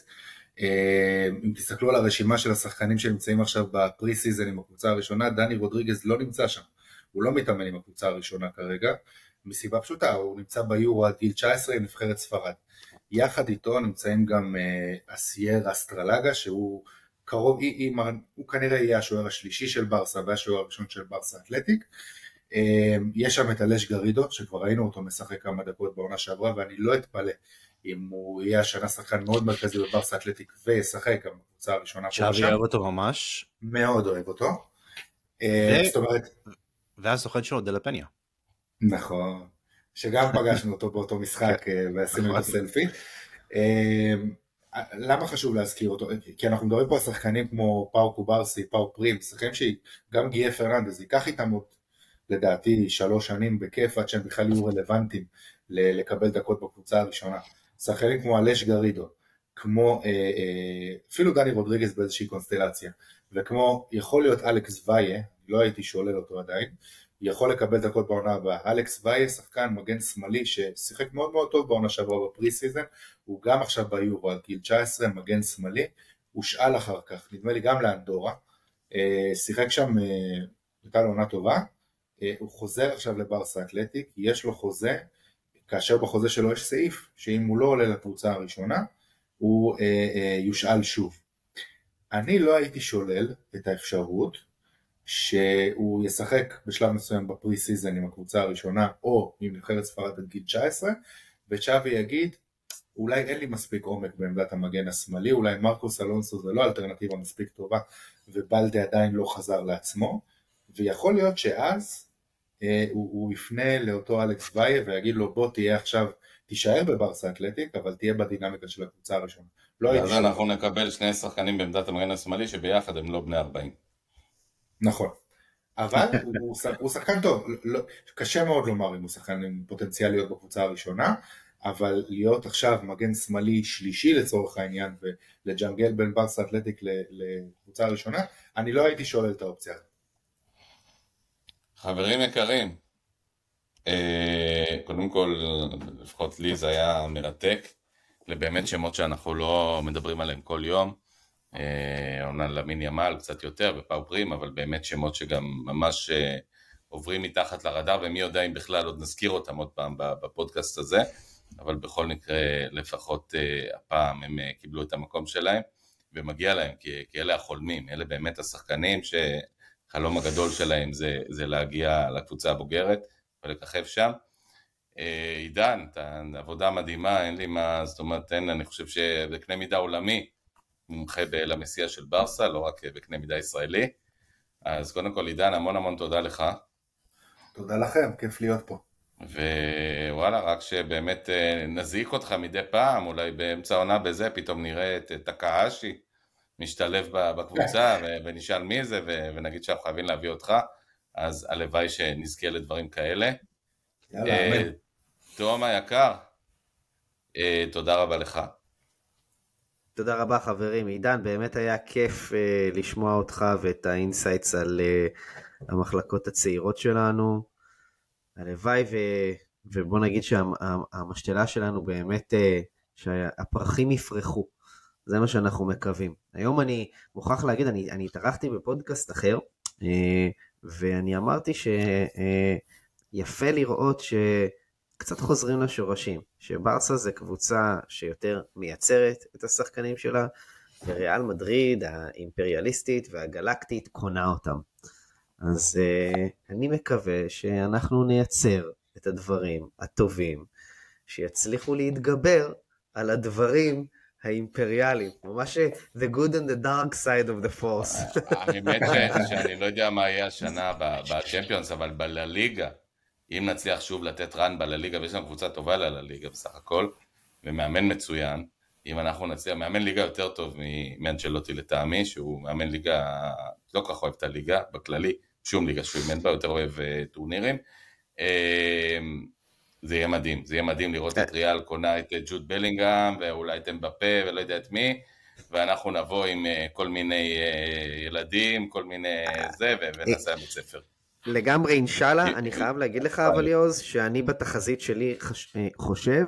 אה, אם תסתכלו על הרשימה של השחקנים שנמצאים עכשיו בפרי סיזן עם הקבוצה הראשונה, דני רודריגז לא נמצא שם, הוא לא מתאמן עם הקבוצה הראשונה כרגע, מסיבה פשוטה, הוא נמצא ביורו עד גיל תשע עשרה עם נבחרת ספרד. יחד איתו נמצאים גם אה, אסייר אסטרלגה, שהוא קרוב, היא, היא, הוא כנראה יהיה השוער השלישי של ברסה והשוער הראשון של ברסה אתלטיק. אה, יש שם את אלש גרידו, שכבר ראינו אותו משחק כמה דקות בעונה שעברה, ואני לא אתפלא אם הוא יהיה השנה שחקן מאוד מרכזי בברסה אתלטיק וישחק גם בקבוצה הראשונה. שווי אוהב אותו ממש. מאוד אוהב אותו. אה, זאת אומרת, והסוכן שלו דלפניה. נכון, שגם פגשנו אותו באותו משחק אה, ועשינו את הסלפי. אה, למה חשוב להזכיר אותו? כי אנחנו מדברים פה על שחקנים כמו פאו קוברסי, פאו פרים, שחקנים שגם גיה פרננדז ייקח איתם עוד לדעתי שלוש שנים בכיף עד שהם בכלל יהיו רלוונטיים לקבל דקות בקבוצה הראשונה. שחקנים כמו אלש גרידו, כמו אה, אה, אפילו דני רודריגז באיזושהי קונסטלציה, וכמו יכול להיות אלכס ויה, לא הייתי שולל אותו עדיין, יכול לקבל דקות בעונה הבאה. אלכס ויה, שחקן מגן שמאלי ששיחק מאוד מאוד טוב בעונה שעברה בפרי סיזן, הוא גם עכשיו ביורו על גיל תשע עשרה, מגן שמאלי, הוא שאל אחר כך, נדמה לי גם לאנדורה, אה, שיחק שם, אה, הייתה לו עונה טובה, אה, הוא חוזר עכשיו לברסה אתלטיק, יש לו חוזה, כאשר בחוזה שלו יש סעיף, שאם הוא לא עולה לקבוצה הראשונה, הוא אה, אה, יושאל שוב. אני לא הייתי שולל את האפשרות, שהוא ישחק בשלב מסוים בפרי סיזן עם הקבוצה הראשונה, או עם נבחרת ספרד עד גיל תשע עשרה, וצ'אבי יגיד, אולי אין לי מספיק עומק בעמדת המגן השמאלי, אולי מרקוס אלונסו זה לא אלטרנטיבה מספיק טובה, ובלדה עדיין לא חזר לעצמו, ויכול להיות שאז אה, הוא, הוא יפנה לאותו אלכס ויה, ויגיד לו בוא תהיה עכשיו, תישאר בברסה אתלטיק, אבל תהיה בדינמיקה של הקבוצה הראשונה. לא אז אנחנו נקבל שני שחקנים בעמדת המגן השמאלי, שביחד הם לא בני ארבעים. נכון, אבל הוא, הוא, הוא שחקן טוב, לא, קשה מאוד לומר אם הוא שחקן עם פוטנציאל להיות בקבוצה הראשונה, אבל להיות עכשיו מגן שמאלי שלישי לצורך העניין, ולג'נגל בין ברסה אתלטיק לקבוצה הראשונה, אני לא הייתי שואל את האופציה. חברים יקרים, קודם כל, לפחות לי זה היה מרתק, לבאמת שמות שאנחנו לא מדברים עליהם כל יום, עונה למין ימל קצת יותר ופאו פרים, אבל באמת שמות שגם ממש עוברים מתחת לרדאר, ומי יודע אם בכלל עוד נזכיר אותם עוד פעם בפודקאסט הזה, אבל בכל מקרה לפחות הפעם הם קיבלו את המקום שלהם, ומגיע להם, כי, כי אלה החולמים, אלה באמת השחקנים שחלום הגדול שלהם זה, זה להגיע לקבוצה הבוגרת ולככב שם. עידן, עבודה מדהימה, אין לי מה, זאת אומרת, אין, אני חושב שבקנה מידה עולמי, מומחה למסיע של ברסה, לא רק בקנה מידה ישראלי. אז קודם כל, עידן, המון המון תודה לך. תודה לכם, כיף להיות פה. ווואלה, רק שבאמת נזעיק אותך מדי פעם, אולי באמצע העונה בזה, פתאום נראה את טקאשי משתלב בקבוצה, ונשאל מי זה, ונגיד שאנחנו חייבים להביא אותך, אז הלוואי שנזכה לדברים כאלה. יאללה, אמן. תום היקר, תודה רבה לך. תודה רבה חברים, עידן, באמת היה כיף uh, לשמוע אותך ואת האינסייטס על uh, המחלקות הצעירות שלנו. הלוואי ו... ובוא נגיד שהמשתלה שלנו באמת, uh, שהפרחים יפרחו, זה מה שאנחנו מקווים. היום אני מוכרח להגיד, אני, אני התארחתי בפודקאסט אחר, uh, ואני אמרתי שיפה uh, לראות ש... קצת חוזרים לשורשים, שברסה זה קבוצה שיותר מייצרת את השחקנים שלה, וריאל מדריד האימפריאליסטית והגלקטית קונה אותם. אז uh, אני מקווה שאנחנו נייצר את הדברים הטובים, שיצליחו להתגבר על הדברים האימפריאליים, ממש the good and the dark side of the force. האמת שאני לא יודע מה יהיה השנה בצ'מפיונס, אבל בליגה, אם נצליח שוב לתת רן בליגה, ויש לנו קבוצה טובה לליגה בסך הכל, ומאמן מצוין, אם אנחנו נצליח, מאמן ליגה יותר טוב מאנצ'לוטי לטעמי, שהוא מאמן ליגה, לא כך אוהב את הליגה, בכללי, שום ליגה שהוא אימן בה, יותר אוהב טורנירים, זה יהיה מדהים, זה יהיה מדהים לראות את ריאל קונה את ג'וד בלינגהם, ואולי את אמבפה ולא יודע את מי, ואנחנו נבוא עם כל מיני ילדים, כל מיני זה, ונעשה בית ספר. לגמרי אינשאללה, אני חייב להגיד לך אבל יוז, שאני בתחזית שלי חושב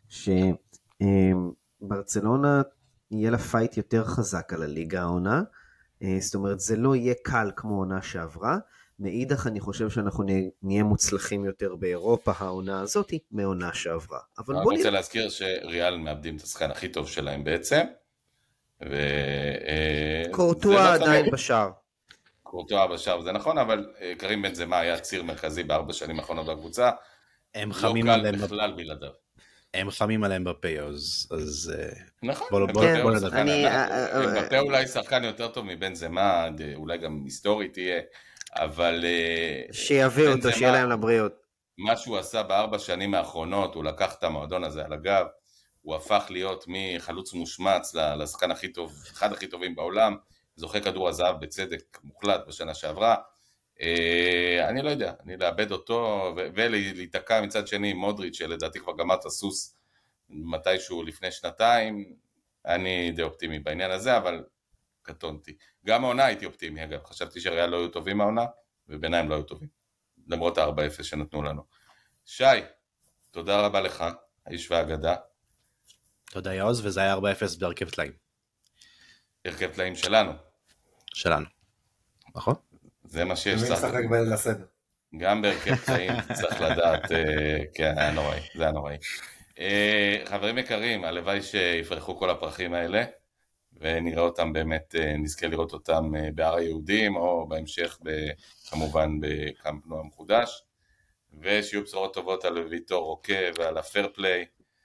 שברצלונה יהיה לה פייט יותר חזק על הליגה העונה, זאת אומרת זה לא יהיה קל כמו עונה שעברה, מאידך אני חושב שאנחנו נהיה מוצלחים יותר באירופה העונה הזאת מעונה שעברה. אבל אני בוא רוצה נראה. להזכיר שריאל מאבדים את השחקן הכי טוב שלהם בעצם, ו... קורטואה עדיין בשער. קורטואה בשער, זה נכון, אבל קרים בנזמה היה ציר מרכזי בארבע שנים האחרונות בקבוצה, הם לא חמים קל עליהם בכלל בלעדיו. הם חמים עליהם בפה, אז... אז, אה, נכון, בוא- אמבפה בוא- כן, הוא בוא שחקן אני- ענק, אה, אה, אמבפה אולי שחקן יותר טוב מבנזמה, אולי גם היסטורי תהיה, אבל אה, שיביאו אותו, בנזמה, שיהיה להם לבריאות. מה שהוא עשה בארבע שנים האחרונות, הוא לקח את המועדון הזה על הגב, הוא הפך להיות מחלוץ מושמץ לשחקן הכי טוב, אחד הכי טובים בעולם, זוכה כדור הזהב בצדק מוחלט בשנה שעברה, אני לא יודע, אני לאבד אותו ולהיתקע מצד שני מודריץ' שלדעתי כבר גמר את הסוס מתישהו לפני שנתיים, אני די אופטימי בעניין הזה, אבל קטונתי. גם העונה הייתי אופטימי, אגב, חשבתי שריאל לא היו טובים מהעונה, וביניים לא היו טובים, למרות ה-ארבע אפס שנתנו לנו. שי, תודה רבה לך, האיש והאגדה. תודה יעוז, וזה היה ארבע אפס בהרכב טלאים הרכב טלאים שלנו. שלנו, נכון? זה מה שיש. מי משחק בליל הסדר? גם בהרכב טלאים צריך לדעת, כן, היה נוראי, זה היה נוראי. חברים יקרים, הלוואי שיפרחו כל הפרחים האלה, ונראה אותם באמת, נזכה לראות אותם בהר היהודים, או בהמשך כמובן בקאמפ נו המחודש, ושיהיו בשורות טובות על ויטור רוקה ועל הפייר פליי,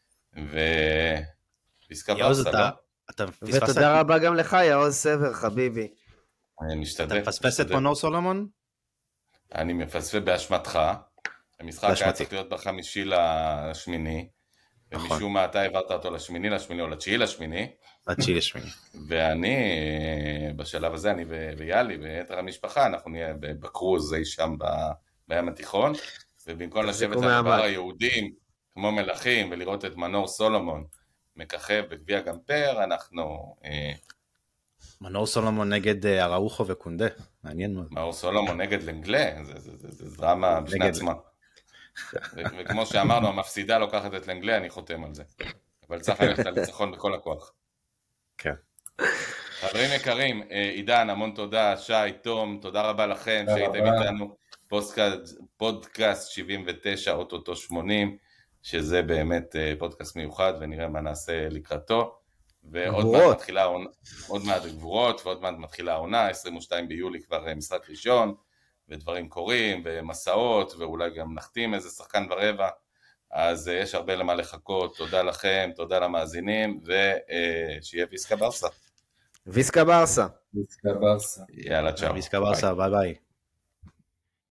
וויסקה ברסה, לא? אתה ותודה רבה גם לך, יעוז סבר, חביבי. אני משתדל. אתה מפספס את מנור סולומון? אני מפספס באשמתך. המשחק היה צריך להיות בחמישי לשמיני, ומשום מה אתה העברת אותו לשמיני לשמיני או לתשיעי לשמיני. לתשיעי לשמיני. ואני, בשלב הזה, אני ויאלי ויתר המשפחה, אנחנו נהיה בקרוז אי שם בים התיכון, ובמקום לשבת על דבר היהודים, כמו מלכים, ולראות את מנור סולומון מככב בגביע גמפר, אנחנו... מנור סולומון נגד אראוחו וקונדה, מעניין מאוד. מנור סולומון נגד לנגלה, זה דרמה בשני עצמה. וכמו שאמרנו, המפסידה לוקחת את לנגלה, אני חותם על זה. אבל צריך ללכת על ניצחון בכל הכוח. כן. חברים יקרים, עידן, המון תודה, שי, תום, תודה רבה לכם שהייתם איתנו, פודקאסט שבעים ותשע, אוטוטו שמונים, שזה באמת פודקאסט מיוחד, ונראה מה נעשה לקראתו. ועוד מעט מתחילה העונה, עוד מעט גבורות, ועוד מעט מתחילה העונה, עשרים ושניים ביולי כבר משחק ראשון, ודברים קורים, ומסעות, ואולי גם נחתים איזה שחקן ורבע, אז יש הרבה למה לחכות, תודה לכם, תודה למאזינים, ושיהיה ויסקה ברסה. ויסקה ברסה. ויסקה ברסה. יאללה, צ'או. ויסקה ברסה, ביי ביי.